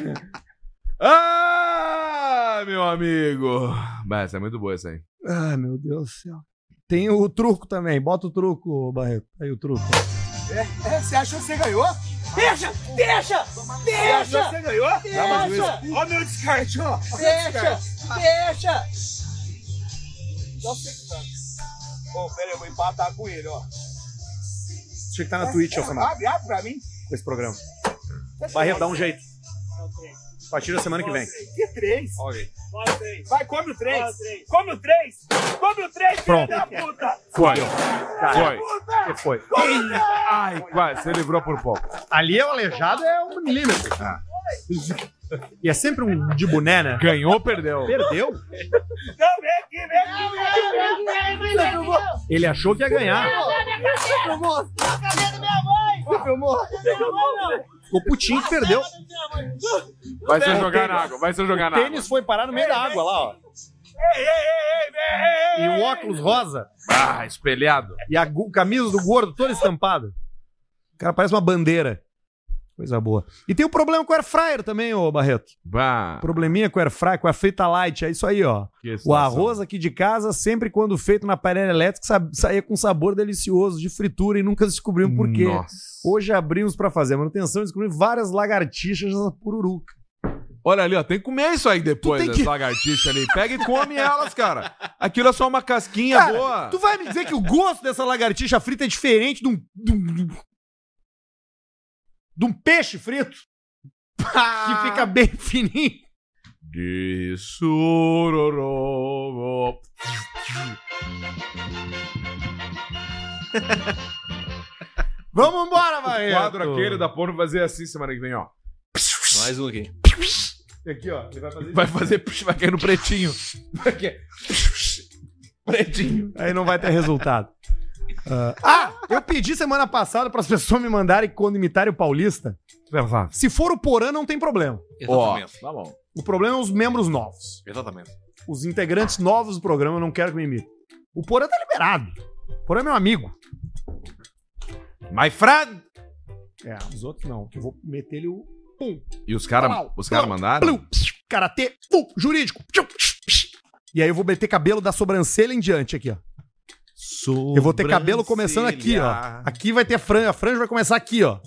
Ah, meu amigo. Mas essa é muito boa essa aí. Ai, meu Deus do céu. Tem o truco também. Bota o truco, Barreto. Aí o truco. É, é, você achou que você ganhou? Deixa! Deixa! Você Deixa! achou que você ganhou? Deixa! Ó o meu descarte, ó. Deixa! Deixa! Só você que tá. Ô, pera aí, eu vou empatar com ele, ó. Tinha que estar na Twitch, Alcemar, Abre, abre pra mim. com esse programa. Barreto, dá um jeito. A partir da semana que vem. Que três? Olha aí. Vai, come o três. Come o três. Come o três, filho Pronto. da puta. Foi. Cara, Foi. que foi? Ai, quase. Você livrou por pouco. Ali é o aleijado, é um milímetro. Ah. E é sempre um de boné, né? Ganhou ou perdeu? Perdeu? Não, vem aqui, vem aqui, vem aqui, vem aqui, vem aqui. Ele achou que ia ganhar. Ficou putinho que perdeu. Vai ser O jogar tênis- na água. Vai ser jogar O na água. tênis foi parar no meio da água lá, ó. Ei, ei, ei, ei, ei, ei, E o óculos rosa. Ah, espelhado. E a gu- camisa do gordo toda estampada. O cara parece uma bandeira. Coisa boa. E tem o problema com o air fryer também, ô Barreto. Bah. Probleminha com o air fryer, com a frita light. É isso aí, ó. Que O situação. arroz aqui de casa, sempre quando feito na panela elétrica, sa- saía com sabor delicioso de fritura e nunca descobrimos por quê. Nossa. Hoje abrimos pra fazer a manutenção e descobrimos várias lagartixas nessa pururuca. Olha ali, ó. Tem que comer isso aí depois Tu tem das que- lagartixas ali. Pega e come elas, cara. Aquilo é só uma casquinha Cara, boa. tu vai me dizer que o gosto dessa lagartixa frita é diferente de um, de um, de um peixe frito? Que fica bem fininho. De surorô. Vamos embora, O Barreto. quadro aquele da porno fazer assim semana que vem, ó. Mais um aqui. Aqui, ó. Ele vai fazer Vai fazer, vai cair no pretinho. Vai cair. Pretinho. Aí não vai ter resultado. Ah, ah, eu pedi semana passada para as pessoas me mandarem quando imitarem o Paulista. Se for o Porã, não tem problema. Exatamente. Tá bom. O problema é os membros novos. Exatamente. Os integrantes novos do programa eu não quero que me imitem. O Porã tá liberado. O Porã é meu amigo. My friend. É, os outros não. Que eu vou meter ele o... Pum. E os caras Plau, os cara plau, mandaram? plu, psh, karatê, pum, jurídico. Psh, psh, psh. E aí eu vou meter cabelo da sobrancelha em diante aqui, ó. Eu vou ter cabelo começando aqui, ó. Aqui vai ter a franja. A franja vai começar aqui, ó.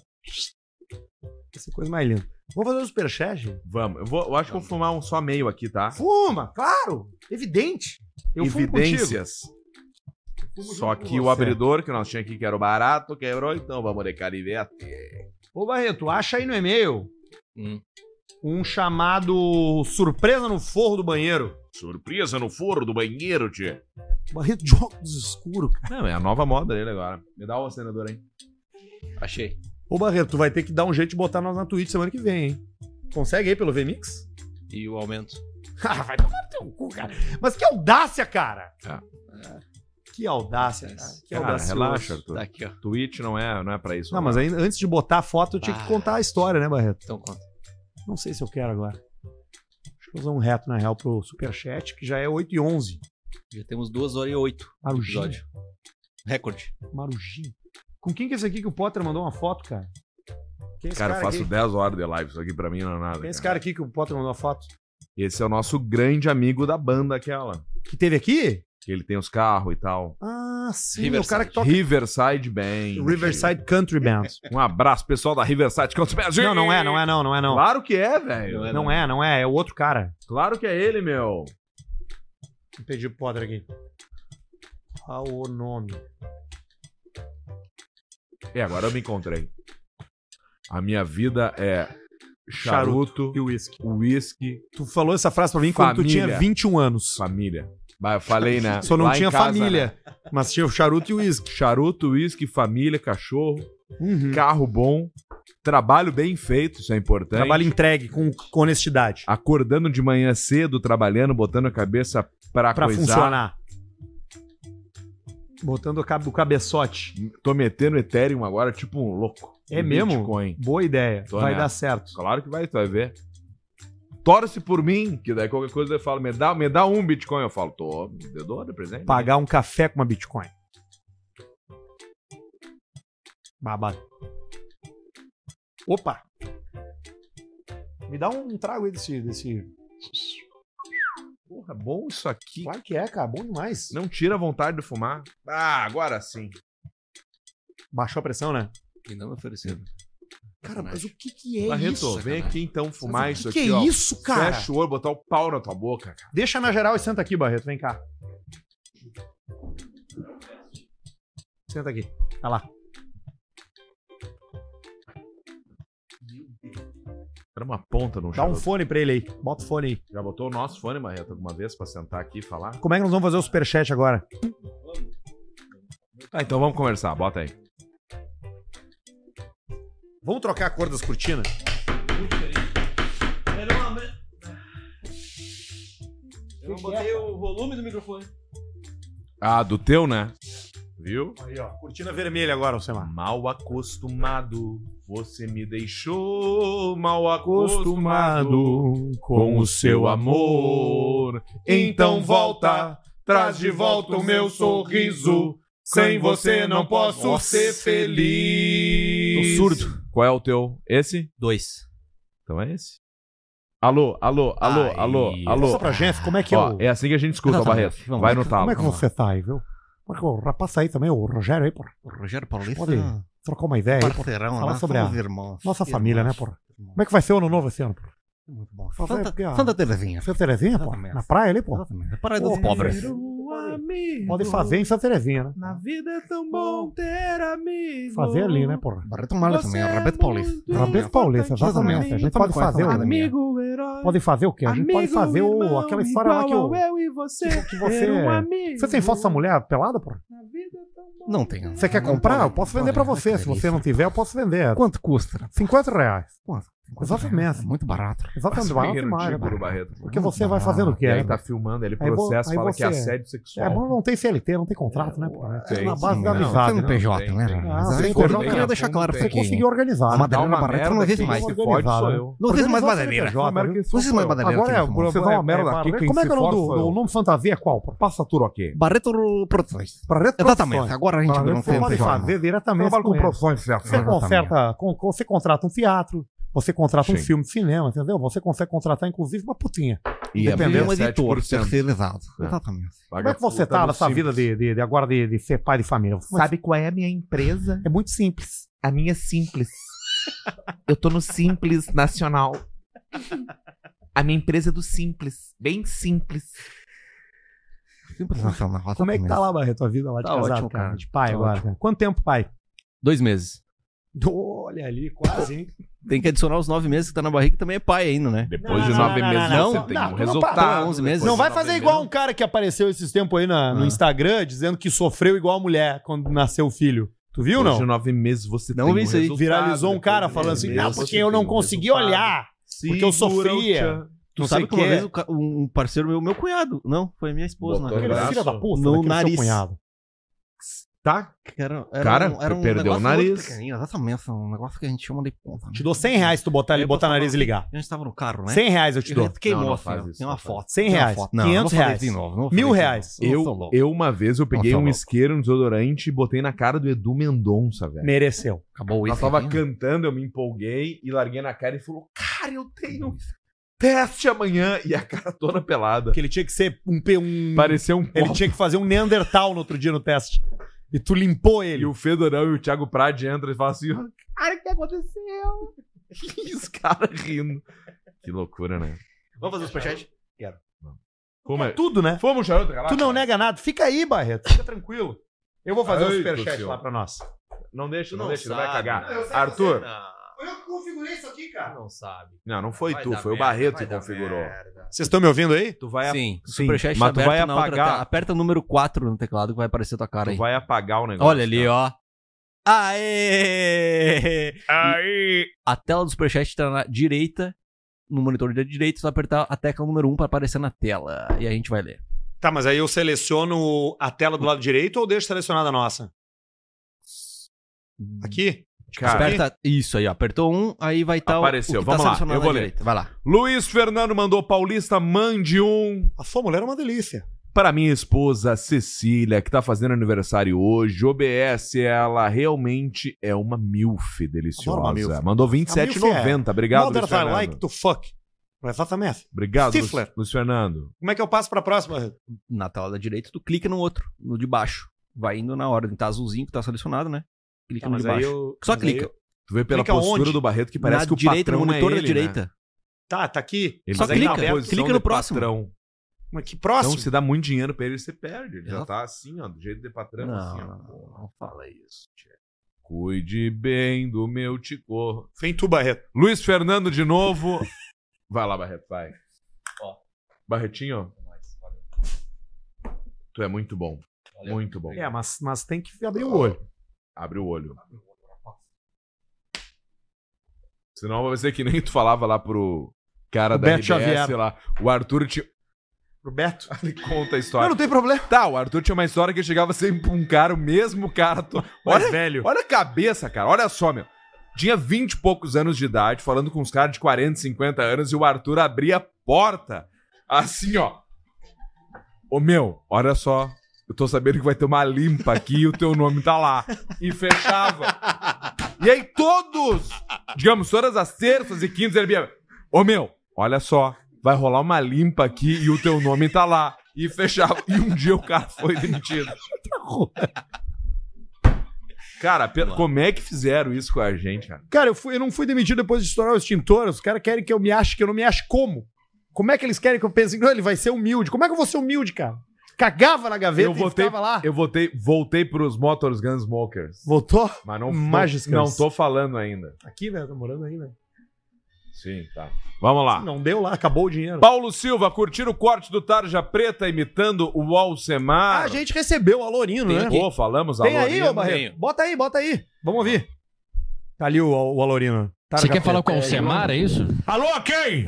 Essa coisa mais linda. Vamos fazer o superchat, gente? Vamos. Eu, vou, eu acho que eu vou fumar um só meio aqui, tá? Fuma, claro. Evidente. Eu fumo contigo. Evidências. Só junto que com o você. abridor que nós tínhamos aqui, que era o barato, quebrou, então vamos de carivete. Ô, Barreto, acha aí no e-mail Hum. um chamado Surpresa no Forro do Banheiro. Surpresa no forro do banheiro, tchê. Barreto de óculos escuros, cara. Não, é a nova moda dele agora. Me dá o acendedor aí. Achei. Ô, Barreto, tu vai ter que dar um jeito de botar nós na Twitch semana que vem, hein? Consegue aí pelo V-Mix? E o aumento? Ah, vai tomar no teu cu, cara. Mas que audácia, cara. Ah. Que audácia, cara. Que Cara, audacioso. relaxa, Arthur. Tá aqui, ó. Twitch não é, não é pra isso. Não, mas aí, antes de botar a foto, eu tinha que Ah. contar a história, né, Barreto? Então conta. Não sei se eu quero agora. Acho que eu vou usar um reto, na real, pro Superchat, que já é oito e onze. Já temos duas horas e oito. Marujinho. Episódio. Recorde. Marujinho. Com quem que é esse aqui que o Potter mandou uma foto, cara? Quem é esse Cara, eu cara faço aqui? dez horas de live. Isso aqui pra mim não é nada. Quem é esse cara. cara aqui que o Potter mandou uma foto? Esse é o nosso grande amigo da banda aquela. Que teve aqui? Que ele tem os carros e tal. Ah, Ah, sim, Riverside. o cara que toca... Riverside Band. Riverside Country Band. Um abraço, pessoal da Riverside Country Band. Não, não é, não é não, não é não. Claro que é, velho. Não é, não é, é o outro cara. Claro que é ele, meu. Vou pedir pro Potter aqui. Qual o nome? É, agora eu me encontrei. A minha vida é charuto, e uísque. Uísque. Tu falou essa frase pra mim quando tu tinha vinte e um anos. Família. Bah, eu falei, né? Só não Lá em tinha casa, família, né? mas tinha o charuto e o uísque. Charuto, uísque, família, cachorro, Uhum. carro bom, trabalho bem feito, isso é importante. Trabalho entregue, com, com honestidade. Acordando de manhã cedo, trabalhando, botando a cabeça pra, Pra coisar. funcionar. Botando o cab- o cabeçote. Tô metendo Ethereum agora, tipo um louco. É Um mesmo? Bitcoin. Boa ideia. Tô Vai nessa. dar certo. Claro que vai, tu vai ver. Torce por mim, que daí qualquer coisa eu falo, me dá, me dá um Bitcoin. Eu falo, tô, eu dou de presente. Pagar um café com uma Bitcoin. Babado. Opa! Me dá um trago aí desse, desse... Porra, bom isso aqui. Claro que é, cara. Bom demais. Não tira a vontade de fumar. Ah, agora sim. Baixou a pressão, né? E não oferecido. Cara, mas o que que é Barreto, isso? vem aqui então fumar Mas o isso que aqui, que é ó. isso, cara? Fecha o olho, botar o pau na tua boca, cara. Deixa na geral e senta aqui, Barreto. Vem cá. Senta aqui. Olha lá. Era uma ponta no Dá um charuto. fone pra ele aí. Bota o fone aí. Já botou o nosso fone, Barreto, alguma vez pra sentar aqui e falar? Como é que nós vamos fazer o superchat agora? Tá, então vamos conversar. Bota aí. Vamos trocar a cor das cortinas? Eu não botei o volume do microfone. Ah, do teu, né? Viu? Aí, ó. Cortina vermelha agora, Alcemar. Mal acostumado, você me deixou mal acostumado com o seu amor. Então volta, traz de volta o meu sorriso. Sem você não posso Nossa. ser feliz. Tô surdo. Qual é o teu? Esse? Dois. Então é esse. Alô, alô, alô, Ai. alô, alô. Passa pra gente, como é que é Ó, o... é assim que a gente escuta, Exatamente. Barreto. Vamos Vai lá. no talo. Como é que você tá aí, viu? Como é que o rapaz aí também, o Rogério aí, porra? O Rogério Paulista. Pode trocar uma ideia aí, porra? Parceirão, Falar né? sobre a Somos irmãos. nossa Irmãos. família, né, porra? Como é que vai ser o ano novo esse ano, porra? Muito bom. Fazer Santa, porque, ó, Santa Terezinha. Santa Terezinha, porra? Exatamente. Na praia ali, porra? Exatamente. É Praia dos Pô, Pobres. Pode fazer em Santa Terezinha, né? Na vida é tão bom ter amigos. Fazer ali, né, porra? Barreto Malha também, é Rabeto Paulista. Rabeto Paulista, exatamente. A gente pode fazer o... Amigo herói. Pode fazer o quê? A gente pode fazer o... irmão, aquela história lá que igual o... eu e você. que você... Era um amigo. Você tem foto dessa mulher pelada, porra? Não tenho. Você quer comprar? Eu posso vender pra você. Se você não tiver, eu posso vender. Quanto custa? cinquenta reais. Quanto? Exatamente. É muito barato. Exatamente, barato demais, né, Ridículo, Barreto? Barreto. Porque você vai fazendo o quê? E aí né? tá filmando, ele Aí vo- processa, aí fala que é você- assédio sexual. É bom, não tem C L T, não tem contrato, né? porra? É Tem, na base sim, da não, amizade. Você no né? P J, Tem, né? tem. Mas Ah, aí você eu tem, queria tem. deixar claro Você pra quem. conseguiu organizar. A né? Madalena Dá uma Barreto não merda existe que mais. se Organizado, fode sou né? eu. Não existe mais Organizou badadeira. C N P J, Como é que viu? isso Não existe mais badadeira. Agora é, aqui, Bruno, Você dá uma é- merda é- aqui, é- quem Como é se que é o nome for do, sou eu. o nome fantasia é qual? porra? Passa tudo aqui. Barreto Produções. Barreto Exatamente. Produções. Agora a gente Barreto não tem pode P J. fazer diretamente Trabalho com com ele. profissões certas. Você conserta, com- você contrata um teatro, você contrata um Sim. filme de cinema, entendeu? Você consegue contratar, inclusive, uma putinha. E é Dependendo um sete editor por cento. terceirizado. É. Exatamente. Como é que você tá nessa vida de, de- de agora de, de ser pai de família? Você- Sabe qual é a minha empresa? É muito simples. A minha Simples. Eu tô no Simples Nacional. A minha empresa é do Simples. Bem simples. Simples nacional. Como é que tá lá, Barreto, a vida lá de Tá casado, ótimo, cara? cara. De pai Tá agora, ótimo. cara. Quanto tempo, pai? Dois meses. Olha ali, quase, hein? Tem que adicionar os nove meses que tá na barriga, que também é pai ainda, né? Depois Não, de não, nove não, meses não, você não, tem não, um não, resultado. para, onze meses. Depois Não de vai nove fazer meses. igual um cara que apareceu esses tempos aí na- no Ah. Instagram, dizendo que sofreu igual a mulher quando nasceu o filho. Tu viu, Depois de não? nove meses você Não tem vi um isso aí. resultado. Viralizou um Depois cara de falando nove assim, meses não, você porque eu tem não um consegui resultado. olhar, porque eu Segura o sofria. tchan. Tu Não sabe sei que uma quê. vez o ca- um parceiro meu, meu cunhado, não, foi minha esposa, Botou na Aquele braço. filho da puta, No daquele nariz. seu cunhado. Tá? Era, era Cara, um, era um perdeu o negócio nariz. muito pequenininho, exatamente, um negócio que a gente chama de ponta. Te dou cem reais se tu botar ali, Aí botar eu na nariz e falava- ligar. A gente tava no carro, né? cem reais eu te E a dou. gente queimou Não, não assim, faz ó. isso, Tem não uma faz. foto. cem tem uma reais, foto. Não, quinhentos não vou fazer reais, isso de novo, não vou mil fazer isso de reais. novo. Eu, sou louco. eu, uma vez, eu peguei Nossa, um louco. isqueiro, um desodorante e botei na cara do Edu Mendonça, velho. Mereceu. Acabou Ela isso. tava aqui? cantando, eu me empolguei e larguei na cara e falou: Cara, eu tenho. Teste amanhã. E a cara toda pelada. Que ele tinha que ser um... P- um Parecia um Ele copo. tinha que fazer um Neandertal no outro dia no teste. E tu limpou ele. E o Fedorão e o Thiago Prade entram e falam assim: cara, o que aconteceu? E os caras rindo. Que loucura, né? Vamos fazer o superchat? Quero. Como é? Tudo, né? Fomos, charuto, relaxa. Tu não nega nada. Fica aí, Barreto. Fica tranquilo. Eu vou fazer o Ai, superchat senhor. lá pra nós. Não deixa, não, Não deixa, ele vai sabe, cagar. né? Eu sei Arthur. Eu que configurei isso aqui, cara. Não sabe. Não, não foi Vai tu, dar foi o merda, Barreto vai que dar configurou. merda. Vocês estão me ouvindo aí? Tu vai Sim, Sim, superchat mas tu aberto vai na outra apagar. tela. Aperta o número quatro no teclado que vai aparecer a tua cara Tu aí. vai apagar o negócio. Olha ali, cara. ó. Aê! Aí! A tela do superchat tá na direita. No monitor da direita, só apertar a tecla número um pra aparecer na tela. E a gente vai ler. Tá, mas aí eu seleciono a tela do lado direito ou deixo selecionada a nossa? Aqui? Cara, Aperta isso aí, ó. Apertou um, aí vai estar apareceu. o que Vamos tá lá, selecionado eu vou na ler. direita. Vai lá. Luiz Fernando mandou Paulista, mande um. A sua mulher é uma delícia. Para minha esposa Cecília, que tá fazendo aniversário hoje. O B S, ela realmente é uma milf deliciosa. Adoro uma milf. Mandou vinte e sete reais e noventa centavos. Obrigado, Mother Luiz I Fernando. like to fuck. Exatamente. Obrigado, Luiz, Stifler. Luiz Fernando. Como é que eu passo pra próxima? Na tela da direita, tu clica no outro, no de baixo. Vai indo na ordem. Tá azulzinho que tá selecionado, né? Clica Tá, no mas de aí baixo. eu- Só mas aí clica. eu- Tu vê pela Clica postura onde? do Barreto que parece na que o direita, patrão no monitor é da ele, direita. Né? Tá, tá aqui. Ele Só tá em clica, posição clica de no próximo. patrão. Mas que próximo? Então, se dá muito dinheiro pra ele, você perde. Ele já Exato. tá assim, ó, do jeito de patrão. Não, assim, ó. não, não fala isso, tia. Cuide bem do meu tico. Vem tu, Barreto. Luiz Fernando de novo. Vai lá, Barreto, vai. Barretinho, tu é muito bom. Muito bom. É, mas, mas tem que abrir o olho. Abre o olho. Senão vai ser que nem tu falava lá pro cara O da Beto R B S Xavier. lá. O Arthur tinha... Pro Beto? Ele conta a história. Não, não tem problema. Tá, o Arthur tinha uma história que chegava sempre pra um cara, o mesmo cara. To... Mais Olha, velho. olha a cabeça, cara. Olha só, meu. Tinha vinte e poucos anos de idade, falando com uns caras de quarenta, cinquenta anos, e o Arthur abria a porta. Assim, ó. Ô, meu, olha só. Eu tô sabendo que vai ter uma limpa aqui e o teu nome tá lá. E fechava. E aí todos, digamos, todas as terças e quintas, ele via... Ô, meu, olha só. Vai rolar uma limpa aqui e o teu nome tá lá. E fechava. E um dia o cara foi demitido. Cara, pe- como é que fizeram isso com a gente, cara? Cara, eu, fui, eu não fui demitido depois de estourar o extintor. Os caras querem que eu me ache, que eu não me ache como? Como é que eles querem que eu pense? Não, ele vai ser humilde. Como é que eu vou ser humilde, cara? Cagava na gaveta Eu e voltei, ficava lá. eu voltei, voltei pros Motors Gunsmokers. Voltou? Mas não, Magiskers. não, não tô falando ainda. Aqui, né? Tá morando aí, né? Sim, tá. Vamos lá. Não deu lá, acabou o dinheiro. Paulo Silva, curtir o corte do Tarja Preta imitando o Alcemar. Ah, a gente recebeu o Alorino, né? Pô, falamos Tem Alorino. aí, ô Barreto? Bota aí, bota aí. Vamos ouvir. Tá ali o, o Alorino. Você quer falar com o Alcemar, é isso? Alô, quem?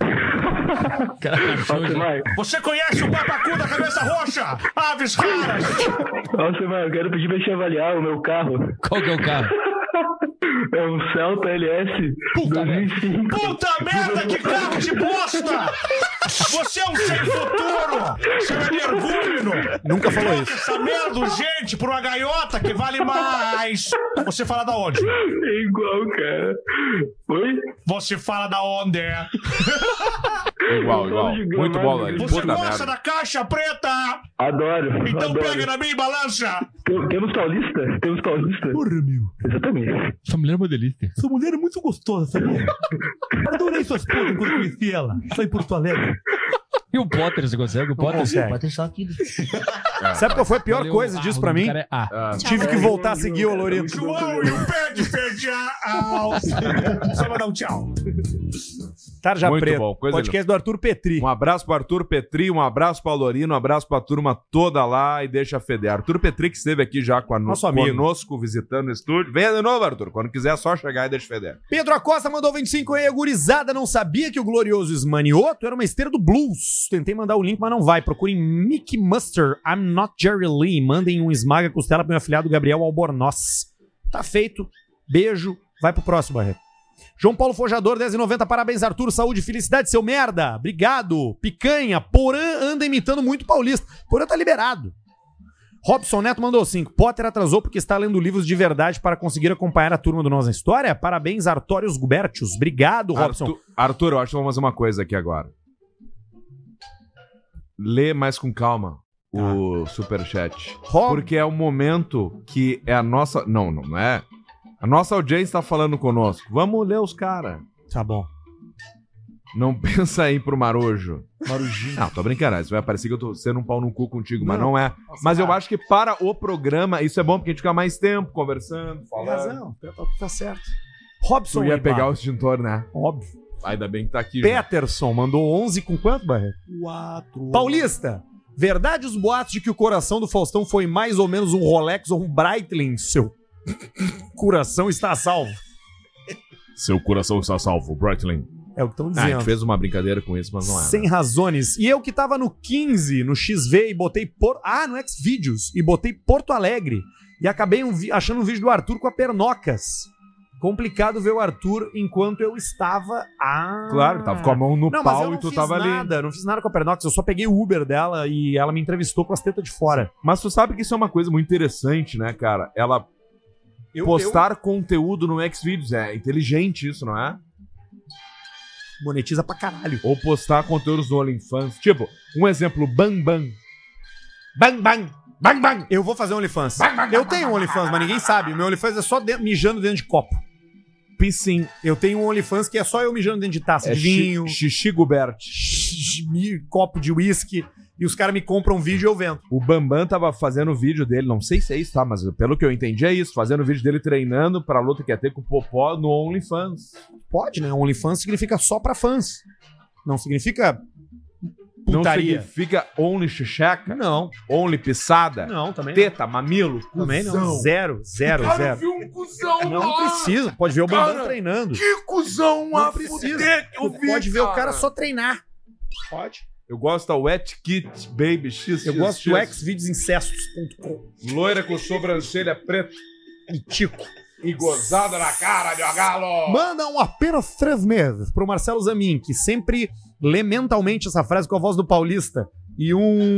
Você conhece o papacu da cabeça roxa? Aves raras! Alcemar, eu quero pedir pra te avaliar o meu carro. Qual que é o carro? É um Celta L S Puta dois mil e cinco. Puta merda, que carro de bosta! Você é um sem futuro! Seu energúmeno! Nunca falou Troca isso. essa merda urgente por uma gaiota que vale mais! Você fala da onde? É igual, cara. Oi? Você fala da onde? Igual, igual. Muito bom, Larry. Você Puta gosta merda. da caixa preta? Adoro. Então adoro. pega na minha balança! Tem- Temos paulista? Temos paulista? Porra, meu. Exatamente. Sua mulher é modelista. Sua mulher é muito gostosa, sabia? Adorei suas fotos quando conheci ela. Só em Porto Alegre. E o Potter, você consegue? O Potter, consegue. Potter só aqui. Sabe qual foi a pior Valeu, coisa ah, disso o pra mim? cara é- ah. Tive que voltar a seguir o Alorino. João e o pé de feijão! Só mandar um tchau. Tarja Muito Preta. bom, coisa Podcast do Arthur Petri. Um abraço pro Arthur Petri, um abraço pro Alorino, um abraço pra turma toda lá e deixa feder. Arthur Petri que esteve aqui já com a no... Nosso amigo. conosco, visitando o estúdio. Venha de novo, Arthur. Quando quiser, é só chegar e deixa feder. Pedro Acosta mandou vinte e cinco aí, gurizada. Não sabia que o glorioso Ismanioto era uma esteira do blues. Tentei mandar o link, mas não vai. Procurem Mickey Muster, I'm not Jerry Lee. Mandem um esmaga costela pro meu afilhado Gabriel Albornoz. Tá feito. Beijo. Vai pro próximo, Barreto. João Paulo Fojador, dez e noventa. Parabéns, Arthur. Saúde e felicidade, seu merda. Obrigado. Picanha. Porã anda imitando muito paulista. Porã tá liberado. Robson Neto mandou cinco. Potter atrasou porque está lendo livros de verdade para conseguir acompanhar a turma do Nossa História. Parabéns, Artórios Gubertius. Obrigado, Robson. Arthur, Arthur, eu acho que vamos fazer uma coisa aqui agora. lê mais com calma o superchat. Porque é o momento que é a nossa... Não, não é... A nossa audiência tá falando conosco. Vamos ler os caras. Tá bom. Não pensa aí pro marojo. Marujinho. Não, tô brincando. Isso vai parecer que eu tô sendo um pau no cu contigo, mas Não, não é. nossa, Mas eu cara. acho que para o programa, isso é bom, porque a gente fica mais tempo conversando, Tem falando. razão, tá, tá certo. Robson Tu ia Ibarra. pegar o extintor, né? Óbvio. Ainda bem que tá aqui. Peterson mandou onze com quanto, Barreto? Quatro. Paulista, verdade os boatos de que o coração do Faustão foi mais ou menos um Rolex ou um Breitling, seu coração está salvo. Seu coração está salvo, Breitling. É o que estão Ah, a dizendo. gente fez uma brincadeira com isso, mas não é. Sem razones. E eu que tava no quinze, no X V, e botei... Por... Ah, no Xvideos. E botei Porto Alegre. E acabei um vi- achando um vídeo do Arthur com a Pernocas. Complicado ver o Arthur enquanto eu estava... Ah... Claro, tava com a mão no não, mas eu pau não e tu fiz tava ali. nada, não fiz nada com a Pernocas. Eu só peguei o Uber dela e ela me entrevistou com as tetas de fora. Mas tu sabe que isso é uma coisa muito interessante, né, cara? Ela Eu- postar conteúdo no Xvideos. É inteligente isso, não é? Monetiza pra caralho. Ou postar conteúdos no OnlyFans. Tipo, um exemplo, Bang Bang. Bang Bang! Bang Bang! Eu vou fazer um OnlyFans. Eu tenho um OnlyFans, mas ninguém sabe. O meu OnlyFans é só dentro- mijando dentro de copo. Piscin. Eu tenho um OnlyFans que é só eu mijando dentro de taça É de vinho. Xi- Xixi Gubert. mi- copo de uísque. E os caras me compram um vídeo e eu vendo. O Bambam tava fazendo o vídeo dele, não sei se é isso, tá? Mas pelo que eu entendi é isso. Fazendo o vídeo dele treinando pra luta que ia ter com o Popó no OnlyFans. Pode, né? OnlyFans significa só pra fãs. Não significa Não putaria. significa Only Xixeca? Não. Only Pisada? Não, também Teta, mamilo? Também não. Cuzão. Zero, zero, Cara, zero. viu um cuzão Não lá. precisa. Pode ver o Bambam Cara, treinando. Que cuzão Não a precisa. fuder que eu Tu vi, pode ver o cara. cara só treinar. Pode. Eu gosto da Wet Kit Baby X. Eu gosto do xvideosincestos ponto com. Loira com sobrancelha preta. E tico. E gozada na cara, meu galo. Mandam apenas três meses pro Marcelo Zamin, que sempre lê mentalmente essa frase com a voz do Paulista. E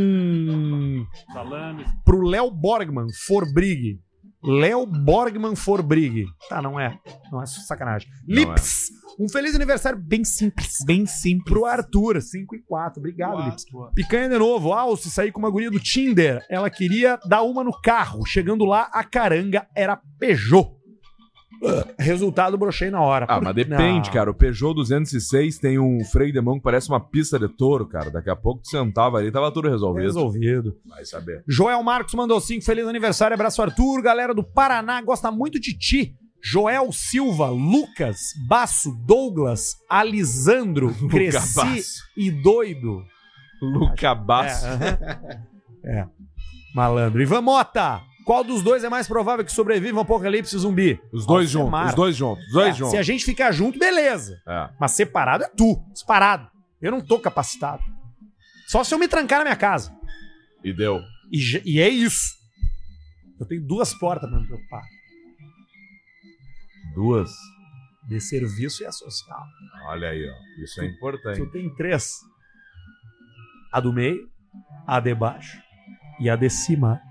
um... Salame. Pro Léo Borgman Forbrig. Léo Borgman Forbrig. Tá, não é. Não é sacanagem. Não Lips. Um feliz aniversário bem simples. Bem simples. Pro Arthur, cinco e quatro. Obrigado, Quatro. Lips. Picanha de novo. Alce, saí com uma guria do Tinder. Ela queria dar uma no carro. Chegando lá, a caranga era Peugeot. Uh, Resultado, brochei na hora. Ah, Por- mas depende, Não. cara. O Peugeot duzentos e seis tem um freio de mão que parece uma pista de touro, cara. Daqui a pouco tu sentava ali, tava tudo resolvido. Resolvido. Vai saber. Joel Marcos mandou cinco. Feliz aniversário, abraço Arthur. Galera do Paraná gosta muito de ti. Joel Silva, Lucas, Basso, Douglas, Alisandro, Cresci Basso. e Doido. Luca Basso. É, aham. É. Malandro. Ivan Mota. Qual dos dois é mais provável que sobreviva um apocalipse zumbi? Os dois Alcemar. juntos, os dois juntos, os dois É, juntos. se a gente ficar junto, beleza. É. Mas separado é tu. Separado. Eu não tô capacitado. Só se eu me trancar na minha casa. E deu. E, já- e é isso. Eu tenho duas portas pra me preocupar. Duas. De serviço e a social. Olha aí, ó. Isso é importante. Eu tenho três. A do meio, a de baixo e a de cima.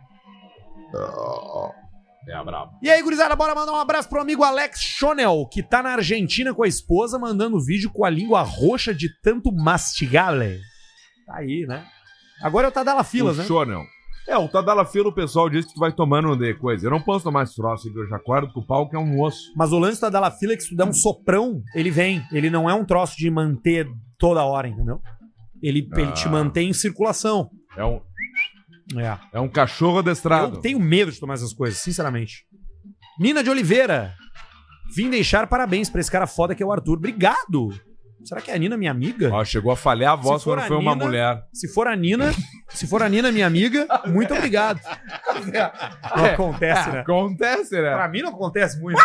É a brava. E aí, gurizada, bora mandar um abraço pro amigo Alex Schonel, que tá na Argentina com a esposa, mandando vídeo com a língua roxa de tanto mastigale. Tá aí, né? Agora é o Tadala Filas, o né? Schonel. É, o Tadala Fila, o pessoal diz que tu vai tomando de coisa. Eu não posso tomar esse troço, que eu já acordo com o pau que é um osso. Mas o lance do Tadala Fila é que se tu der um soprão, ele vem. Ele não é um troço de manter toda hora, entendeu? Ele, Ah. ele te mantém em circulação. É um, É. é um cachorro adestrado. Eu tenho medo de tomar essas coisas, sinceramente. Nina de Oliveira. Vim deixar parabéns pra esse cara foda que é o Arthur. Obrigado. Será que é a Nina minha amiga? Ó, chegou a falhar a voz Se for quando a foi uma Nina- mulher. Se for a Nina, se for a Nina minha amiga, muito obrigado. Não É, acontece, é, né? Acontece, né? Pra mim não acontece muito.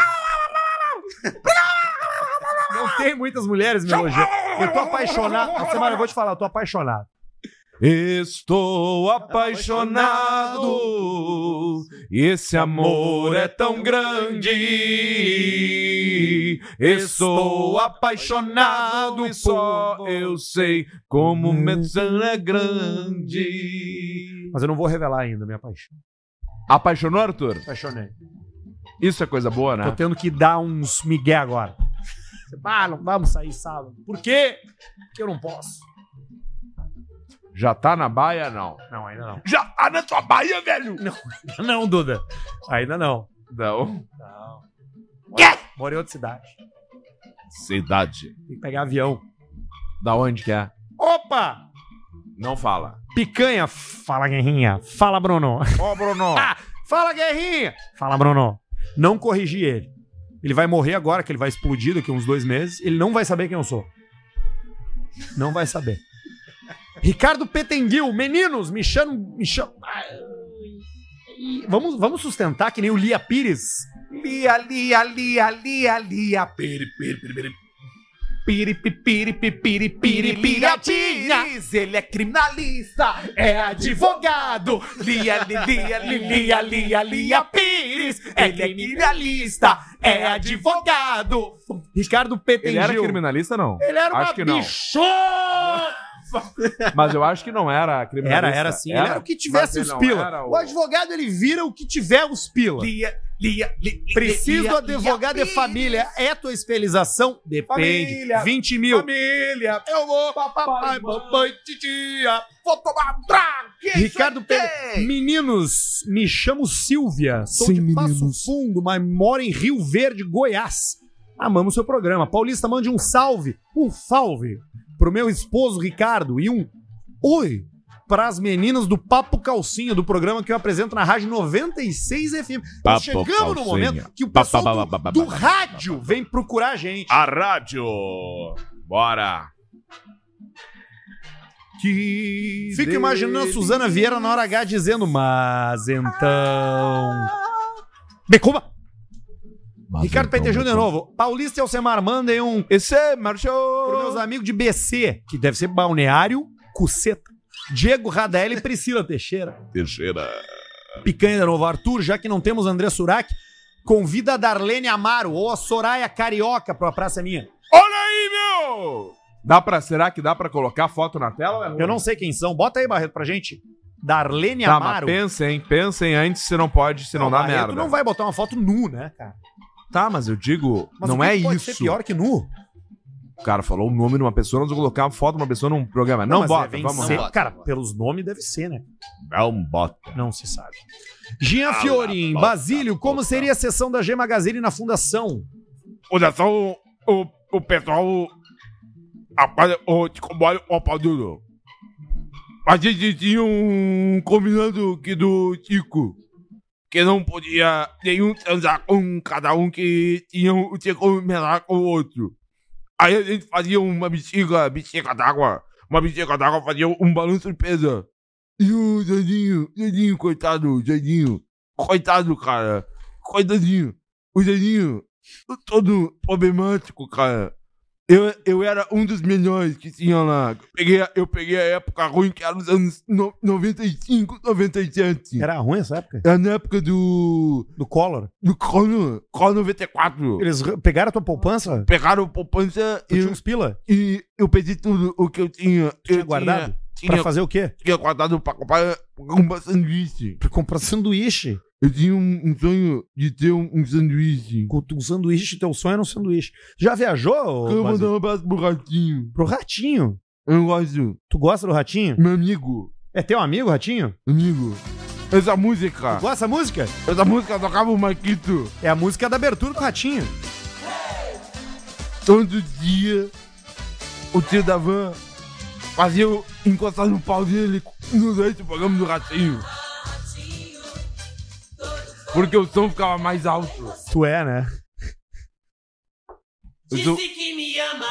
Não tem muitas mulheres me elogiando. Eu tô apaixonado. Essa semana eu vou te falar, eu tô apaixonado. Estou apaixonado, esse amor é tão grande. Estou apaixonado e só eu sei como menção é grande. Mas eu não vou revelar ainda minha paixão. Apaixonou, Arthur? Apaixonei. Isso é coisa boa, né? Tô tendo que dar uns migué agora. Ah, não vamos sair sábado. Por quê? Porque eu não posso. Já tá na baia, não? Não, ainda não. Já tá na tua baia, velho? Não, ainda não, Duda. Ainda não. Não. Não. Moro, moro em outra cidade. Cidade. Tem que pegar avião. Da onde que é? Opa! Não fala. Picanha. Fala, Guerrinha. Fala, Bruno. Ó, oh, Bruno. Ah, fala, Guerrinha. Fala, Bruno. Não corrigi ele. Ele vai morrer agora, que ele vai explodir daqui a uns dois meses. Ele não vai saber quem eu sou. Não vai saber. Ricardo Petenguil. Meninos, me chamam... Me chamam... Vamos, vamos sustentar que nem o Lia Pires. Lia, Lia, Lia, Lia, Lia. Piri, piri, piri, piri. Piri, piri, piri, piri, piri, Lia Pires. Ele é criminalista, é advogado. Lia, Lia, Lia, Lia, Lia Pires. Ele é criminalista, é advogado. Ricardo Petenguil. Ele era criminalista, não? Ele era acho uma que não. bichona. Mas eu acho que não era criminalista. Era, era sim. Era, ele era o que tivesse os pila. O... o advogado, ele vira o que tiver os pila. Lia, lia, lia, Preciso lia, advogado lia, de família. É tua especialização? Depende. Família, vinte mil. Família. Eu vou, papai, mamãe, titia. Vou tomar um trago. Ricardo Pedro. Meninos, me chamo Silvia. Sou Sim, de Passo meninos. Fundo, mas moro em Rio Verde, Goiás. Amamos seu programa. Paulista, mande um salve. Um salve pro meu esposo Ricardo e um oi para as meninas do Papo Calcinha, do programa que eu apresento na Rádio noventa e seis F M. Nós Papo chegamos no Calcinha. momento que o pessoal do, do rádio vem procurar a gente. A rádio. Bora. Que Fico imaginando a Suzana Vieira na hora H dizendo, mas então... Becuma! Ricardo Petenguil de novo. Paulista e Alcemar, mandem um... Esse é, marchou. Para meus amigos de B C, que deve ser Balneário Cuceta. Diego Radaeli e Priscila Teixeira. Teixeira. Picanha de novo. Arthur, já que não temos André Surak, convida a Darlene Amaro ou a Soraya Carioca para a Praça Minha. Olha aí, meu! Dá pra, será que dá pra colocar foto na tela? Ou é ruim? Eu não sei quem são. Bota aí, Barreto, pra gente. Darlene Tá, Amaro. mas pensem, pensem antes se não pode, se não, dá Barreto merda. não vai botar uma foto nu, né, cara? Tá, mas eu digo, Mas não o que é que pode isso. ser pior que nu? O cara falou o nome de uma pessoa, nós vamos colocar uma foto de uma pessoa num programa. Não, mas bota, devem vamos ser- lá. Cara, pelos nomes deve ser, né? Não bota. Não se sabe. Jean Cala Fiorin, a boca, Basílio, como seria a sessão da G Magazine na fundação? Olha só o, o, o pessoal. Rapaz, o Ticomboy, o pau duro. A gente tinha um combinado aqui do Tico. Que não podia nenhum transar com cada um que tinha, tinha que combinar com o outro. Aí a gente fazia uma bexiga, bexiga d'água. Uma bexiga d'água fazia um balanço de pesa. E o Zedinho, Zedinho, coitado, Zedinho. Coitado, cara. Coitadinho. O Zedinho, todo problemático, cara. Eu, eu era um dos melhores que tinha lá. Eu peguei, eu peguei a época ruim, que era nos anos no, noventa e cinco, noventa e sete. Era ruim essa época? Era na época do... Do Collor? Do Collor. Collor noventa e quatro. Eles re- pegaram a tua poupança? Pegaram a poupança Tu e... tinha uns pila? E eu perdi tudo o que eu tinha. Tinha eu guardado? Tinha, Pra fazer o quê? Tinha guardado pra comprar, pra comprar sanduíche. Pra comprar sanduíche? Eu tinha um, um sonho de ter um, um sanduíche. Com um sanduíche, teu sonho era um sanduíche. Já viajou? Eu vou Basílio? mandar um abraço pro Ratinho. Pro Ratinho? Eu gosto. Tu gosta do Ratinho? Meu amigo. É teu amigo, Ratinho? Amigo. Essa música. Tu gosta dessa música? Essa música tocava o Marquito. É a música da abertura do Ratinho. Todo dia, o tio da van fazia eu encostar no pau dele durante o programa do Ratinho. Porque o som ficava mais alto. Tu é, né? Eu sou... que me ama.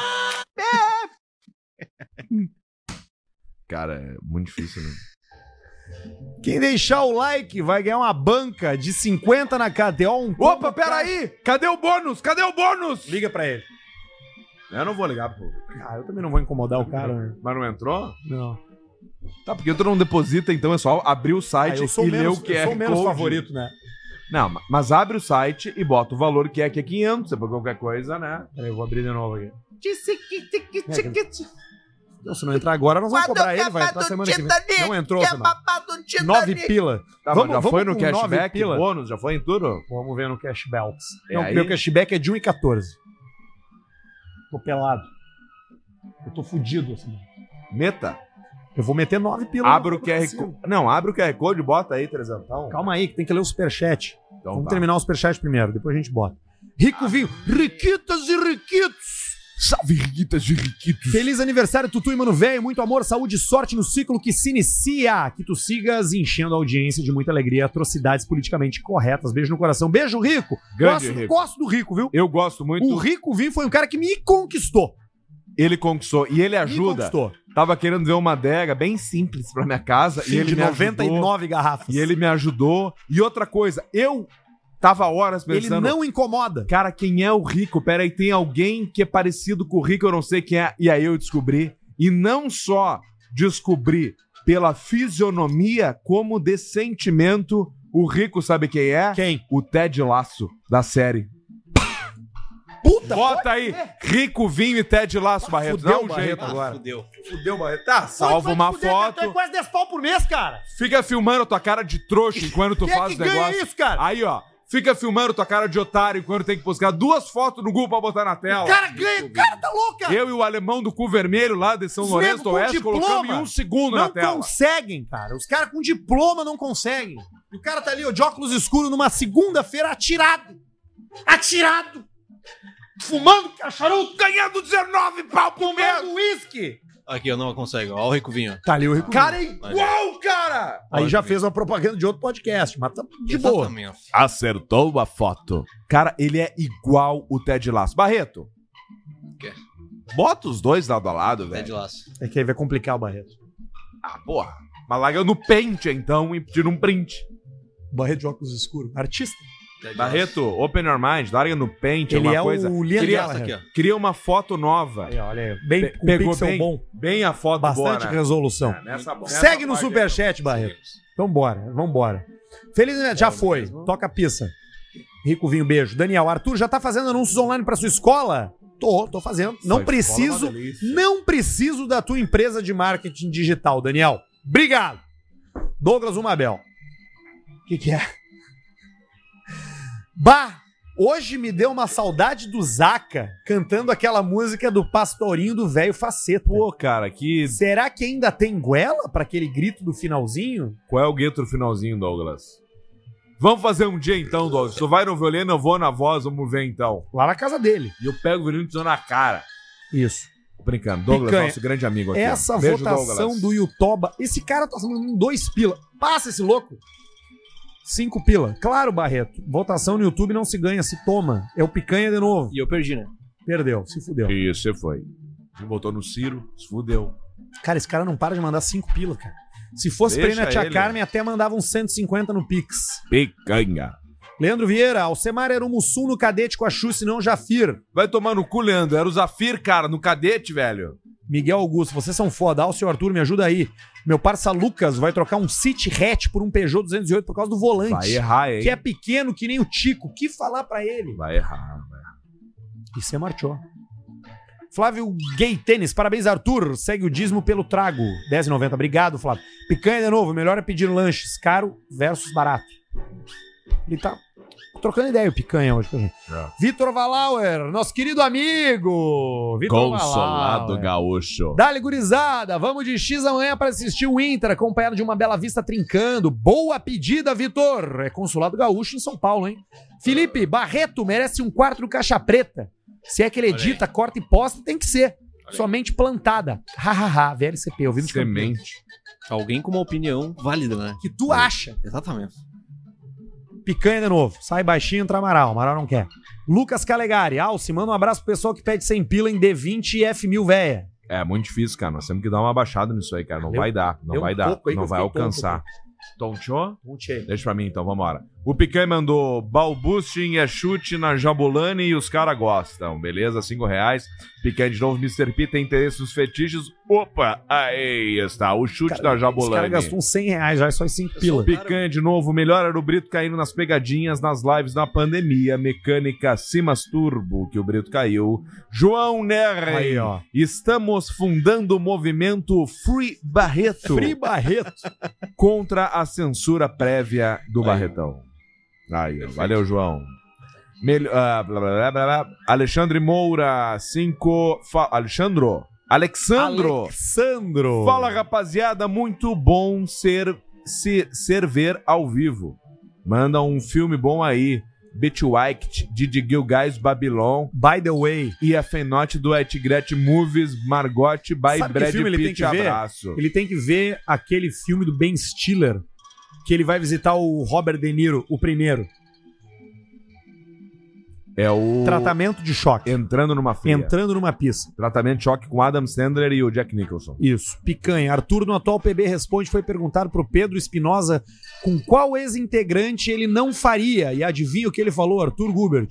Cara, é muito difícil, né? Quem deixar o like vai ganhar uma banca de cinquenta na K T O. Um Opa, peraí! Cadê o bônus? Cadê o bônus? Liga pra ele. Eu não vou ligar, pô. Ah, eu também não vou incomodar o cara, né? Mas não entrou? Não. Tá, porque tu não deposita, então é só abrir o site Ah, eu sou e menos, ler o Q R eu sou menos Code. favorito, né? Não, ma- mas abre o site e bota o valor que é, que é quinhentos, se for qualquer coisa, né? Peraí, eu vou abrir de novo aqui. Tiqui-tiqui-tiqui. Não, se não entrar agora, nós vamos cobrar ele, vai entrar semana que vem. Não entrou, semana. Nove pila. Tá, Vamos- mas já vamos foi no com nove cashback, pila? bônus, já foi em tudo? Vamos ver no cashback. É Não, aí? meu cashback é de um e quatorze. Tô pelado. Eu tô fudido, assim. Meta? Eu vou meter nove pila. Abre o Q R Code. Não, abre o Q R Code, bota aí, trezentão. Calma aí, que tem que ler o superchat. Então Vamos tá. terminar o superchat primeiro, depois a gente bota. Rico Vinho, Riquitas e Riquitos. Salve, Riquitas e Riquitos. Feliz aniversário, Tutu e Mano Velho. Muito amor, saúde e sorte no ciclo que se inicia. Que tu sigas enchendo a audiência de muita alegria e atrocidades politicamente corretas. Beijo no coração. Beijo, Rico. Grande gosto, Rico. gosto do Rico, viu? Eu gosto muito. O Rico Vinho foi um cara que me conquistou. Ele conquistou. E ele Me ajuda. conquistou. Tava querendo ver uma adega bem simples pra minha casa. Fim e ele de me noventa e nove ajudou. garrafas. E ele me ajudou. E outra coisa, eu tava horas pensando... Ele não incomoda. Cara, quem é o Rico? Pera aí, tem alguém que é parecido com o Rico, eu não sei quem é. E aí eu descobri. E não só descobri pela fisionomia, como de sentimento. O Rico sabe quem é? Quem? O Ted Lasso, da série. Puta, Bota aí, Rico Vinho e Ted Lasso, Barreto. fudeu Dá um o Barreto jeito agora. Fudeu. Fudeu, Barreto. Tá, salva Pode uma fuder, cara, tu foto. é quase dez pau por mês, cara. Fica filmando tua cara de trouxa enquanto tu Quem é faz que o ganha negócio. isso, cara? Aí, ó. Fica filmando tua cara de otário enquanto tem que buscar duas fotos no Google pra botar na tela. O cara ganha, o cara tá louco, cara. Eu e o alemão do cu vermelho lá de São Os Lourenço nego do com Oeste diploma colocamos em um segundo não na tela. conseguem, cara. Os caras com diploma não conseguem. E o cara tá ali, ó, de óculos escuros numa segunda-feira atirado. Atirado. Fumando charuto. Ganhando dezenove pau por mês. Tomando uísque. Aqui, eu não consigo. Ó o Rico Vinho. Tá ali o Rico. Cara, é igual, cara. Aí já fez uma propaganda de outro podcast, mas tá de boa. Exatamente. Acertou a foto. Cara, ele é igual o Ted Lasso. Barreto. Quê? Bota os dois lado a lado, Ted velho. Lasso. É que aí vai complicar o Barreto. Ah, porra. Mas larga no pente, então, e tira um print. Barreto de óculos escuros. Artista. Ted Barreto, open your mind, larga no pente, Ele uma é coisa. o Liam Cria, Gallagher. aqui, ó. cria uma foto nova. Aí, olha aí. Bem, Pe- com pegou pixel bem, bom. bem a foto Bastante boa, né? resolução. É, nessa- nessa Segue no parte aí, superchat, Barreto. Então bora, vambora. Feliz Aniversário, já foi. mesmo. Toca a pista. Rico Vinho, beijo. Daniel, Arthur, já tá fazendo anúncios online pra sua escola? Tô, tô fazendo. Não Sua preciso, escola é uma delícia. não preciso da tua empresa de marketing digital, Daniel. Obrigado. Douglas Umabel. O que que é? Bah, hoje me deu uma saudade do Zaca cantando aquela música do Pastorinho do Velho Faceta. Pô, cara, que... Será que ainda tem goela pra aquele grito do finalzinho? Qual é o gueto no finalzinho, Douglas? Vamos fazer um dia então, Douglas. Tu vai no violino, eu vou na voz, vamos ver então. Lá na casa dele. E eu pego o violino e te dou na cara. Isso. Tô brincando. Douglas, Picanha. nosso grande amigo aqui. ó. Essa Beijo, votação Douglas. do Yutoba. Esse cara tá mandando dois pila. Passa esse louco. Cinco pila. Claro, Barreto. Votação no YouTube não se ganha, se toma. É o picanha de novo. E eu perdi, né? Perdeu, se fudeu. Isso, você foi. Ele votou no Ciro, se fudeu. Cara, esse cara não para de mandar cinco pila, cara. Se fosse pra ir na Deixa Tia ele. Carmen, até mandava uns cento e cinquenta no Pix. Picanha. Leandro Vieira, Alcemar era o Mussum no cadete com a Xuxa e não Jafir. Vai tomar no cu, Leandro. Era o Zafir, cara, no cadete, velho. Miguel Augusto, vocês são foda. Alcio Arthur, me ajuda aí. Meu parça Lucas vai trocar um City Hatch por um Peugeot duzentos e oito por causa do volante. Vai errar, hein? Que é pequeno que nem o Tico. O que falar pra ele? Vai errar, vai errar. E você marchou. Flávio Gay Tênis, parabéns, Arthur. Segue o dízimo pelo trago. dez reais e noventa. Obrigado, Flávio. Picanha de novo. Melhor é pedir lanches. Caro versus barato. Ele tá trocando ideia, o Picanha, hoje. É. Vitor Valauer, nosso querido amigo. Vitor Consolado Valauer. gaúcho. Dale, gurizada. Vamos de X amanhã para assistir o Inter, acompanhado de uma bela vista trincando. Boa pedida, Vitor. É Consulado Gaúcho em São Paulo, hein? Felipe, Barreto merece um quarto do Caixa Preta. Se é que ele edita, corta e posta, tem que ser. Somente plantada. Hahaha, V L C P, ouvindo de campeão. Semente. Alguém com uma opinião válida, né? Que tu acha. Exatamente. Picanha de novo. Sai baixinho, entra Amaral. Amaral não quer. Lucas Calegari. Alce, manda um abraço pro pessoal que pede cem pila em D vinte e F mil, véia. É muito difícil, cara. Nós temos que dar uma baixada nisso aí, cara. Não Valeu. vai dar. Não Deu vai um dar. pouco aí que Não eu vai fiquei tonto alcançar. Tonteou? Tonteei. Deixa pra mim então, vambora. O Picanha mandou balbusting é chute na Jabulani e os caras gostam. Beleza? Cinco reais. Picanha de novo, mister P tem interesse nos fetiches. Opa, aí está. O chute da Esse Jabulani. cara gastou uns cem reais já, só em cinco pila. Picanha de novo, melhor era o Brito caindo nas pegadinhas nas lives na pandemia. Mecânica Simas Turbo, que o Brito caiu. João Nery. Aí, ó. Estamos fundando o movimento Free Barreto. Free Barreto. Contra a censura prévia do Aí. Barretão. Aí, ó. Valeu, João. Melhor, ah, blá, blá, blá, blá, blá. Alexandre Moura, cinco. Fa... Alexandro, Alexandro. Alexandro. Fala, rapaziada. Muito bom ser, se, ser ver ao vivo. Manda um filme bom aí. Betwixt, Didi Gil Guys, Babylon. By the way. E a Fenote do Etgret Movies, Margot, by Sabe que Brad filme ele tem Pitt, que ver? abraço. Ele tem que ver aquele filme do Ben Stiller, que ele vai visitar o Robert De Niro, o primeiro. É o... Tratamento de choque. Entrando numa fria. Entrando numa pista. Tratamento de choque com Adam Sandler e o Jack Nicholson. Isso. Picanha. Arthur, no atual P B Responde, foi perguntar pro Pedro Espinosa com qual ex-integrante ele não faria. E adivinha o que ele falou, Arthur Gubert.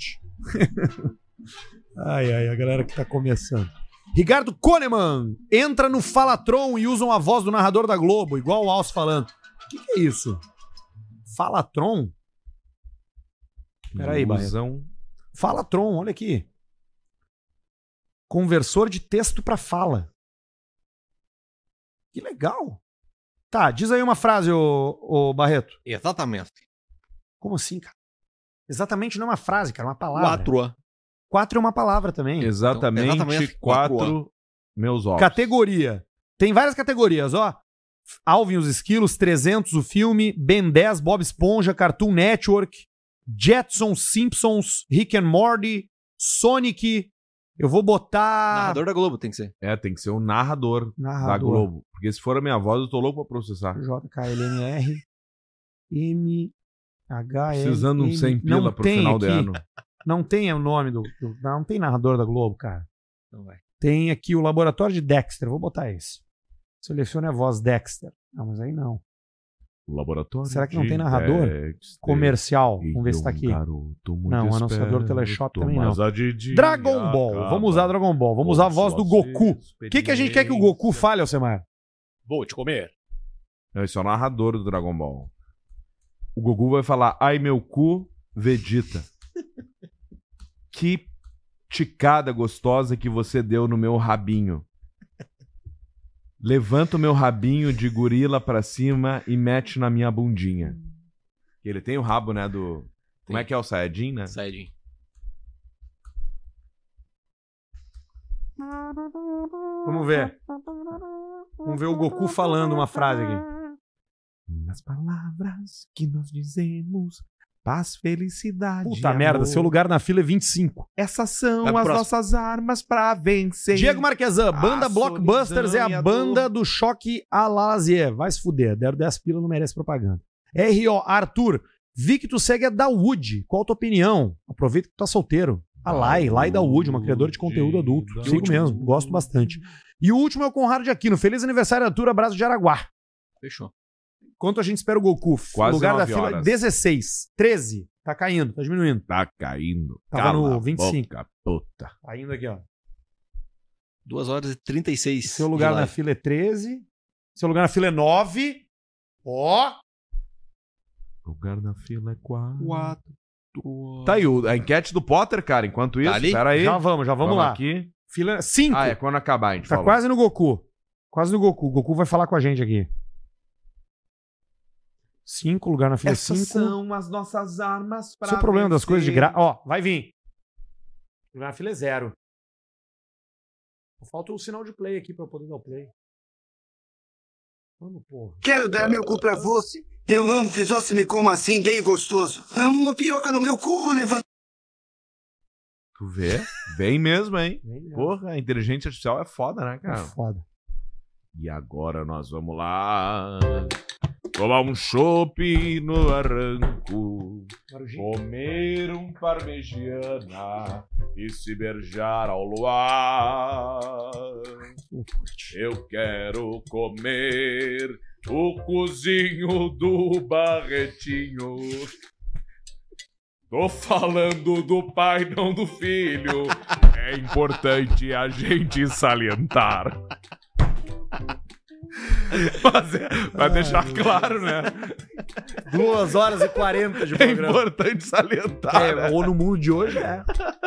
Ai, ai, a galera que tá começando. Ricardo Kahneman entra no Falatron e usam a voz do narrador da Globo, igual o Alce falando. O que, que é isso? Falatron? Peraí, Barreto. Falatron, olha aqui. Conversor de texto para fala. Que legal. Tá, diz aí uma frase, ô, ô Barreto. Exatamente. Como assim, cara? Exatamente não é uma frase, cara, é uma palavra. Quatro. Quatro é uma palavra também. Exatamente, Então, exatamente quatro, quatro. meus ovos. Categoria. Tem várias categorias, ó. Alvin e os Esquilos, trezentos o filme, Ben dez, Bob Esponja, Cartoon Network, Jetsons, Simpsons, Rick and Morty, Sonic. Eu vou botar... Narrador da Globo tem que ser. É, tem que ser o narrador, Narrador. da Globo. Porque se for a minha voz, eu tô louco pra processar. J K L M R M H L Precisando um sem pila não pro tem final aqui. de ano. Não tem o nome do, do... Não tem narrador da Globo, cara. Não vai. Tem aqui o Laboratório de Dexter. Vou botar esse. Selecione a voz Dexter. Não, mas aí não. Laboratório. Será que não de tem narrador? Dexter. comercial? E Vamos ver se tá um aqui. garoto muito Não, anunciador Teleshop também não. mas a Didi Dragon Ball. acaba Vamos usar Dragon Ball. Vamos usar a voz do suas Goku. O que, que a gente quer que o Goku fale, Alcemar? Vou te comer. Esse é o narrador do Dragon Ball. O Goku vai falar: ai meu cu, Vegeta. Que ticada gostosa que você deu no meu rabinho. Levanta o meu rabinho de gorila pra cima e mete na minha bundinha. Ele tem o rabo, né, do... Como é que é o Saiyajin, né? Saiyajin. Vamos ver. Vamos ver o Goku falando uma frase aqui. Nas palavras que nós dizemos, paz, felicidade. Puta amor. merda, seu lugar na fila é vinte e cinco. Essas são Vai pro as próximo. nossas armas pra vencer. Diego Marquesan, banda A Blockbusters é solidão e a a banda do Choque à Lazier. Vai se fuder, deram dez pila, não merece propaganda. R O Arthur, vi que tu segue a Dawood. Qual a tua opinião? Aproveita que tu tá solteiro. A Lai, Lai Dawood, uma criadora de conteúdo adulto. Sigo mesmo, gosto bastante. E o último é o Conrado de Aquino. Feliz aniversário, Arthur, abraço de Araguá. Fechou. Quanto a gente espera o Goku? Quase lugar da nove fila horas. dezesseis. treze. Tá caindo, tá diminuindo. Tá caindo. Tava Cala no a vinte e cinco. boca, puta. Tá indo aqui, ó. duas horas e trinta e seis. Seu lugar de na live. fila é treze. Seu lugar na fila é nove. Ó. Lugar na fila é quatro. Quatro. Tá aí, o- a enquete do Potter, cara. Enquanto isso, ali? pera aí. Já vamos, já vamos, lá. Aqui. Fila cinco. Ah, é quando acabar, a gente Tá fala. quase no Goku. Quase no Goku. O Goku vai falar com a gente aqui. cinco, lugar na fila Essas cinco. são as nossas armas pra Esse é o problema das vencer. coisas de graça. Ó, vai vir. Lugar na fila é zero. Falta o sinal de play aqui pra eu poder dar o play. Vamos, porra. Quero dar meu cu pra você. Eu amo que você me coma assim, gay e gostoso. Amo uma piroca no meu cu, levanta. Tu vê? Vem mesmo, hein? Vem mesmo. Porra, a inteligência artificial é foda, né, É cara? foda. E agora nós vamos lá tomar um chopp no arranco, comer um parmegiana e se beijar ao luar. Eu quero comer o cozinho do Barretinho. Tô falando do pai, não do filho. É importante a gente salientar. Mas é, pra deixar claro, né? Duas horas e quarenta de É programa. importante salientar. É, né? ou no mundo de hoje, é.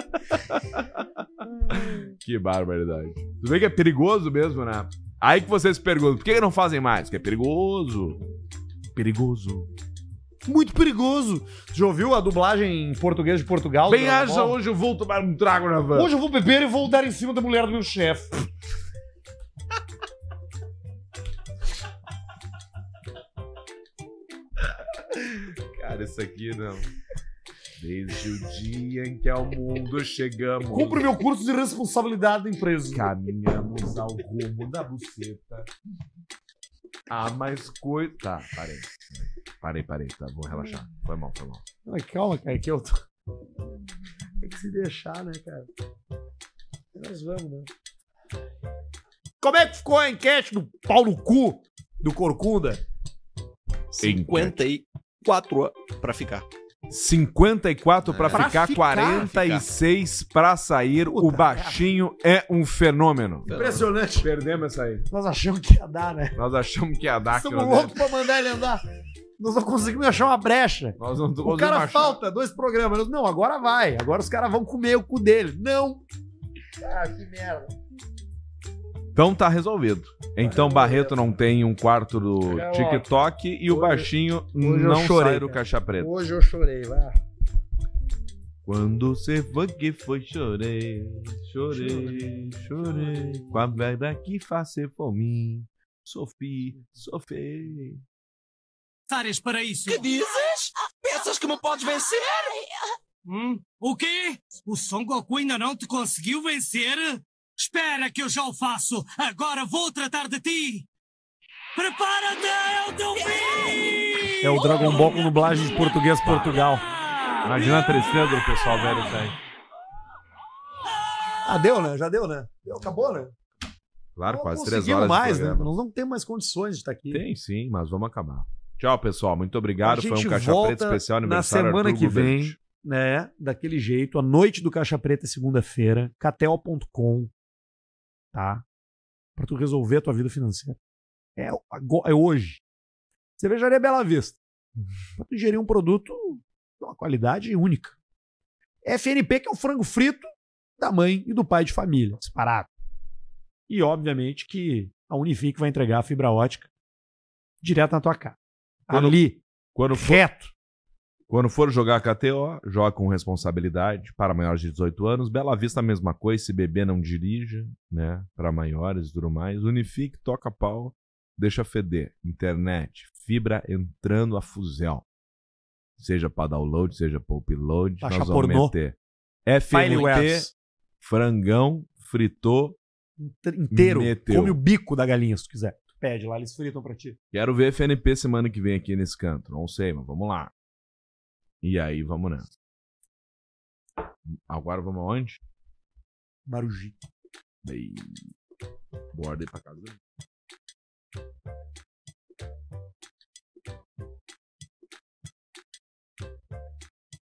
Que barbaridade. Tu vê que é perigoso mesmo, né? Aí que vocês perguntam, por que não fazem mais? Porque é perigoso. Perigoso. Muito perigoso. Já ouviu a dublagem em português de Portugal? Bem do Dragon haja, Ball? hoje eu vou tomar um trago na van. Hoje eu vou beber e vou dar em cima da mulher do meu chefe. esse aqui, não. Desde o dia em que ao mundo chegamos. Cumpre meu curso de responsabilidade da empresa. Caminhamos ao rumo da buceta. Ah, mais coisa. Tá, parei. Parei, parei, tá, vou relaxar. Foi mal, foi mal. Ai, calma, cara, que eu tô. Tem que se deixar, né, cara? Nós vamos, né? Como é que ficou a enquete do pau no cu do Corcunda? cinquenta e quatro pra ficar. cinquenta e quatro pra, Pra ficar, ficar, quarenta e seis pra sair. O baixinho é um fenômeno. Impressionante. Perdemos essa aí. Nós achamos que ia dar, né? Nós achamos que ia dar. Estamos aquilo loucos pra mandar ele andar. Nós não conseguimos achar uma brecha. Nós não o conseguimos cara achar. falta dois programas. Nós, Não, agora vai. Agora os caras vão comer o cu dele. Não. Ah, que merda. Então tá resolvido. Então Barreto não tem um quarto do É, ó. TikTok e o Hoje- baixinho hoje eu não chorei, sai do cara. Caixa Preta. Hoje eu chorei, vai. Quando você foi que foi, chorei, chorei, chorei. Com a merda que faz por mim. Sofri, sofri. Áreas para isso. Que dizes? Pensas que me podes vencer? Hum? O quê? O Son Goku ainda não te conseguiu vencer? Espera que eu já o faço. Agora vou tratar de ti. Prepara-te, é o teu fim! É o Dragon Ball com dublagem de português Portugal. Imagina a tristeza do pessoal velho daí. Ah, deu, né? Já deu, né? Deu, acabou, né? Claro, Não quase três conseguimos horas de mais, né? programa. Nós não temos mais condições de estar aqui. Tem sim, mas vamos acabar. Tchau, pessoal. Muito obrigado. A Foi um gente Caixa volta Preta especial na aniversário semana Arthur que Gubert. vem, né? Daquele jeito. A noite do Caixa Preta é segunda-feira. Catel ponto com. Tá? Pra tu resolver a tua vida financeira. É, agora, é hoje. Cervejaria Bela Vista. Pra tu ingerir um produto de uma qualidade única. F N P, que é o frango frito da mãe e do pai de família. Disparado. E, obviamente, que a Unifique vai entregar a fibra ótica direto na tua casa. Quando- Ali. Quando for, reto. Quando for jogar K T O, joga com responsabilidade. Para maiores de dezoito anos. Bela Vista, a mesma coisa. Se beber, não dirija, né? Para maiores e tudo mais. Unifique, toca pau, deixa feder. Internet, fibra entrando a fuzel. Seja para download, seja para upload. Baixa nós vamos pornô. meter F N T, Filewares. frangão, fritou, Inteiro. meteu. Come o bico da galinha, se tu quiser. Tu pede lá, eles fritam pra ti. Quero ver F N P semana que vem aqui nesse canto. Não sei, mas vamos lá. E aí, vamos nessa. Agora vamos aonde? Marugi. Daí. Bora ir pra casa.